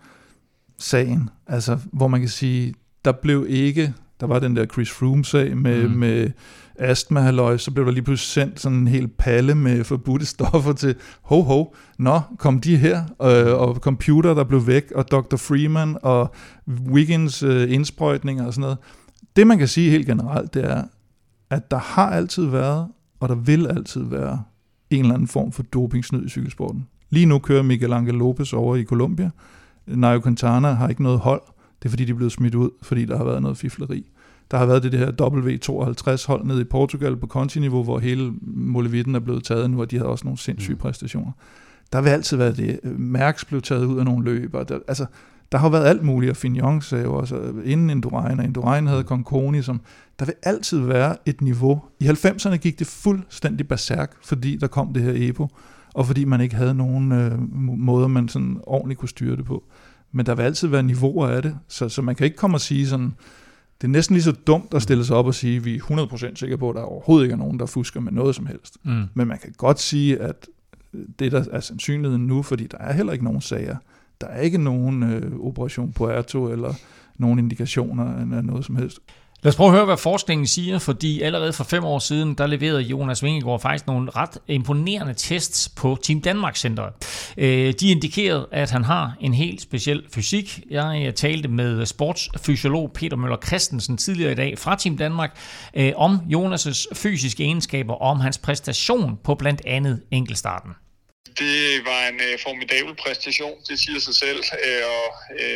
Sky-sagen, altså hvor man kan sige, der blev ikke, der var den der Chris Froome-sag med, mm. med astma-halløj, så blev der lige pludselig sendt sådan en hel palle med forbudte stoffer til, ho ho, nå, kom de her, øh, og computer, der blev væk, og doktor Freeman, og Wiggins øh, indsprøjtninger og sådan noget. Det man kan sige helt generelt, det er, at der har altid været, og der vil altid være, en eller anden form for dopingsnyd i cykelsporten. Lige nu kører Miguel Angel Lopez over i Colombia. Nairo Quintana har ikke noget hold. Det er fordi, de er blevet smidt ud, fordi der har været noget fifleri. Der har været det, det her W tooghalvtreds hold nede i Portugal på konti-niveau, hvor hele molevitten er blevet taget nu, og de havde også nogle sindssyge mm. præstationer. Der vil altid være det. Mærks blev taget ud af nogle løb. Og der, altså, der har været alt muligt, og Fignon sagde jo også, inden Indurain, og Indurain havde Conconi, som der vil altid være et niveau. I halvfemserne gik det fuldstændig berserk, fordi der kom det her E P O, og fordi man ikke havde nogen øh, måder, man sådan ordentligt kunne styre det på. Men der vil altid være niveauer af det, så, så man kan ikke komme og sige sådan, det er næsten lige så dumt at stille sig op og sige, at vi er hundrede procent sikre på, at der overhovedet ikke er nogen, der fusker med noget som helst. Mm. Men man kan godt sige, at det der er sandsynligheden nu, fordi der er heller ikke nogen sager. Der er ikke nogen øh, operation Puerto eller nogen indikationer af noget som helst. Lad os prøve at høre, hvad forskningen siger, fordi allerede for fem år siden, der leverede Jonas Vingegaard faktisk nogle ret imponerende tests på Team Danmark Centeret. De indikerede, at han har en helt speciel fysik. Jeg talte med sportsfysiolog Peter Møller Christensen tidligere i dag fra Team Danmark om Jonas' fysiske egenskaber og om hans præstation på blandt andet enkeltstarten. Det var en formidabel præstation, det siger sig selv, og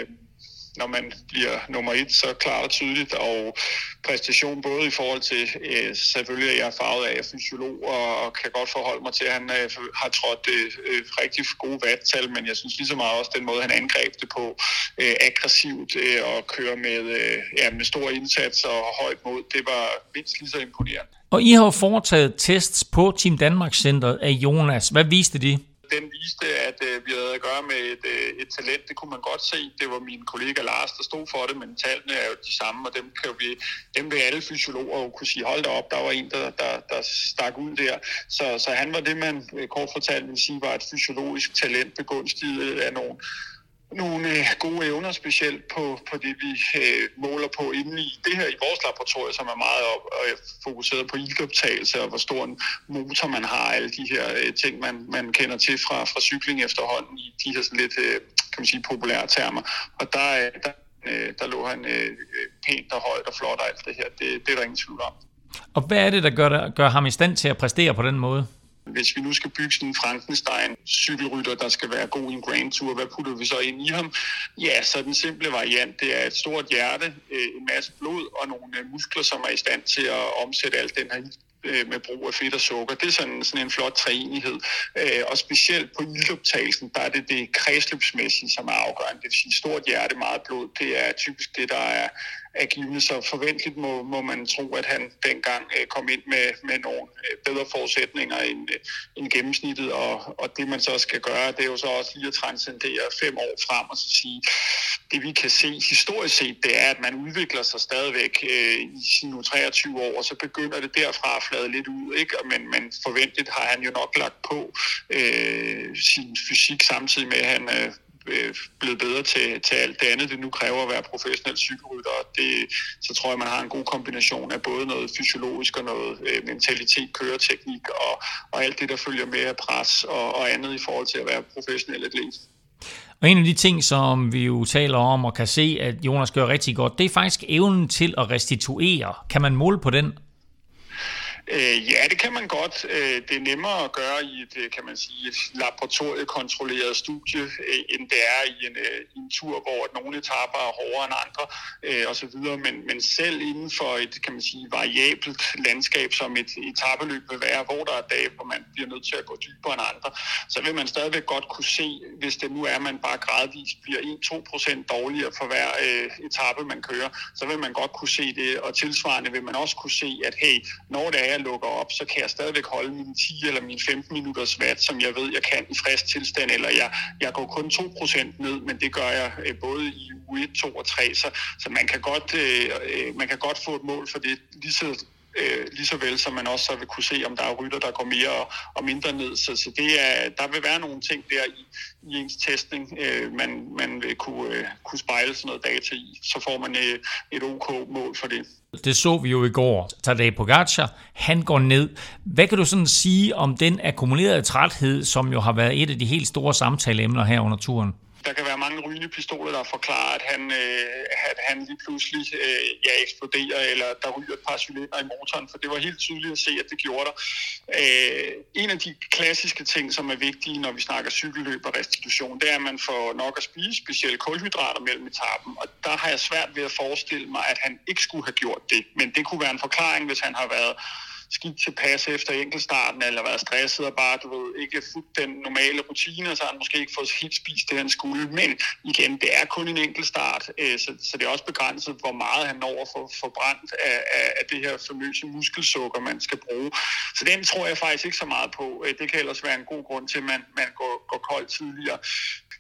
når man bliver nummer et, så klart og tydeligt, og præstation både i forhold til, øh, selvfølgelig er jeg farvet af, at jeg er fysiolog, og, og kan godt forholde mig til, at han øh, har trådt øh, rigtig gode vattal, men jeg synes lige så meget også den måde, han angreb det på, øh, aggressivt øh, og køre med, øh, ja, med stor indsats og højt mod, det var mindst lige så imponerende. Og I har jo foretaget tests på Team Danmark Centeret af Jonas. Hvad viste de? Den viste, at øh, vi havde at gøre med et, øh, et talent, det kunne man godt se. Det var min kollega Lars, der stod for det, men tallene er jo de samme, og dem, kan vi, dem vil alle fysiologer jo kunne sige, hold da op, der var en, der, der, der stak ud der. Så, så han var det, man kort fortalt vil sige, var et fysiologisk talent begunstiget af nogle nogle øh, gode evner, specielt på, på det, vi øh, måler på inde i det her i vores laboratorium, som er meget op, øh, fokuseret på iltoptagelse og hvor stor en motor man har, alle de her øh, ting, man, man kender til fra, fra cykling efterhånden i de her sådan lidt, øh, kan man sige, populære termer. Og der, der, øh, der lå han øh, pænt og højt og flot og alt det her. Det, det er der ingen tvivl om. Og hvad er det, der gør, der gør ham i stand til at præstere på den måde? Hvis vi nu skal bygge sådan en Frankenstein-cykelrytter, der skal være god i en Grand Tour, hvad putter vi så ind i ham? Ja, så den simple variant, det er et stort hjerte, en masse blod og nogle muskler, som er i stand til at omsætte alt den her med brug af fedt og sukker. Det er sådan, sådan en flot treenighed. Og specielt på iltoptagelsen, der er det det kredsløbsmæssige, som er afgørende. Det vil sige stort hjerte, meget blod. Det er typisk det, der er er givende, så forventeligt må, må man tro, at han dengang øh, kom ind med, med nogle øh, bedre forudsætninger end, øh, end gennemsnittet, og, og det man så skal gøre, det er jo så også lige at transcendere fem år frem og så sige, det vi kan se historisk set, det er, at man udvikler sig stadigvæk øh, i sine treogtyve år, og så begynder det derfra at flade lidt ud, ikke? Men, men forventeligt har han jo nok lagt på øh, sin fysik samtidig med, at han øh, blevet bedre til, til alt det andet, det nu kræver at være professionel cykelrytter, og det, så tror jeg, man har en god kombination af både noget fysiologisk og noget øh, mentalitet, køreteknik og, og alt det, der følger med af pres og, og andet i forhold til at være professionel atlet. Og en af de ting, som vi jo taler om og kan se, at Jonas gør rigtig godt, det er faktisk evnen til at restituere. Kan man måle på den? Øh, ja, det kan man godt. Øh, det er nemmere at gøre i et, kan man sige, et laboratoriekontrolleret studie, øh, end det er i en, øh, en tur, hvor nogle etaper er hårdere end andre øh, osv. Men, men selv inden for et, kan man sige, variabelt landskab, som et etapeløb vil være, hvor der er dage, hvor man bliver nødt til at gå dybere end andre, så vil man stadigvæk godt kunne se, hvis det nu er, at man bare gradvist bliver en til to procent dårligere for hver øh, etape, man kører, så vil man godt kunne se det, og tilsvarende vil man også kunne se, at hey, når det er, jeg lukker op, så kan jeg stadigvæk holde mine ti eller mine femten minutters watt, som jeg ved, jeg kan i frisk tilstand, eller jeg, jeg går kun to procent ned, men det gør jeg øh, både i uge et, to og tre, så, så man, kan godt, øh, man kan godt få et mål for det, lige så, øh, lige så vel, som man også så vil kunne se, om der er rytter, der går mere og, og mindre ned. Så, så det er, der vil være nogle ting der i, i ens testning, øh, man, man vil kunne, øh, kunne spejle sådan noget data i. Så får man øh, et OK mål for det. Det så vi jo i går. Tadej Pogačar, han går ned. Hvad kan du sådan sige om den akkumulerede træthed, som jo har været et af de helt store samtaleemner her under turen? Der kan være mange rygende pistoler, der forklarer, at han, øh, at han lige pludselig øh, ja, eksploderer, eller der ryger et par cylinder i motoren, for det var helt tydeligt at se, at det gjorde der. Øh, en af de klassiske ting, som er vigtige, når vi snakker cykelløb og restitution, det er, at man får nok at spise, specielt kulhydrater mellem etappen, og der har jeg svært ved at forestille mig, at han ikke skulle have gjort det, men det kunne være en forklaring, hvis han har været skidt tilpas efter enkeltstarten, eller været stresset og bare, du ved, ikke fuldt den normale rutine, så har han måske ikke fået helt spist det, han skulle. Men igen, det er kun en enkeltstart, så, så det er også begrænset, hvor meget han når at få forbrændt af, af det her famøse muskelsukker, man skal bruge. Så den tror jeg faktisk ikke så meget på. Det kan ellers være en god grund til, at man, man går, går koldt tidligere.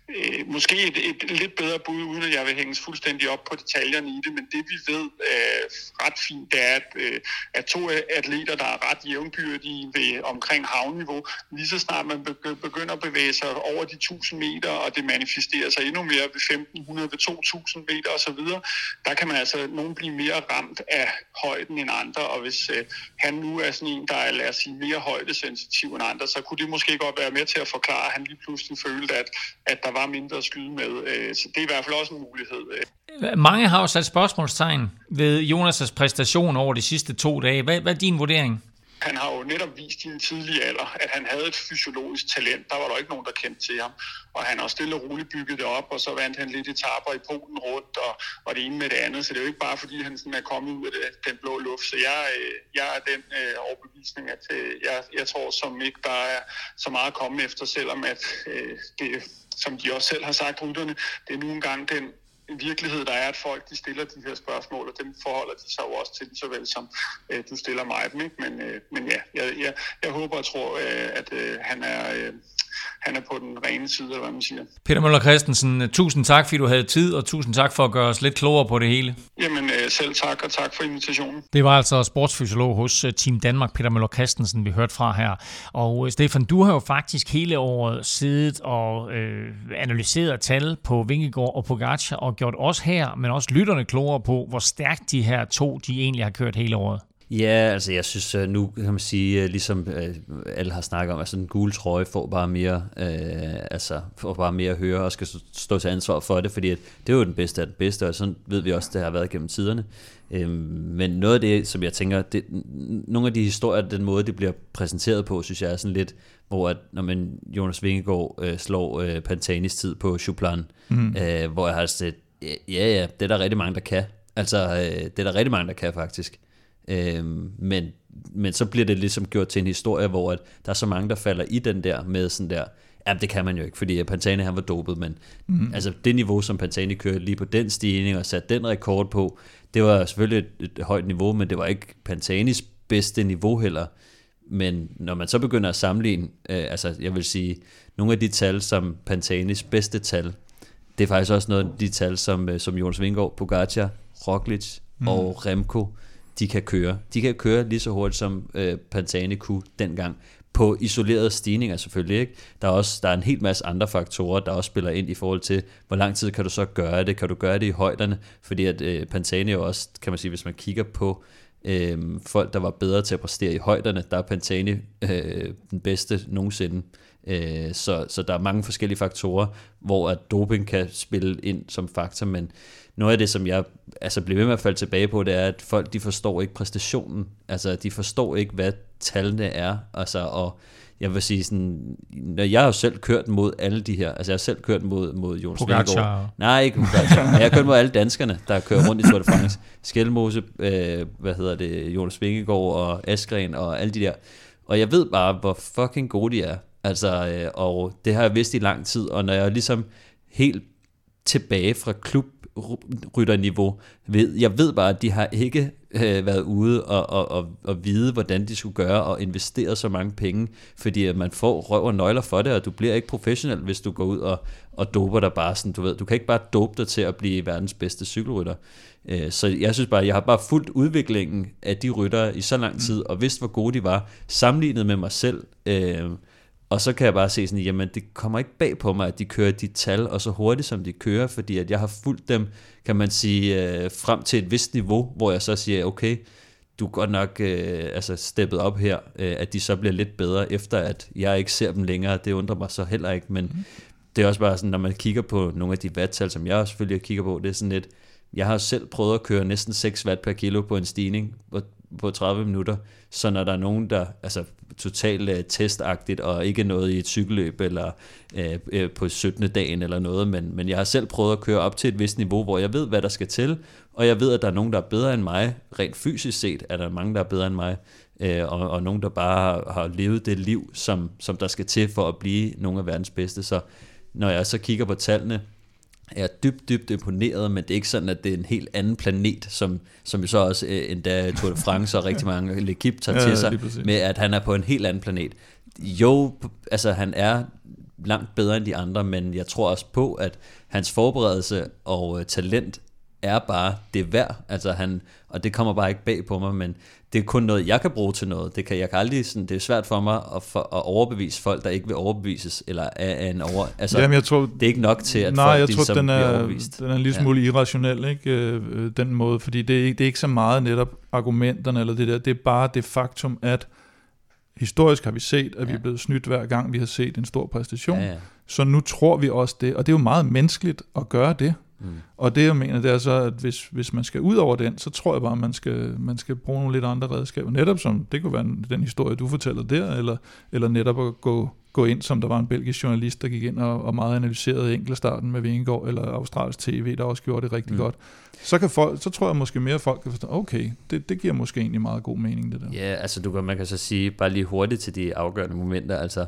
øh, måske et, et lidt bedre bud, uden at jeg vil hænges fuldstændig op på detaljerne i det, men det vi ved øh, ret fint, det er, at, øh, at to atleter, der er ret jævnbyrdige ved omkring havniveau, lige så snart man begynder at bevæge sig over de tusind meter, og det manifesterer sig endnu mere ved femten hundrede, ved to tusind meter osv., der kan man altså nogen blive mere ramt af højden end andre, og hvis øh, han nu er sådan en, der er, lad os sige, mere højdesensitiv end andre, så kunne det måske godt være med til at forklare, at han lige pludselig følte, at, at der var mindre at skyde med. Så det er i hvert fald også en mulighed. Mange har jo sat spørgsmålstegn ved Jonas' præstation over de sidste to dage. Hvad, hvad er din vurdering? Han har jo netop vist i en tidlig alder, at han havde et fysiologisk talent. Der var der ikke nogen, der kendte til ham. Og han har stille og roligt bygget det op, og så vandt han lidt etaper i Polen rundt, og, og det ene med det andet. Så det er jo ikke bare, fordi han sådan er kommet ud af det, den blå luft. Så jeg, jeg er den øh, overbevisning, at øh, jeg, jeg tror som ikke, der er så meget at komme efter, selvom at øh, det, som de også selv har sagt, rytterne, det er nu engang den virkelighed, der er, at folk de stiller de her spørgsmål, og dem forholder de sig jo også til, så vel som øh, du stiller mig dem, ikke? Men, øh, men ja, jeg, jeg, jeg håber og tror, øh, at øh, han er... Øh, han er på den rene side, eller hvad man siger. Peter Møller Christensen, tusind tak, fordi du havde tid, og tusind tak for at gøre os lidt klogere på det hele. Jamen selv tak, og tak for invitationen. Det var altså sportsfysiolog hos Team Danmark, Peter Møller Christensen, vi hørte fra her. Og Stefan, du har jo faktisk hele året siddet og øh, analyseret tal på Vingegaard og Pogačar, og gjort os her, men også lytterne klogere på, hvor stærkt de her to, de egentlig har kørt hele året. Ja, altså jeg synes nu kan man sige, ligesom alle har snakket om, at sådan en gul trøje får bare mere, øh, altså får bare mere at høre og skal stå til ansvar for det, fordi at det er jo den bedste af den bedste, og sådan ved vi også, det har været gennem tiderne. Øh, men noget af det, som jeg tænker, det, nogle af de historier, den måde det bliver præsenteret på, synes jeg er sådan lidt, hvor at, når man Jonas Vingegaard øh, slår øh, Pantanis tid på Chouplan, mm. øh, hvor jeg har set, ja ja, det er der rigtig mange, der kan. Altså, øh, det er der rigtig mange, der kan faktisk. Øhm, men, men så bliver det ligesom gjort til en historie, hvor at der er så mange, der falder i den der med sådan der, ja, det kan man jo ikke, fordi Pantani han var dopet, men mm. altså det niveau, som Pantani kørte lige på den stigning og satte den rekord på, det var selvfølgelig et, et højt niveau, men det var ikke Pantanis bedste niveau heller. Men når man så begynder at sammenligne, øh, altså jeg vil sige, nogle af de tal som Pantanis bedste tal, det er faktisk også noget af de tal, som, som Jonas Vingegaard, Pogačar, Roglic mm. og Remco, de kan køre. De kan køre lige så hurtigt, som øh, Pantani kunne dengang. På isolerede stigninger selvfølgelig, ikke? Der er også der er en hel masse andre faktorer, der også spiller ind i forhold til, hvor lang tid kan du så gøre det? Kan du gøre det i højderne? Fordi at øh, Pantani jo også, kan man sige, hvis man kigger på øh, folk, der var bedre til at præstere i højderne, der er Pantani øh, den bedste nogensinde. Øh, så, så der er mange forskellige faktorer, hvor at doping kan spille ind som faktor, men noget af det, som jeg altså bliver ved med at falde tilbage på, det er, at folk de forstår ikke præstationen. Altså, de forstår ikke, hvad tallene er. Altså, og jeg vil sige sådan, når jeg har jo selv kørt mod alle de her, altså jeg har selv kørt mod, mod Jonas Vingegaard. Nej, ikke Pogačar. Jeg har kørt mod alle danskerne, der kører rundt i Tour de France. Skelmose, øh, hvad hedder det, Jonas Vingegaard og Askren og alle de der. Og jeg ved bare, hvor fucking gode de er. Altså, øh, og det har jeg vidst i lang tid, og når jeg ligesom helt tilbage fra klubrytterniveau ved, jeg ved bare, at de har ikke øh, været ude og, og, og, og vide, hvordan de skulle gøre og investere så mange penge, fordi at man får røv og nøgler for det, og du bliver ikke professionel, hvis du går ud og, og doper dig bare sådan, du ved, du kan ikke bare dope dig til at blive verdens bedste cykelrytter. Øh, så jeg synes bare, jeg har bare fulgt udviklingen af de ryttere i så lang tid, og vidst, hvor gode de var, sammenlignet med mig selv. Øh, Og så kan jeg bare se sådan, jamen det kommer ikke bag på mig, at de kører de tal, og så hurtigt som de kører, fordi at jeg har fulgt dem, kan man sige, øh, frem til et vist niveau, hvor jeg så siger, okay, du er godt nok øh, altså steppet op her, øh, at de så bliver lidt bedre, efter at jeg ikke ser dem længere. Det undrer mig så heller ikke, men mm. det er også bare sådan, når man kigger på nogle af de watt-tal, som jeg selvfølgelig kigger på, det er sådan lidt, jeg har selv prøvet at køre næsten seks watt per kilo på en stigning på, på tredive minutter, så når der er nogen, der altså totalt uh, testagtigt, og ikke noget i et cykelløb, eller uh, uh, på syttende dagen eller noget, men, men jeg har selv prøvet at køre op til et vist niveau, hvor jeg ved, hvad der skal til, og jeg ved, at der er nogen, der er bedre end mig, rent fysisk set er der mange, der er bedre end mig, uh, og, og nogen, der bare har, har levet det liv, som, som der skal til for at blive nogle af verdens bedste. Så når jeg så kigger på tallene, er dybt, dybt imponeret, men det er ikke sådan, at det er en helt anden planet, som, som jo så også øh, endda Tour de France og rigtig mange L'Equipe tager ja, til sig, med at han er på en helt anden planet. Jo, altså han er langt bedre end de andre, men jeg tror også på, at hans forberedelse og øh, talent er bare det værd, altså han, og det kommer bare ikke bag på mig, men det er kun noget, jeg kan bruge til noget. Det kan jeg kan aldrig sådan, det er svært for mig at, for, at overbevise folk, der ikke vil overbevises, eller er en over, altså Jamen, jeg tror, det er ikke nok til, at nej, folk jeg de, tror, som den er, bliver overbevist. den er en lille smule ja. irrationel, ikke? Den måde, fordi det er, ikke, det er ikke så meget netop argumenterne, eller det der, det er bare det faktum, at historisk har vi set, at ja. vi er blevet snydt hver gang, vi har set en stor præstation, ja, ja. Så nu tror vi også det, og det er jo meget menneskeligt at gøre det. Mm. Og det jeg mener, det er så, at hvis, hvis man skal ud over den, så tror jeg bare, at man skal, man skal bruge nogle lidt andre redskaber. Netop som, det kunne være den historie, du fortæller der, eller, eller netop at gå, gå ind, som der var en belgisk journalist, der gik ind og, og meget analyserede enkeltstarten med Vingegaard, eller australsk tv, der også gjorde det rigtig mm. godt. Så, kan folk, så tror jeg måske mere, folk kan forstå, okay, det, det giver måske egentlig meget god mening, det der. Ja, altså du kan, man kan så sige, bare lige hurtigt til de afgørende momenter, altså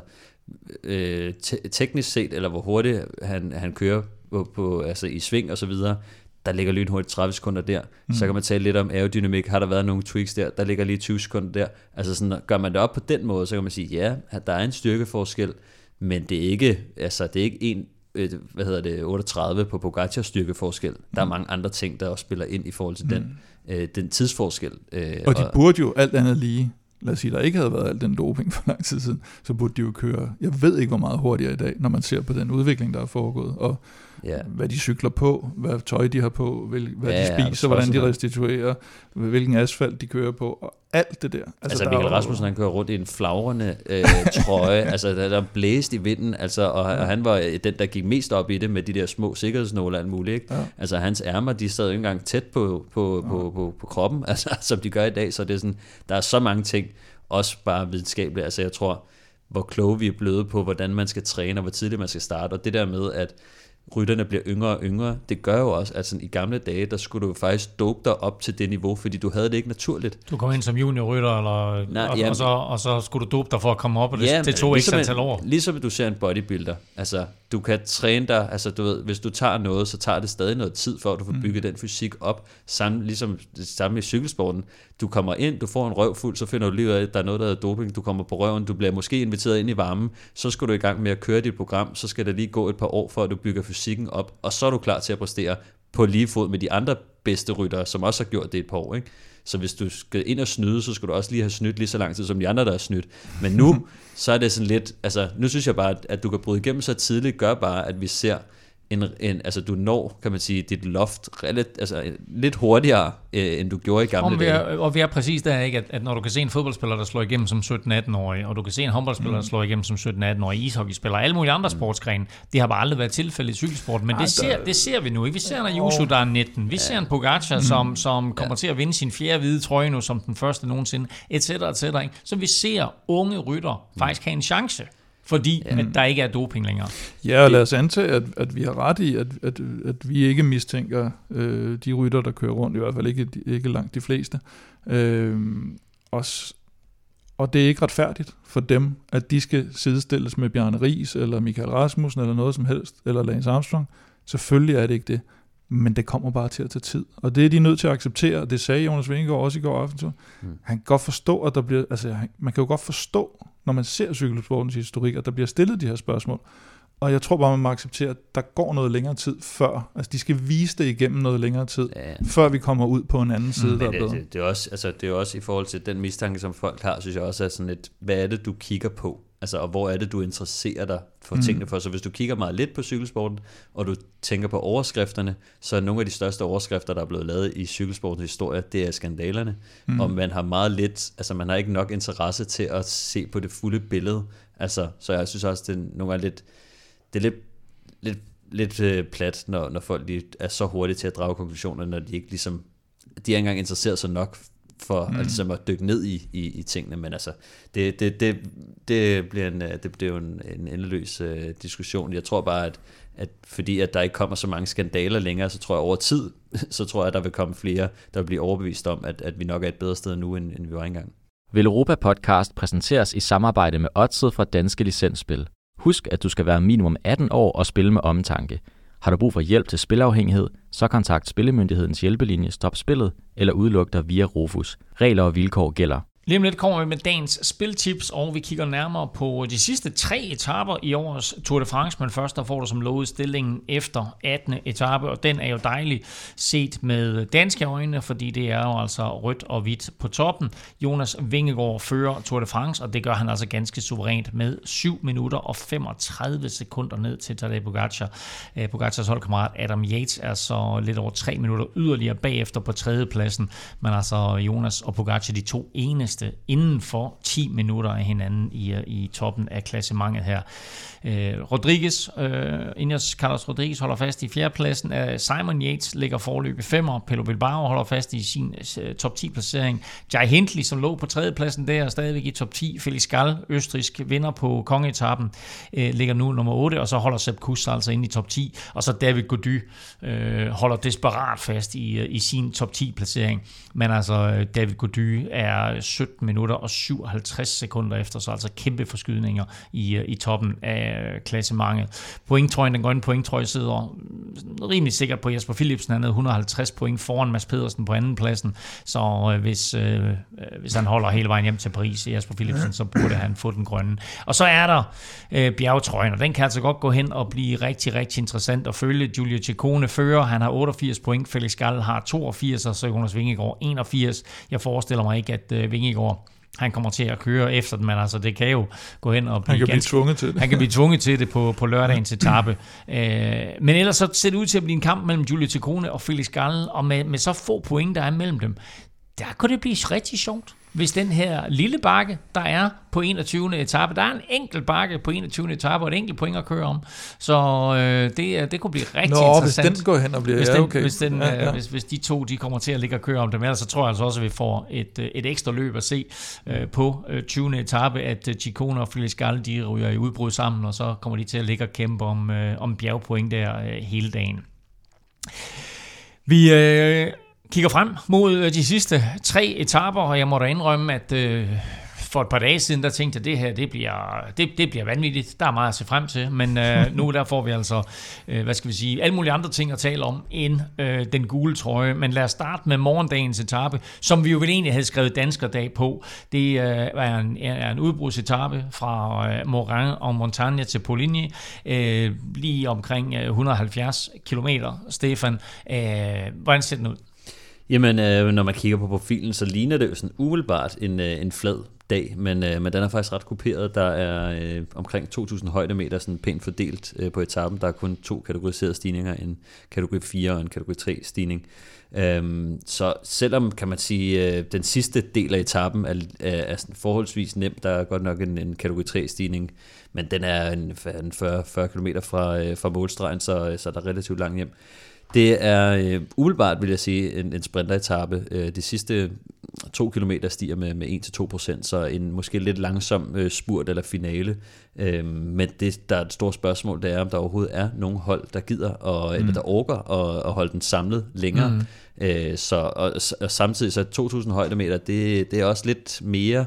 øh, te- teknisk set, eller hvor hurtigt han, han kører på, på, altså i sving og så videre, der ligger lynhurtigt tredive sekunder der. Mm. Så kan man tale lidt om aerodynamik, har der været nogle tweaks der, der ligger lige tyve sekunder der. Altså sådan, gør man det op på den måde, så kan man sige, ja, at der er en styrkeforskel, men det er ikke, altså det er ikke en, hvad hedder det, otteogtredive på Pogacars styrkeforskel. Der er mm. mange andre ting, der også spiller ind i forhold til mm. den, øh, den tidsforskel. Øh, og de og, burde jo alt andet lige, lad os sige, der ikke havde været alt den doping for lang tid siden, så burde de jo køre, jeg ved ikke, hvor meget hurtigere i dag, når man ser på den udvikling, der er foregået, og ja. hvad de cykler på, hvad tøj de har på, hvad ja, de spiser, hvordan de restituerer, hvilken asfalt de kører på, og alt det der. Altså, altså der Michael Rasmussen, han kører rundt i en flagrende øh, trøje, altså der, der blæst i vinden, altså, og, ja. og han var den, der gik mest op i det med de der små sikkerhedsnåle og alt muligt. Ikke? Ja. Altså hans ærmer, de sad jo ikke engang tæt på, på, ja. på, på, på, på kroppen, altså, som de gør i dag, så det er sådan, der er så mange ting, også bare videnskabeligt. Altså jeg tror, hvor kloge vi er blevet på, hvordan man skal træne, og hvor tidligt man skal starte, og det der med, at rytterne bliver yngre og yngre, det gør jo også, at sådan, i gamle dage, der skulle du faktisk dope dig op til det niveau, fordi du havde det ikke naturligt. Du kom ind som juniorrytter, eller, Nej, og, jamen, og, så, og så skulle du dope dig for at komme op, og det, ja, det tog ligesom ikke antal år. Ligesom du ser en bodybuilder, altså du kan træne dig, altså du ved, hvis du tager noget, så tager det stadig noget tid, for at du får bygget mm. den fysik op, samme, ligesom det samme i cykelsporten. Du kommer ind, du får en røv fuld, så finder du lige ud af, at der er noget, der hedder doping, du kommer på røven, du bliver måske inviteret ind i varmen, så skal du i gang med at køre dit program, så skal der lige gå et par år, for at du bygger fysikken op, og så er du klar til at præstere på lige fod med de andre bedste ryttere, som også har gjort det et par år, ikke? Så hvis du skal ind og snyde, så skal du også lige have snydt lige så lang tid som de andre, der har snydt. Men nu, så er det sådan lidt, altså nu synes jeg bare, at du kan bryde igennem så tidligt, gør bare, at vi ser en, en altså du når, kan man sige, dit loft relativt, altså lidt hurtigere, øh, end du gjorde i gamle Om vi er, dage. Og vi er præcis der, ikke? At, at når du kan se en fodboldspiller, der slår igennem som sytten-atten-årig, og du kan se en håndboldspiller, mm. der slår igennem som sytten-atten-årig, ishockeyspiller, og alle mulige andre mm. sportsgrene, det har bare aldrig været tilfældet i cykelsport, men det ser, det ser vi nu, ikke? Vi ser en Ayuso, der er nitten, vi ja. ser en Pogacar, mm. som, som kommer ja. til at vinde sin fjerde hvide trøje nu, som den første nogensinde, et cetera, et cetera, ikke? Så vi ser unge rytter faktisk have en chance, fordi ja. at der ikke er doping længere. Ja, og lad os antage, at, at vi har ret i, at, at, at vi ikke mistænker øh, de rytter, der kører rundt, i hvert fald ikke, ikke langt de fleste. Øh, og, og det er ikke retfærdigt for dem, at de skal sidestilles med Bjarne Riis, eller Michael Rasmussen, eller noget som helst, eller Lance Armstrong. Selvfølgelig er det ikke det. Men det kommer bare til at tage tid. Og det er de nødt til at acceptere, og det sagde Jonas Vingegaard også i går aften. Mm. Han kan godt forstå, at der bliver, altså man kan jo godt forstå, når man ser cykelsportens historik, at der bliver stillet de her spørgsmål. Og jeg tror bare, man må acceptere, at der går noget længere tid før. Altså de skal vise det igennem noget længere tid, ja. før vi kommer ud på en anden side, mm. der er bedre. Det, det, det, er også, altså, det er også i forhold til den mistanke, som folk har, synes jeg også er sådan lidt, hvad er det, du kigger på? Altså, og hvor er det, du interesserer dig for mm. tingene for? Så hvis du kigger meget lidt på cykelsporten, og du tænker på overskrifterne, så er nogle af de største overskrifter, der er blevet lavet i cykelsportens historie, det er skandalerne. Mm. Og man har meget lidt, altså man har ikke nok interesse til at se på det fulde billede. Altså, så jeg synes også, det er nogle gange lidt, det er lidt, lidt, lidt øh, plat, når, når folk lige er så hurtige til at drage konklusioner, når de ikke ligesom, de er ikke engang interesseret sig nok for mm. altså, at dykke ned i, i, i tingene, men altså, det, det, det, det bliver en, det bliver jo en, en endeløs uh, diskussion. Jeg tror bare, at, at fordi at der ikke kommer så mange skandaler længere, så tror jeg over tid, så tror jeg, at der vil komme flere, der vil blive overbevist om, at, at vi nok er et bedre sted nu, end, end vi var engang. Velropa Podcast præsenteres i samarbejde med Odset fra Danske Licensspil. Husk, at du skal være minimum atten år og spille med omtanke. Har du brug for hjælp til spilafhængighed, så kontakt Spillemyndighedens hjælpelinje Stop Spillet eller udluk dig via Rofus. Regler og vilkår gælder. Lige om lidt kommer vi med dagens spiltips, og vi kigger nærmere på de sidste tre etaper i årets Tour de France, men først der får du som lovet stillingen efter attende etape, og den er jo dejlig set med danske øjne, fordi det er jo altså rødt og hvidt på toppen. Jonas Vingegaard fører Tour de France, og det gør han altså ganske suverænt med syv minutter og femogtredive sekunder ned til Tadej Pogacar. Pogacars holdkammerat Adam Yates er så lidt over tre minutter yderligere bagefter på tredjepladsen, men altså Jonas og Pogacar, de to eneste inden for ti minutter af hinanden i, i toppen af klassementet her. Øh, Rodriguez, øh, Ineos Carlos Rodriguez holder fast i fjerdepladsen. Øh, Simon Yates ligger forløb i femmer. Pello Bilbao holder fast i sin øh, top ti placering. Jai Hindley, som lå på tredjepladsen der, er stadigvæk i top ti. Felix Gall, østrigsk vinder på kongeetappen, øh, ligger nu nummer otte, og så holder Sepp Kuss altså inde i top ti. Og så David Gaudu øh, holder desperat fast i, i sin top ti placering. Men altså David Gaudu er sytten minutter og syvoghalvtreds sekunder efter, så altså kæmpe forskydninger i, i toppen af klassementet. Pointtrøjen, den grønne pointtrøje sidder rimelig sikkert på Jesper Philipsen. Han havde et hundrede og halvtreds point foran Mads Pedersen på anden pladsen, så øh, hvis, øh, hvis han holder hele vejen hjem til Paris, Jesper Philipsen, så burde han få den grønne. Og så er der øh, bjergetrøjen, og den kan altså godt gå hen og blive rigtig, rigtig interessant at følge. Giulio Ciccone fører, han har otteogfirs point, Felix Gall har toogfirs, og så Jonas Vingegaard enogfirs. Jeg forestiller mig ikke, at øh, Vingegaard han kommer til at køre efter den, men altså det kan jo gå hen og blive, han kan ganske, blive tvunget til det. Han kan blive tvunget til det på, på lørdagens etape. Øh, men ellers så ser det ud til at blive en kamp mellem Giulio Ciccone og Felix Gall, og med, med så få point, der er mellem dem, der kunne det blive rigtig sjovt, hvis den her lille bakke, der er på enogtyvende etape, der er en enkelt bakke på enogtyvende etape, og et enkelt point at køre om. Så øh, det, det kunne blive rigtig Nå, interessant. hvis den går hen og bliver, hvis, ja, den, okay. hvis, den, ja, ja. hvis, hvis de to de kommer til at ligge og køre om dem, ellers så tror jeg altså også, at vi får et, et ekstra løb at se øh, på øh, tyvende etape, at øh, Ciccone og Felix Gall, de ryger i udbrud sammen, og så kommer de til at ligge og kæmpe om, øh, om bjergpoint der øh, hele dagen. Vi øh, kigger frem mod de sidste tre etaper, og jeg må da indrømme, at øh, for et par dage siden, der tænkte jeg, at det her, det bliver, det, det bliver vanvittigt. Der er meget at se frem til, men øh, nu der får vi altså, øh, hvad skal vi sige, alle mulige andre ting at tale om, end øh, den gule trøje. Men lad os starte med morgendagens etape, som vi jo vel egentlig havde skrevet danskerdag på. Det øh, er en, er en udbrudsetape fra øh, Morin og Montagne til Poligny, øh, lige omkring øh, et hundrede og halvfjerds kilometer. Stefan, øh, hvordan ser den ud? Jamen, øh, når man kigger på profilen, så ligner det jo sådan umiddelbart en, øh, en flad dag, men, øh, men den er faktisk ret kuperet. Der er øh, omkring to tusind højdemeter sådan pænt fordelt øh, på etappen. Der er kun to kategoriserede stigninger, en kategori fire og en kategori tre stigning. Øhm, så selvom, kan man sige, øh, den sidste del af etappen er, er, er sådan forholdsvis nem, der er godt nok en, en kategori tre stigning, men den er en, en fyrre, fyrre kilometer fra, øh, fra målstregen, så, så der er relativt langt hjem. Det er øh, umiddelbart, vil jeg sige, en, en sprinteretape. Øh, de sidste to kilometer stiger med, med en til to procent, så en måske lidt langsom øh, spurt eller finale. Øh, men det, der er et stort spørgsmål, det er, om der overhovedet er nogen hold, der gider, og, mm. eller der orker at, at holde den samlet længere. Mm. Øh, så, og, og samtidig så to tusind højdemeter, det, det er også lidt mere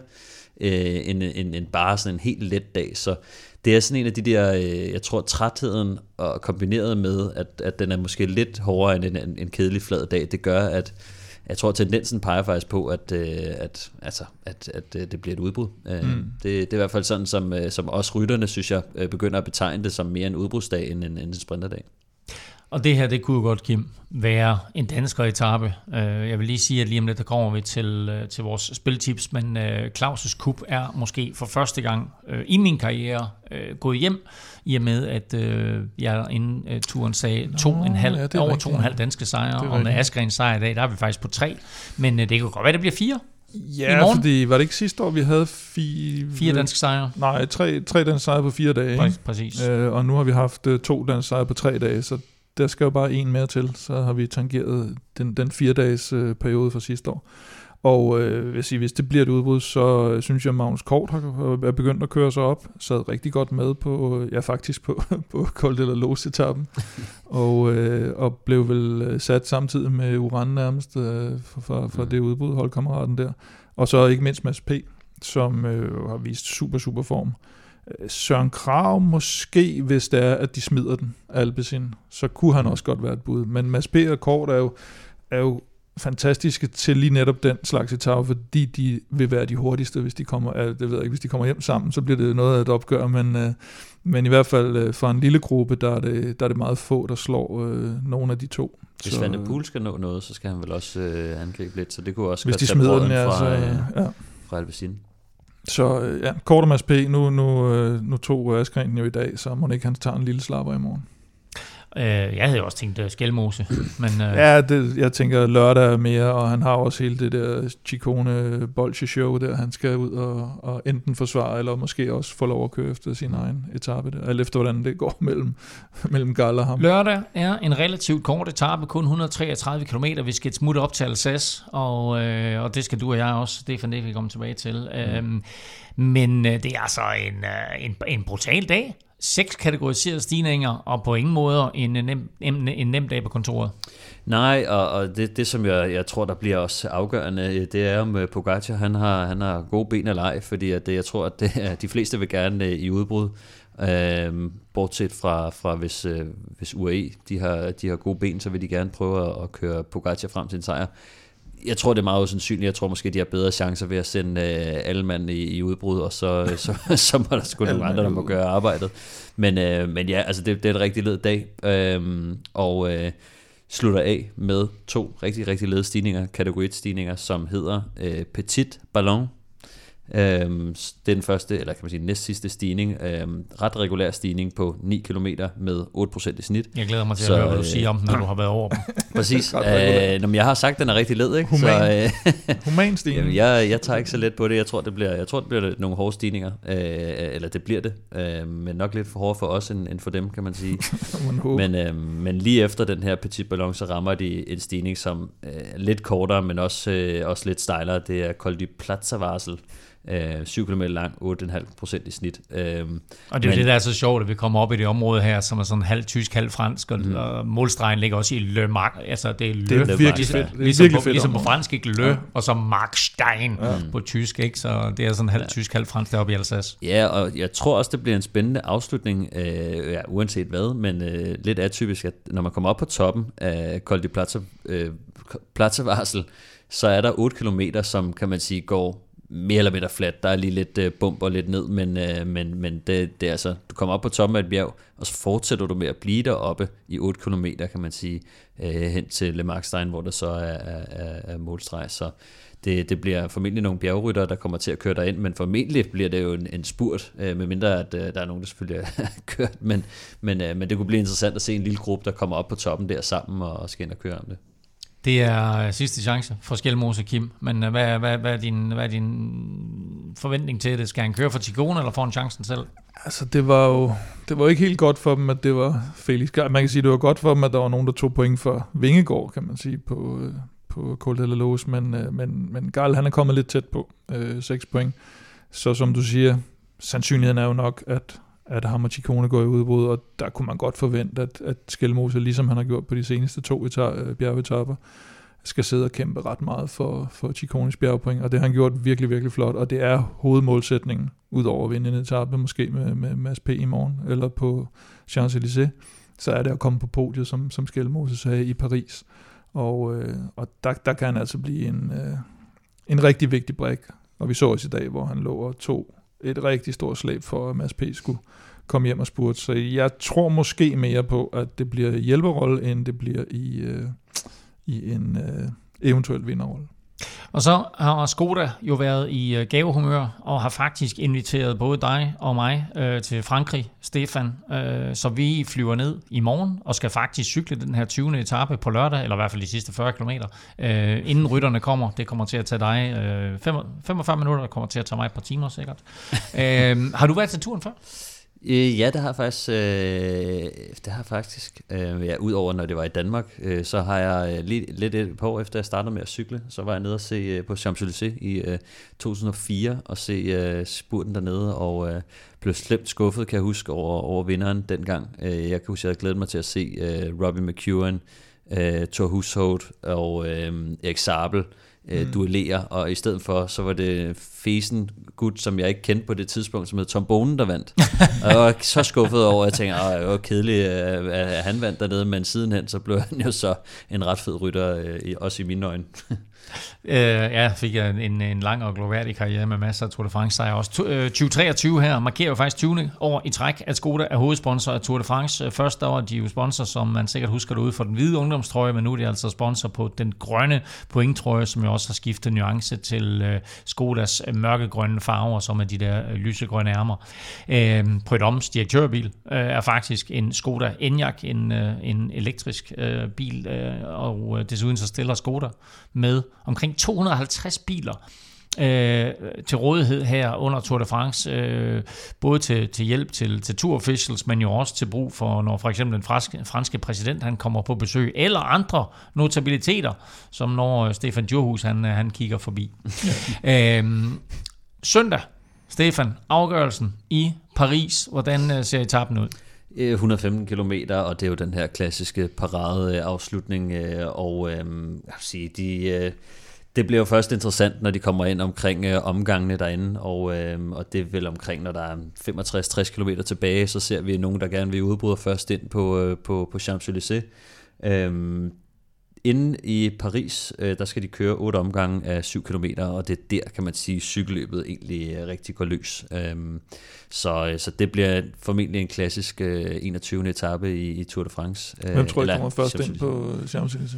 øh, end, end, end bare sådan en helt let dag, så det er sådan en af de der, jeg tror, trætheden og kombineret med, at, at den er måske lidt hårdere end en, en, en kedelig flad dag, det gør, at jeg tror, tendensen peger faktisk på, at, at, altså, at, at det bliver et udbrud. Mm. Det, det er i hvert fald sådan, som, som os rytterne, synes jeg, begynder at betegne det som mere en udbrudsdag end en, en sprinterdag. Og det her, det kunne jo godt, Kim, være en dansker etape. Jeg vil lige sige, at lige om lidt, der kommer vi til, til vores spiltips, men Claus' Cup er måske for første gang i min karriere gået hjem, i og med, at jeg inden turen sagde to Nå, en halv, ja, over to og en halv danske sejre, og med Asgrens sejr i dag, der er vi faktisk på tre, men det kan godt være, det bliver fire. Ja, fordi var det ikke sidste år, vi havde fi... fire danske sejre? Nej, tre, tre danske sejre på fire dage. Præcis. Præcis. Øh, og nu har vi haft to danske sejre på tre dage, så der skal jo bare en mere til, så har vi tangeret den, den fire-dages øh, periode fra sidste år. Og øh, vil sige, hvis det bliver et udbrud, så øh, synes jeg, at Magnus Kort har, er begyndt at køre sig op, sad rigtig godt med på, ja faktisk på, på Col de la Loze-etappen, og, øh, og blev vel sat samtidig med Uran nærmest øh, for, for, for det udbrud, holdkammeraten der. Og så ikke mindst Mads P., som øh, har vist super, super form. Søren Kragh måske, hvis det er, at de smider den, Alpecin, så kunne han også godt være et bud. Men Mads P. og Kort er jo, er jo fantastiske til lige netop den slags etape, fordi de vil være de hurtigste, hvis de kommer, det ved jeg ikke, hvis de kommer hjem sammen, så bliver det noget af et opgør, men, øh, men i hvert fald øh, for en lille gruppe, der er det, der er det meget få, der slår øh, nogle af de to. Hvis så, Van der Poel skal nå noget, så skal han vel også øh, angribe lidt, så det kunne også hvis godt de tage smider den, ja, fra, så, øh, ja. fra Alpecin. Så øh, ja, kort om S P, nu, nu, øh, nu tog Askren jo i dag, så må det ikke han tager en lille slapper i morgen. Øh, jeg havde også tænkt uh, Skelmose, men... Uh... Ja, det, jeg tænker lørdag er mere, og han har også hele det der Ciccone bolsje show der, han skal ud og, og enten forsvare, eller måske også få lov at køre efter sin egen etape der, alt efter hvordan det går mellem, mellem Gall og ham. Lørdag er en relativt kort etape, kun et hundrede og treogtredive kilometer. Vi skal smutte op til Alsace, og, øh, og det skal du og jeg også, det er det, vi kommer tilbage til. Mm. Øhm, men øh, det er altså en, øh, en, en brutal dag. Seks kategoriserede stigninger, og på ingen måde en nem, en, en nem dag på kontoret. Nej, og, og det, det som jeg, jeg tror, der bliver også afgørende, det er om Pogacar, han har, han har gode ben at lege, fordi at det, jeg tror, at det, at de fleste vil gerne i udbrud, øh, bortset fra, fra hvis, øh, hvis U A E de har, de har gode ben, så vil de gerne prøve at, at køre Pogacar frem til en sejr. Jeg tror, det er meget usandsynligt. Jeg tror måske, de har bedre chancer ved at sende øh, alle mand i, i udbrud, og så, så, så må der sgu nogle andre, der må gøre arbejdet. Men, øh, men ja, altså det, det er et rigtig led dag, øh, og øh, slutter af med to rigtig, rigtig led stigninger, kategori et stigninger, som hedder øh, Petit Ballon. Øhm, det er den første, eller kan man sige næst sidste stigning, øhm, ret regulær stigning på ni kilometer med otte procent i snit. Jeg glæder mig til så, at høre, hvad du siger om den, når du har været over dem. Præcis. øh, når jeg har sagt, at den er rigtig led, ikke? Human, så, øh, Human stigning. Jamen, jeg, jeg tager ikke så let på det. Jeg tror, det bliver, jeg tror, det bliver nogle hårde stigninger, øh, eller det bliver det, øh, men nok lidt for hårdt for os end, end for dem, kan man sige. men, øh, men lige efter den her Petit Ballon, så rammer de en stigning, som øh, er lidt kortere, men også, øh, også lidt stejlere. Det er Col du Platzervarsel. Øh, syv kilometer lang, otte komma fem procent i snit. Øh, og det er jo det, der er så sjovt, at vi kommer op i det område her, som er sådan halv tysk, halv fransk, og, mm. og målstregen ligger også i Le Marc. Altså, det er Le. Det er virkelig ligesom, fedt. Det er ligesom, virkelig på, fedt ligesom på fransk, ikke? Le, ja. og så Markstein ja. på tysk, ikke? Så det er sådan halv tysk, halv fransk deroppe i Alsace. Ja, og jeg tror også, det bliver en spændende afslutning, øh, ja, uanset hvad, men øh, lidt atypisk, at når man kommer op på toppen af Col du Platzer, øh, Platzervarsel, så er der otte kilometer, som kan man sige går mere eller mindre fladt. Der er lige lidt øh, bump og lidt ned, men, øh, men, men det, det er altså, du kommer op på toppen af et bjerg, og så fortsætter du med at blive deroppe i otte kilometer, kan man sige, øh, hen til Le Markstein, hvor der så er, er, er, er målstreg. Så det, det bliver formentlig nogle bjergryttere, der kommer til at køre derind, men formentlig bliver det jo en, en spurt, øh, medmindre at øh, der er nogen, der selvfølgelig er kørt, men, men, øh, men det kunne blive interessant at se en lille gruppe, der kommer op på toppen der sammen og, og skal ind og køre om det. Det er sidste chance for Skelmose, Kim. Men hvad, hvad, hvad, er din, hvad er din forventning til det? Skal han køre for Ciccone, eller får han chancen selv? Altså, det var jo det var ikke helt godt for dem, at det var Felix Gall. Man kan sige, det var godt for dem, at der var nogen, der tog point for Vingegaard, kan man sige, på, på Col de la Loze. Men, men, men Gall, han er kommet lidt tæt på. Øh, seks point. Så som du siger, sandsynligheden er jo nok, at at ham og Ciccone går i udbrud, og der kunne man godt forvente, at, at Skelmose, ligesom han har gjort på de seneste to etar- bjergetapper, skal sidde og kæmpe ret meget for, for Ciccones bjergpoint, og det har han gjort virkelig, virkelig flot, og det er hovedmålsætningen, udover at vinde en etape, måske med, med, med S P i morgen, eller på Champs-Élysées, så er det at komme på podiet, som, som Skelmose sagde, i Paris, og, øh, og der, der kan han altså blive en, øh, en rigtig vigtig brik, og vi så også i dag, hvor han lå og tog et rigtig stort slæb for, at Mads P. skulle komme hjem og spurte. Så jeg tror måske mere på, at det bliver hjælperrolle, end det bliver i, øh, i en øh, eventuel vinderrolle. Og så har Skoda jo været i gavehumør og har faktisk inviteret både dig og mig øh, til Frankrig, Stefan. Øh, så vi flyver ned i morgen og skal faktisk cykle den her tyvende etape på lørdag, eller i hvert fald de sidste fyrre kilometer, øh, inden rytterne kommer. Det kommer til at tage dig øh, femogfyrre minutter, det kommer til at tage mig et par timer sikkert. øh, har du været til turen før? Ja, det har jeg faktisk. Øh, det har jeg faktisk. Øh, ja, udover når det var i Danmark, øh, så har jeg lige lidt et par år efter jeg startede med at cykle, så var jeg nede og se øh, på Champs-Élysées i øh, to tusind og fire og se øh, spurten dernede, og øh, blev slemt skuffet, kan jeg huske, over, over vinderen dengang. Øh, jeg kan huske, at jeg havde glædet mig til at se øh, Robbie McEwen, øh, Thor Hushovd og øh, Erik Sabel øh, mm. duellere, og i stedet for, så var det Fesen gut, som jeg ikke kendte på det tidspunkt, som hed Tom Bonen, der vandt. Og jeg var så skuffet over, at jeg tænkte, at det var kedeligt, at han vandt dernede, men sidenhen, så blev han jo så en ret fed rytter, øh, også i mine øjne. Uh, ja, fik jeg en, en lang og gloværdig karriere med masser af Tour de France sejre også. Uh, tyve treogtyve her markerer jo faktisk tyvende år i træk, at Skoda er hovedsponsor af Tour de France. Uh, først der var de jo sponsor, som man sikkert husker derude, for den hvide ungdomstrøje, men nu er de altså sponsor på den grønne pointtrøje, som jo også har skiftet nuance til uh, Skodas uh, mørkegrønne farver, som er de der uh, lysegrønne ærmer. Uh, Prud'hommes direktørbil uh, er faktisk en Skoda Enyaq, en, uh, en elektrisk uh, bil, uh, og uh, desuden så stiller Skoda med omkring to hundrede og halvtreds biler øh, til rådighed her under Tour de France, øh, både til, til hjælp til, til tour officials, men jo også til brug for, når for eksempel den franske, franske præsident han kommer på besøg, eller andre notabiliteter, som når Stefan Djurhuus han, han kigger forbi. øh, søndag, Stefan, afgørelsen i Paris. Hvordan ser etappen ud? et hundrede og femten kilometer, og det er jo den her klassiske paradeafslutning, og øh, jeg vil sige, de, øh, det bliver jo først interessant, når de kommer ind omkring øh, omgangene derinde, og, øh, og det er vel omkring, når der er femogtres til tres kilometer tilbage, så ser vi nogen, der gerne vil udbryde først ind på, øh, på, på Champs-Élysées. Øh, Inden i Paris, øh, der skal de køre otte omgange af syv kilometer, og det er der, kan man sige, cykelløbet egentlig øh, rigtig går løs. Øhm, så, så det bliver formentlig en klassisk øh, enogtyvende etape i, i Tour de France. Øh, Hvem tror I kommer først ind på Champs-Élysées?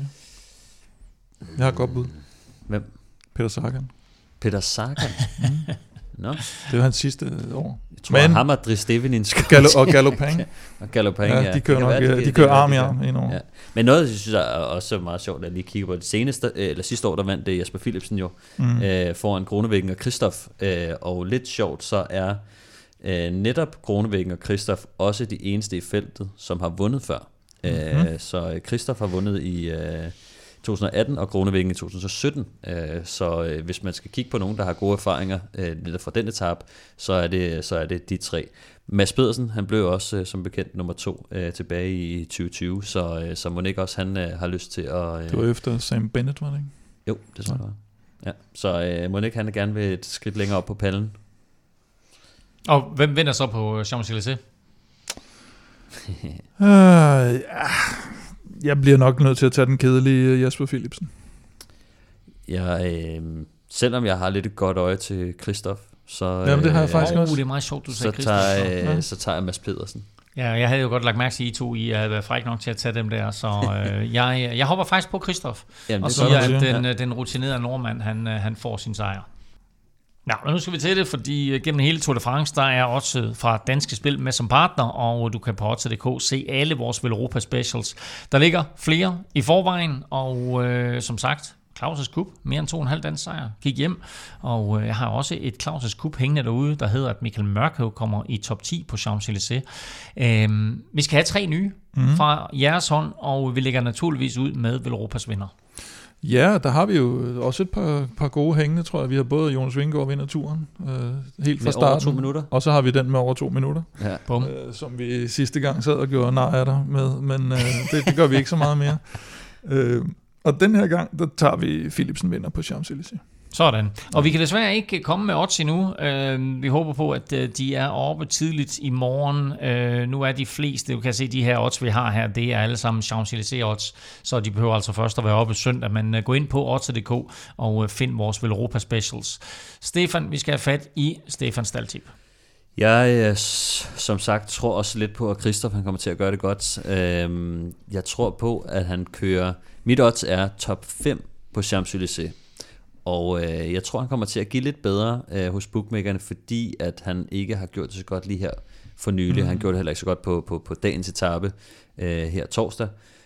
Jeg har et godt bud. Hvem? Peter Sagan. Peter Sagan? mm. No. Det var hans sidste år. Jeg tror, men ham og Dries Stevenin Gallo, og Galopin. og Galopin, ja. ja. De kører, nok, være, de, de kører arm i arm endnu. Ja. Men noget, jeg synes er også meget sjovt, at lige kigge på det seneste, eller sidste år, der vandt det Jasper Philipsen jo, mm. øh, foran Groenewegen og Kristoff. Øh, og lidt sjovt, så er øh, netop Groenewegen og Kristoff også de eneste i feltet, som har vundet før. Mm-hmm. Øh, så Kristoff har vundet i Øh, to tusind og atten og Groenewegen i to tusind og sytten. Så hvis man skal kigge på nogen, der har gode erfaringer lidt fra den etape, så er det, så er det de tre. Mads Pedersen, han blev også som bekendt nummer to tilbage i tyve tyve, så, så må ikke også han har lyst til at... Det var efter Sam Bennett, var det ikke? Jo, det tror jeg var. Ja, så må ikke han gerne vil et skridt længere op på pallen. Og hvem vinder så på Champs-Élysées? uh, ja. Jeg bliver nok nødt til at tage den kedelige Jasper Philipsen. Ja, øh, selvom jeg har lidt et godt øje til Kristoff, så, jamen, det har jeg faktisk øh, også. Oh, det er meget sjovt, du sagde så tager, øh, ja. så tager jeg Mads Pedersen. Ja, jeg havde jo godt lagt mærke til, I to, I havde været fræk nok til at tage dem der, så øh, jeg, jeg hopper faktisk på Kristoff, og siger, at den, ja. den rutinerede nordmand, han, han får sin sejr. Nå, men nu skal vi til det, fordi gennem hele Tour de France, der er Odset fra Danske Spil med som partner, og du kan på odset punktum d k se alle vores Velropa Specials. Der ligger flere i forvejen, og øh, som sagt, Claus' Cup, mere end to og en halv dansk sejr, gik hjem, og øh, jeg har også et Claus' Cup hængende derude, der hedder, at Michael Mørkøv kommer i top ti på Champs-Élysées. Øh, vi skal have tre nye mm. fra jeres hånd, og vi lægger naturligvis ud med Velropas vinder. Ja, der har vi jo også et par, par gode hængende, tror jeg. Vi har både Jonas Vingegaard vinder turen øh, helt fra med starten. Over to minutter. Og så har vi den med over to minutter, ja. øh, som vi sidste gang sad og gjorde nar af dig med, men øh, det, det gør vi ikke så meget mere. Øh, og den her gang, der tager vi Philipsen vinder på Champs-Élysées. Sådan. Og vi kan desværre ikke komme med odds endnu. Vi håber på, at de er oppe tidligt i morgen. Nu er de fleste, du kan se de her odds, vi har her, det er alle sammen Champs-Élysées odds, så de behøver altså først at være oppe søndag. Men gå ind på odset punktum d k og find vores Velropa Specials. Stefan, vi skal have fat i Stefans staldtip. Jeg, som sagt, tror også lidt på, at Kristoff han kommer til at gøre det godt. Jeg tror på, at han kører... Mit odds er top fem på Champs-Élysées. Og øh, jeg tror, han kommer til at give lidt bedre øh, hos bookmakerne, fordi at han ikke har gjort det så godt lige her for nylig. Mm. Han gjorde det heller ikke så godt på, på, på dagens etape øh, her torsdag.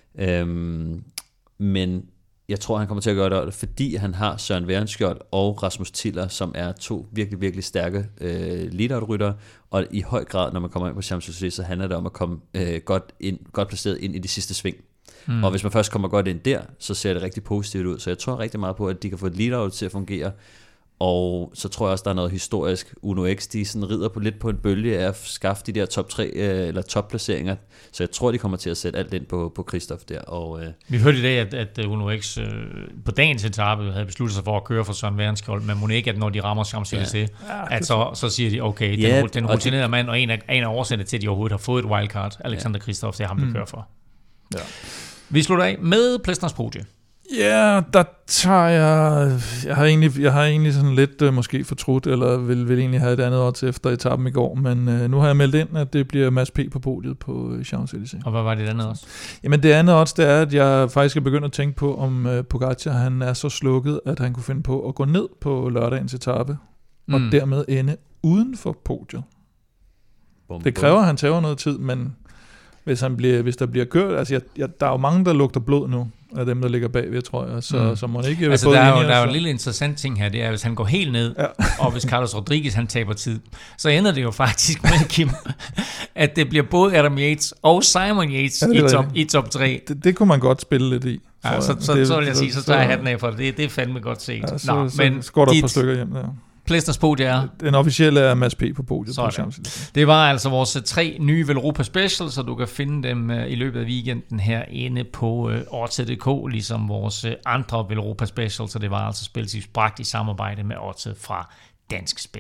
Øhm, men jeg tror, han kommer til at gøre det, fordi han har Søren Værenskjold og Rasmus Tiller, som er to virkelig, virkelig stærke øh, lead-out-ryttere. Og i høj grad, når man kommer ind på Champs-Élysées, så handler det om at komme øh, godt, ind, godt placeret ind i de sidste sving. Mm. Og hvis man først kommer godt ind der, så ser det rigtig positivt ud. Så jeg tror rigtig meget på, at de kan få et lead-out til at fungere. Og så tror jeg også, der er noget historisk. Uno X, de sådan rider på lidt på en bølge af at skaffe de der top tre øh, eller topplaceringer. Så jeg tror, de kommer til at sætte alt ind på, på Christoph der. Og, øh, Vi hørte i dag, at, at Uno X øh, på dagens etape havde besluttet sig for at køre for Søren Værenskjold, men må ikke, at når de rammer Champs-Élysées, ja. at så, så siger de, okay, ja, den, den rutinerede mand, og en af, en af årsagerne til, at de overhovedet har fået et wildcard, Alexander ja. Christoph, det er ham, der mm. kører for. Ja. Vi slutter af med Plesners podie. Ja, der tager jeg... Jeg har egentlig, jeg har egentlig sådan lidt uh, måske fortrudt, eller vil, vil egentlig have et andet odds efter etappen i går, men uh, nu har jeg meldt ind, at det bliver Mads P. på podiet på Champs-Élysées. Og hvad var det andet odds? Jamen det andet odds, det er, at jeg faktisk er begyndt at tænke på, om uh, Pogacar, han er så slukket, at han kunne finde på at gå ned på lørdagens etape, mm. og dermed ende uden for podiet. Bum, det kræver, at han tager noget tid, men hvis, han bliver, hvis der bliver kørt... Altså, jeg, jeg, der er jo mange, der lugter blod nu, af dem, der ligger bagved, tror jeg. Så, mm. så må ikke... Altså, der er, jo, der er jo en lille interessant ting her, det er, hvis han går helt ned, ja. og hvis Carlos Rodriguez, han taber tid, så ender det jo faktisk med, Kim, at det bliver både Adam Yates og Simon Yates ja, i, top, i top tre. Det, det kunne man godt spille lidt i. Ja, så, så, det, så vil jeg sige, så tager jeg hatten af for det. Det, det er fandme godt set. Ja, så, Nå, så, men så går der et par stykker hjem der. Plesners podie er... Den officielle er Mads P. på podiet på Champs-Élysées. Det var altså vores tre nye Velropa Special, så du kan finde dem uh, i løbet af weekenden her inde på uh, odds punktum d k, ligesom vores uh, andre Velropa Special, så det var altså Spiltips bragt i samarbejde med Odds fra Dansk Spil.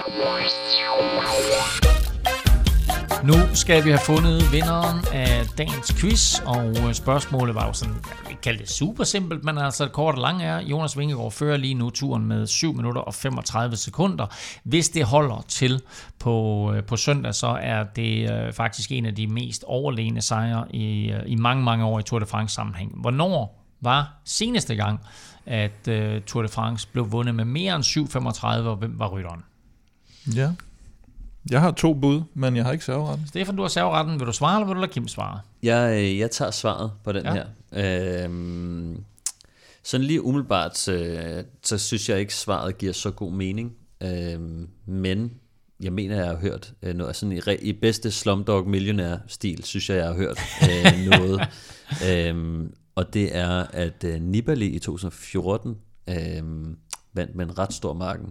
Nu skal vi have fundet vinderen af dagens quiz, og spørgsmålet var jo sådan, jeg vil kalde det super simpelt, men altså kort og lang er, Jonas Vingegaard fører lige nu turen med syv minutter og femogtredive sekunder. Hvis det holder til på, på søndag, så er det øh, faktisk en af de mest overlegne sejre i, i mange, mange år i Tour de France sammenhæng. Hvornår var seneste gang, at øh, Tour de France blev vundet med mere end syv femogtredive, og hvem var rytteren? Ja. Jeg har to bud, men jeg har ikke serveretten. Stefan, du har serveretten. Vil du svare, eller vil du lade Kim svare? Jeg, jeg tager svaret på den ja. her. Øhm, sådan lige umiddelbart, øh, så synes jeg ikke, svaret giver så god mening. Øhm, men jeg mener, jeg har hørt øh, noget. Sådan i, i bedste Slumdog Millionaire-stil, synes jeg, jeg har hørt øh, noget. øhm, og det er, at øh, Nibali i to tusind og fjorten øh, vandt med en ret stor marken.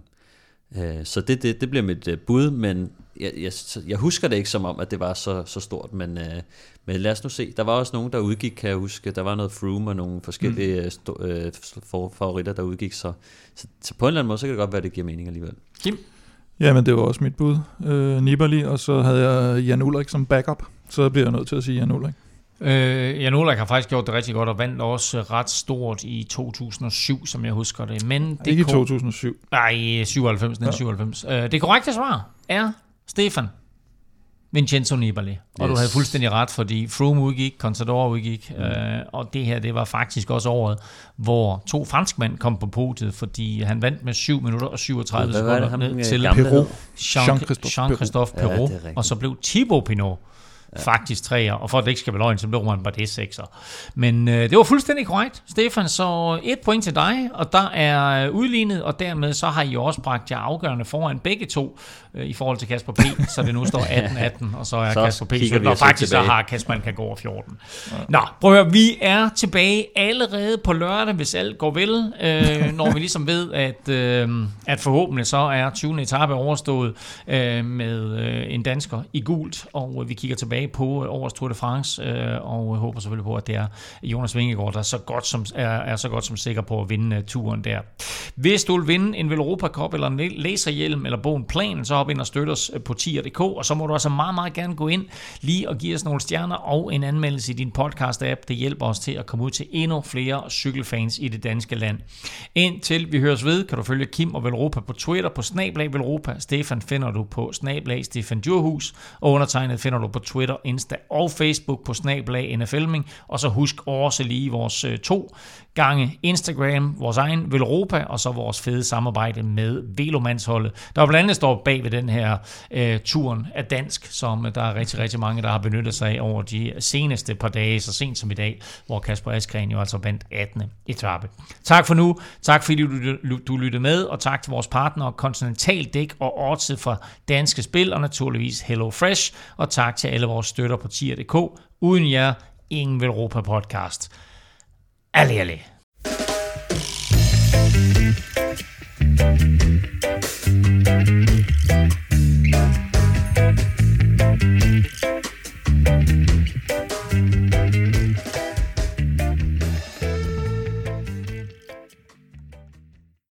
Så det, det, det bliver mit bud, men jeg, jeg, jeg husker det ikke som om, at det var så, så stort, men, men lad os nu se. Der var også nogen, der udgik, kan jeg huske. Der var noget Froome og nogle forskellige mm. sto, øh, favoritter, der udgik, så, så, så på en eller anden måde, så kan det godt være, at det giver mening alligevel. Kim? Jamen, det var også mit bud. Øh, Nibali, og så havde jeg Jan Ullrich som backup. Så bliver jeg nødt til at sige Jan Ullrich. Øh, Jan Ullrich har faktisk gjort det rigtig godt og vandt også ret stort i to tusind og syv, som jeg husker det. Men det ikke i to tusind og syv. Nej, syvoghalvfems, ja. syvoghalvfems. Øh, det korrekte svar er Stefan Vincenzo Nibali. Yes. Og du havde fuldstændig ret, fordi Froome udgik, Contador udgik, mm. øh, og det her, det var faktisk også året, hvor to franskmænd kom på podiet, fordi han vandt med syv minutter og syvogtredive sekunder ned til Perrault. Jean-Christophe Perrault, ja, og så blev Thibaut Pinot ja. faktisk treer, og for at det ikke skal være løgn, så blev man bare det sekser. Men øh, det var fuldstændig korrekt, Stefan, så et point til dig, og der er udlignet, og dermed så har I også bragt jer afgørende foran begge to, øh, i forhold til Kasper P, så det nu står atten atten, og så er så Kasper P sytten, og faktisk tilbage. Så har Kasper kan gå over fjorten. Ja. Nå, prøv at høre, vi er tilbage allerede på lørdag, hvis alt går vel, øh, når vi ligesom ved, at, øh, at forhåbentlig så er tyvende etape overstået øh, med øh, en dansker i gult, og vi kigger tilbage på årets Tour de France, øh, og håber selvfølgelig på, at det er Jonas Vingegaard, der er så godt som, er, er så godt som sikker på at vinde uh, turen der. Hvis du vil vinde en Velropa Cup, eller en laserhjelm, eller bogen Plan, så hop ind og støt os på tier punktum d k, og så må du også meget, meget gerne gå ind lige og give os nogle stjerner og en anmeldelse i din podcast-app. Det hjælper os til at komme ud til endnu flere cykelfans i det danske land. Indtil vi høres ved, kan du følge Kim og Velropa på Twitter på snablag Velropa. Stefan finder du på snablag Stefan Djurhus, og undertegnet finder du på Twitter, Insta og Facebook på snablag N F L Ming, og så husk også lige vores øh, to gange Instagram, vores egen Velropa, og så vores fede samarbejde med Velomandsholdet, der blandt andet står bag ved den her øh, turen af dansk, som der er rigtig, rigtig mange, der har benyttet sig af over de seneste par dage, så sent som i dag, hvor Kasper Askren jo altså vandt attende etape. Tak for nu, tak fordi du, du, du lyttede med, og tak til vores partnere Continental Dæk og Odds fra Danske Spil, og naturligvis Hello Fresh, og tak til alle vores støtter på tier punktum d k. Uden jer, ingen Velropa podcast. Alle, alle.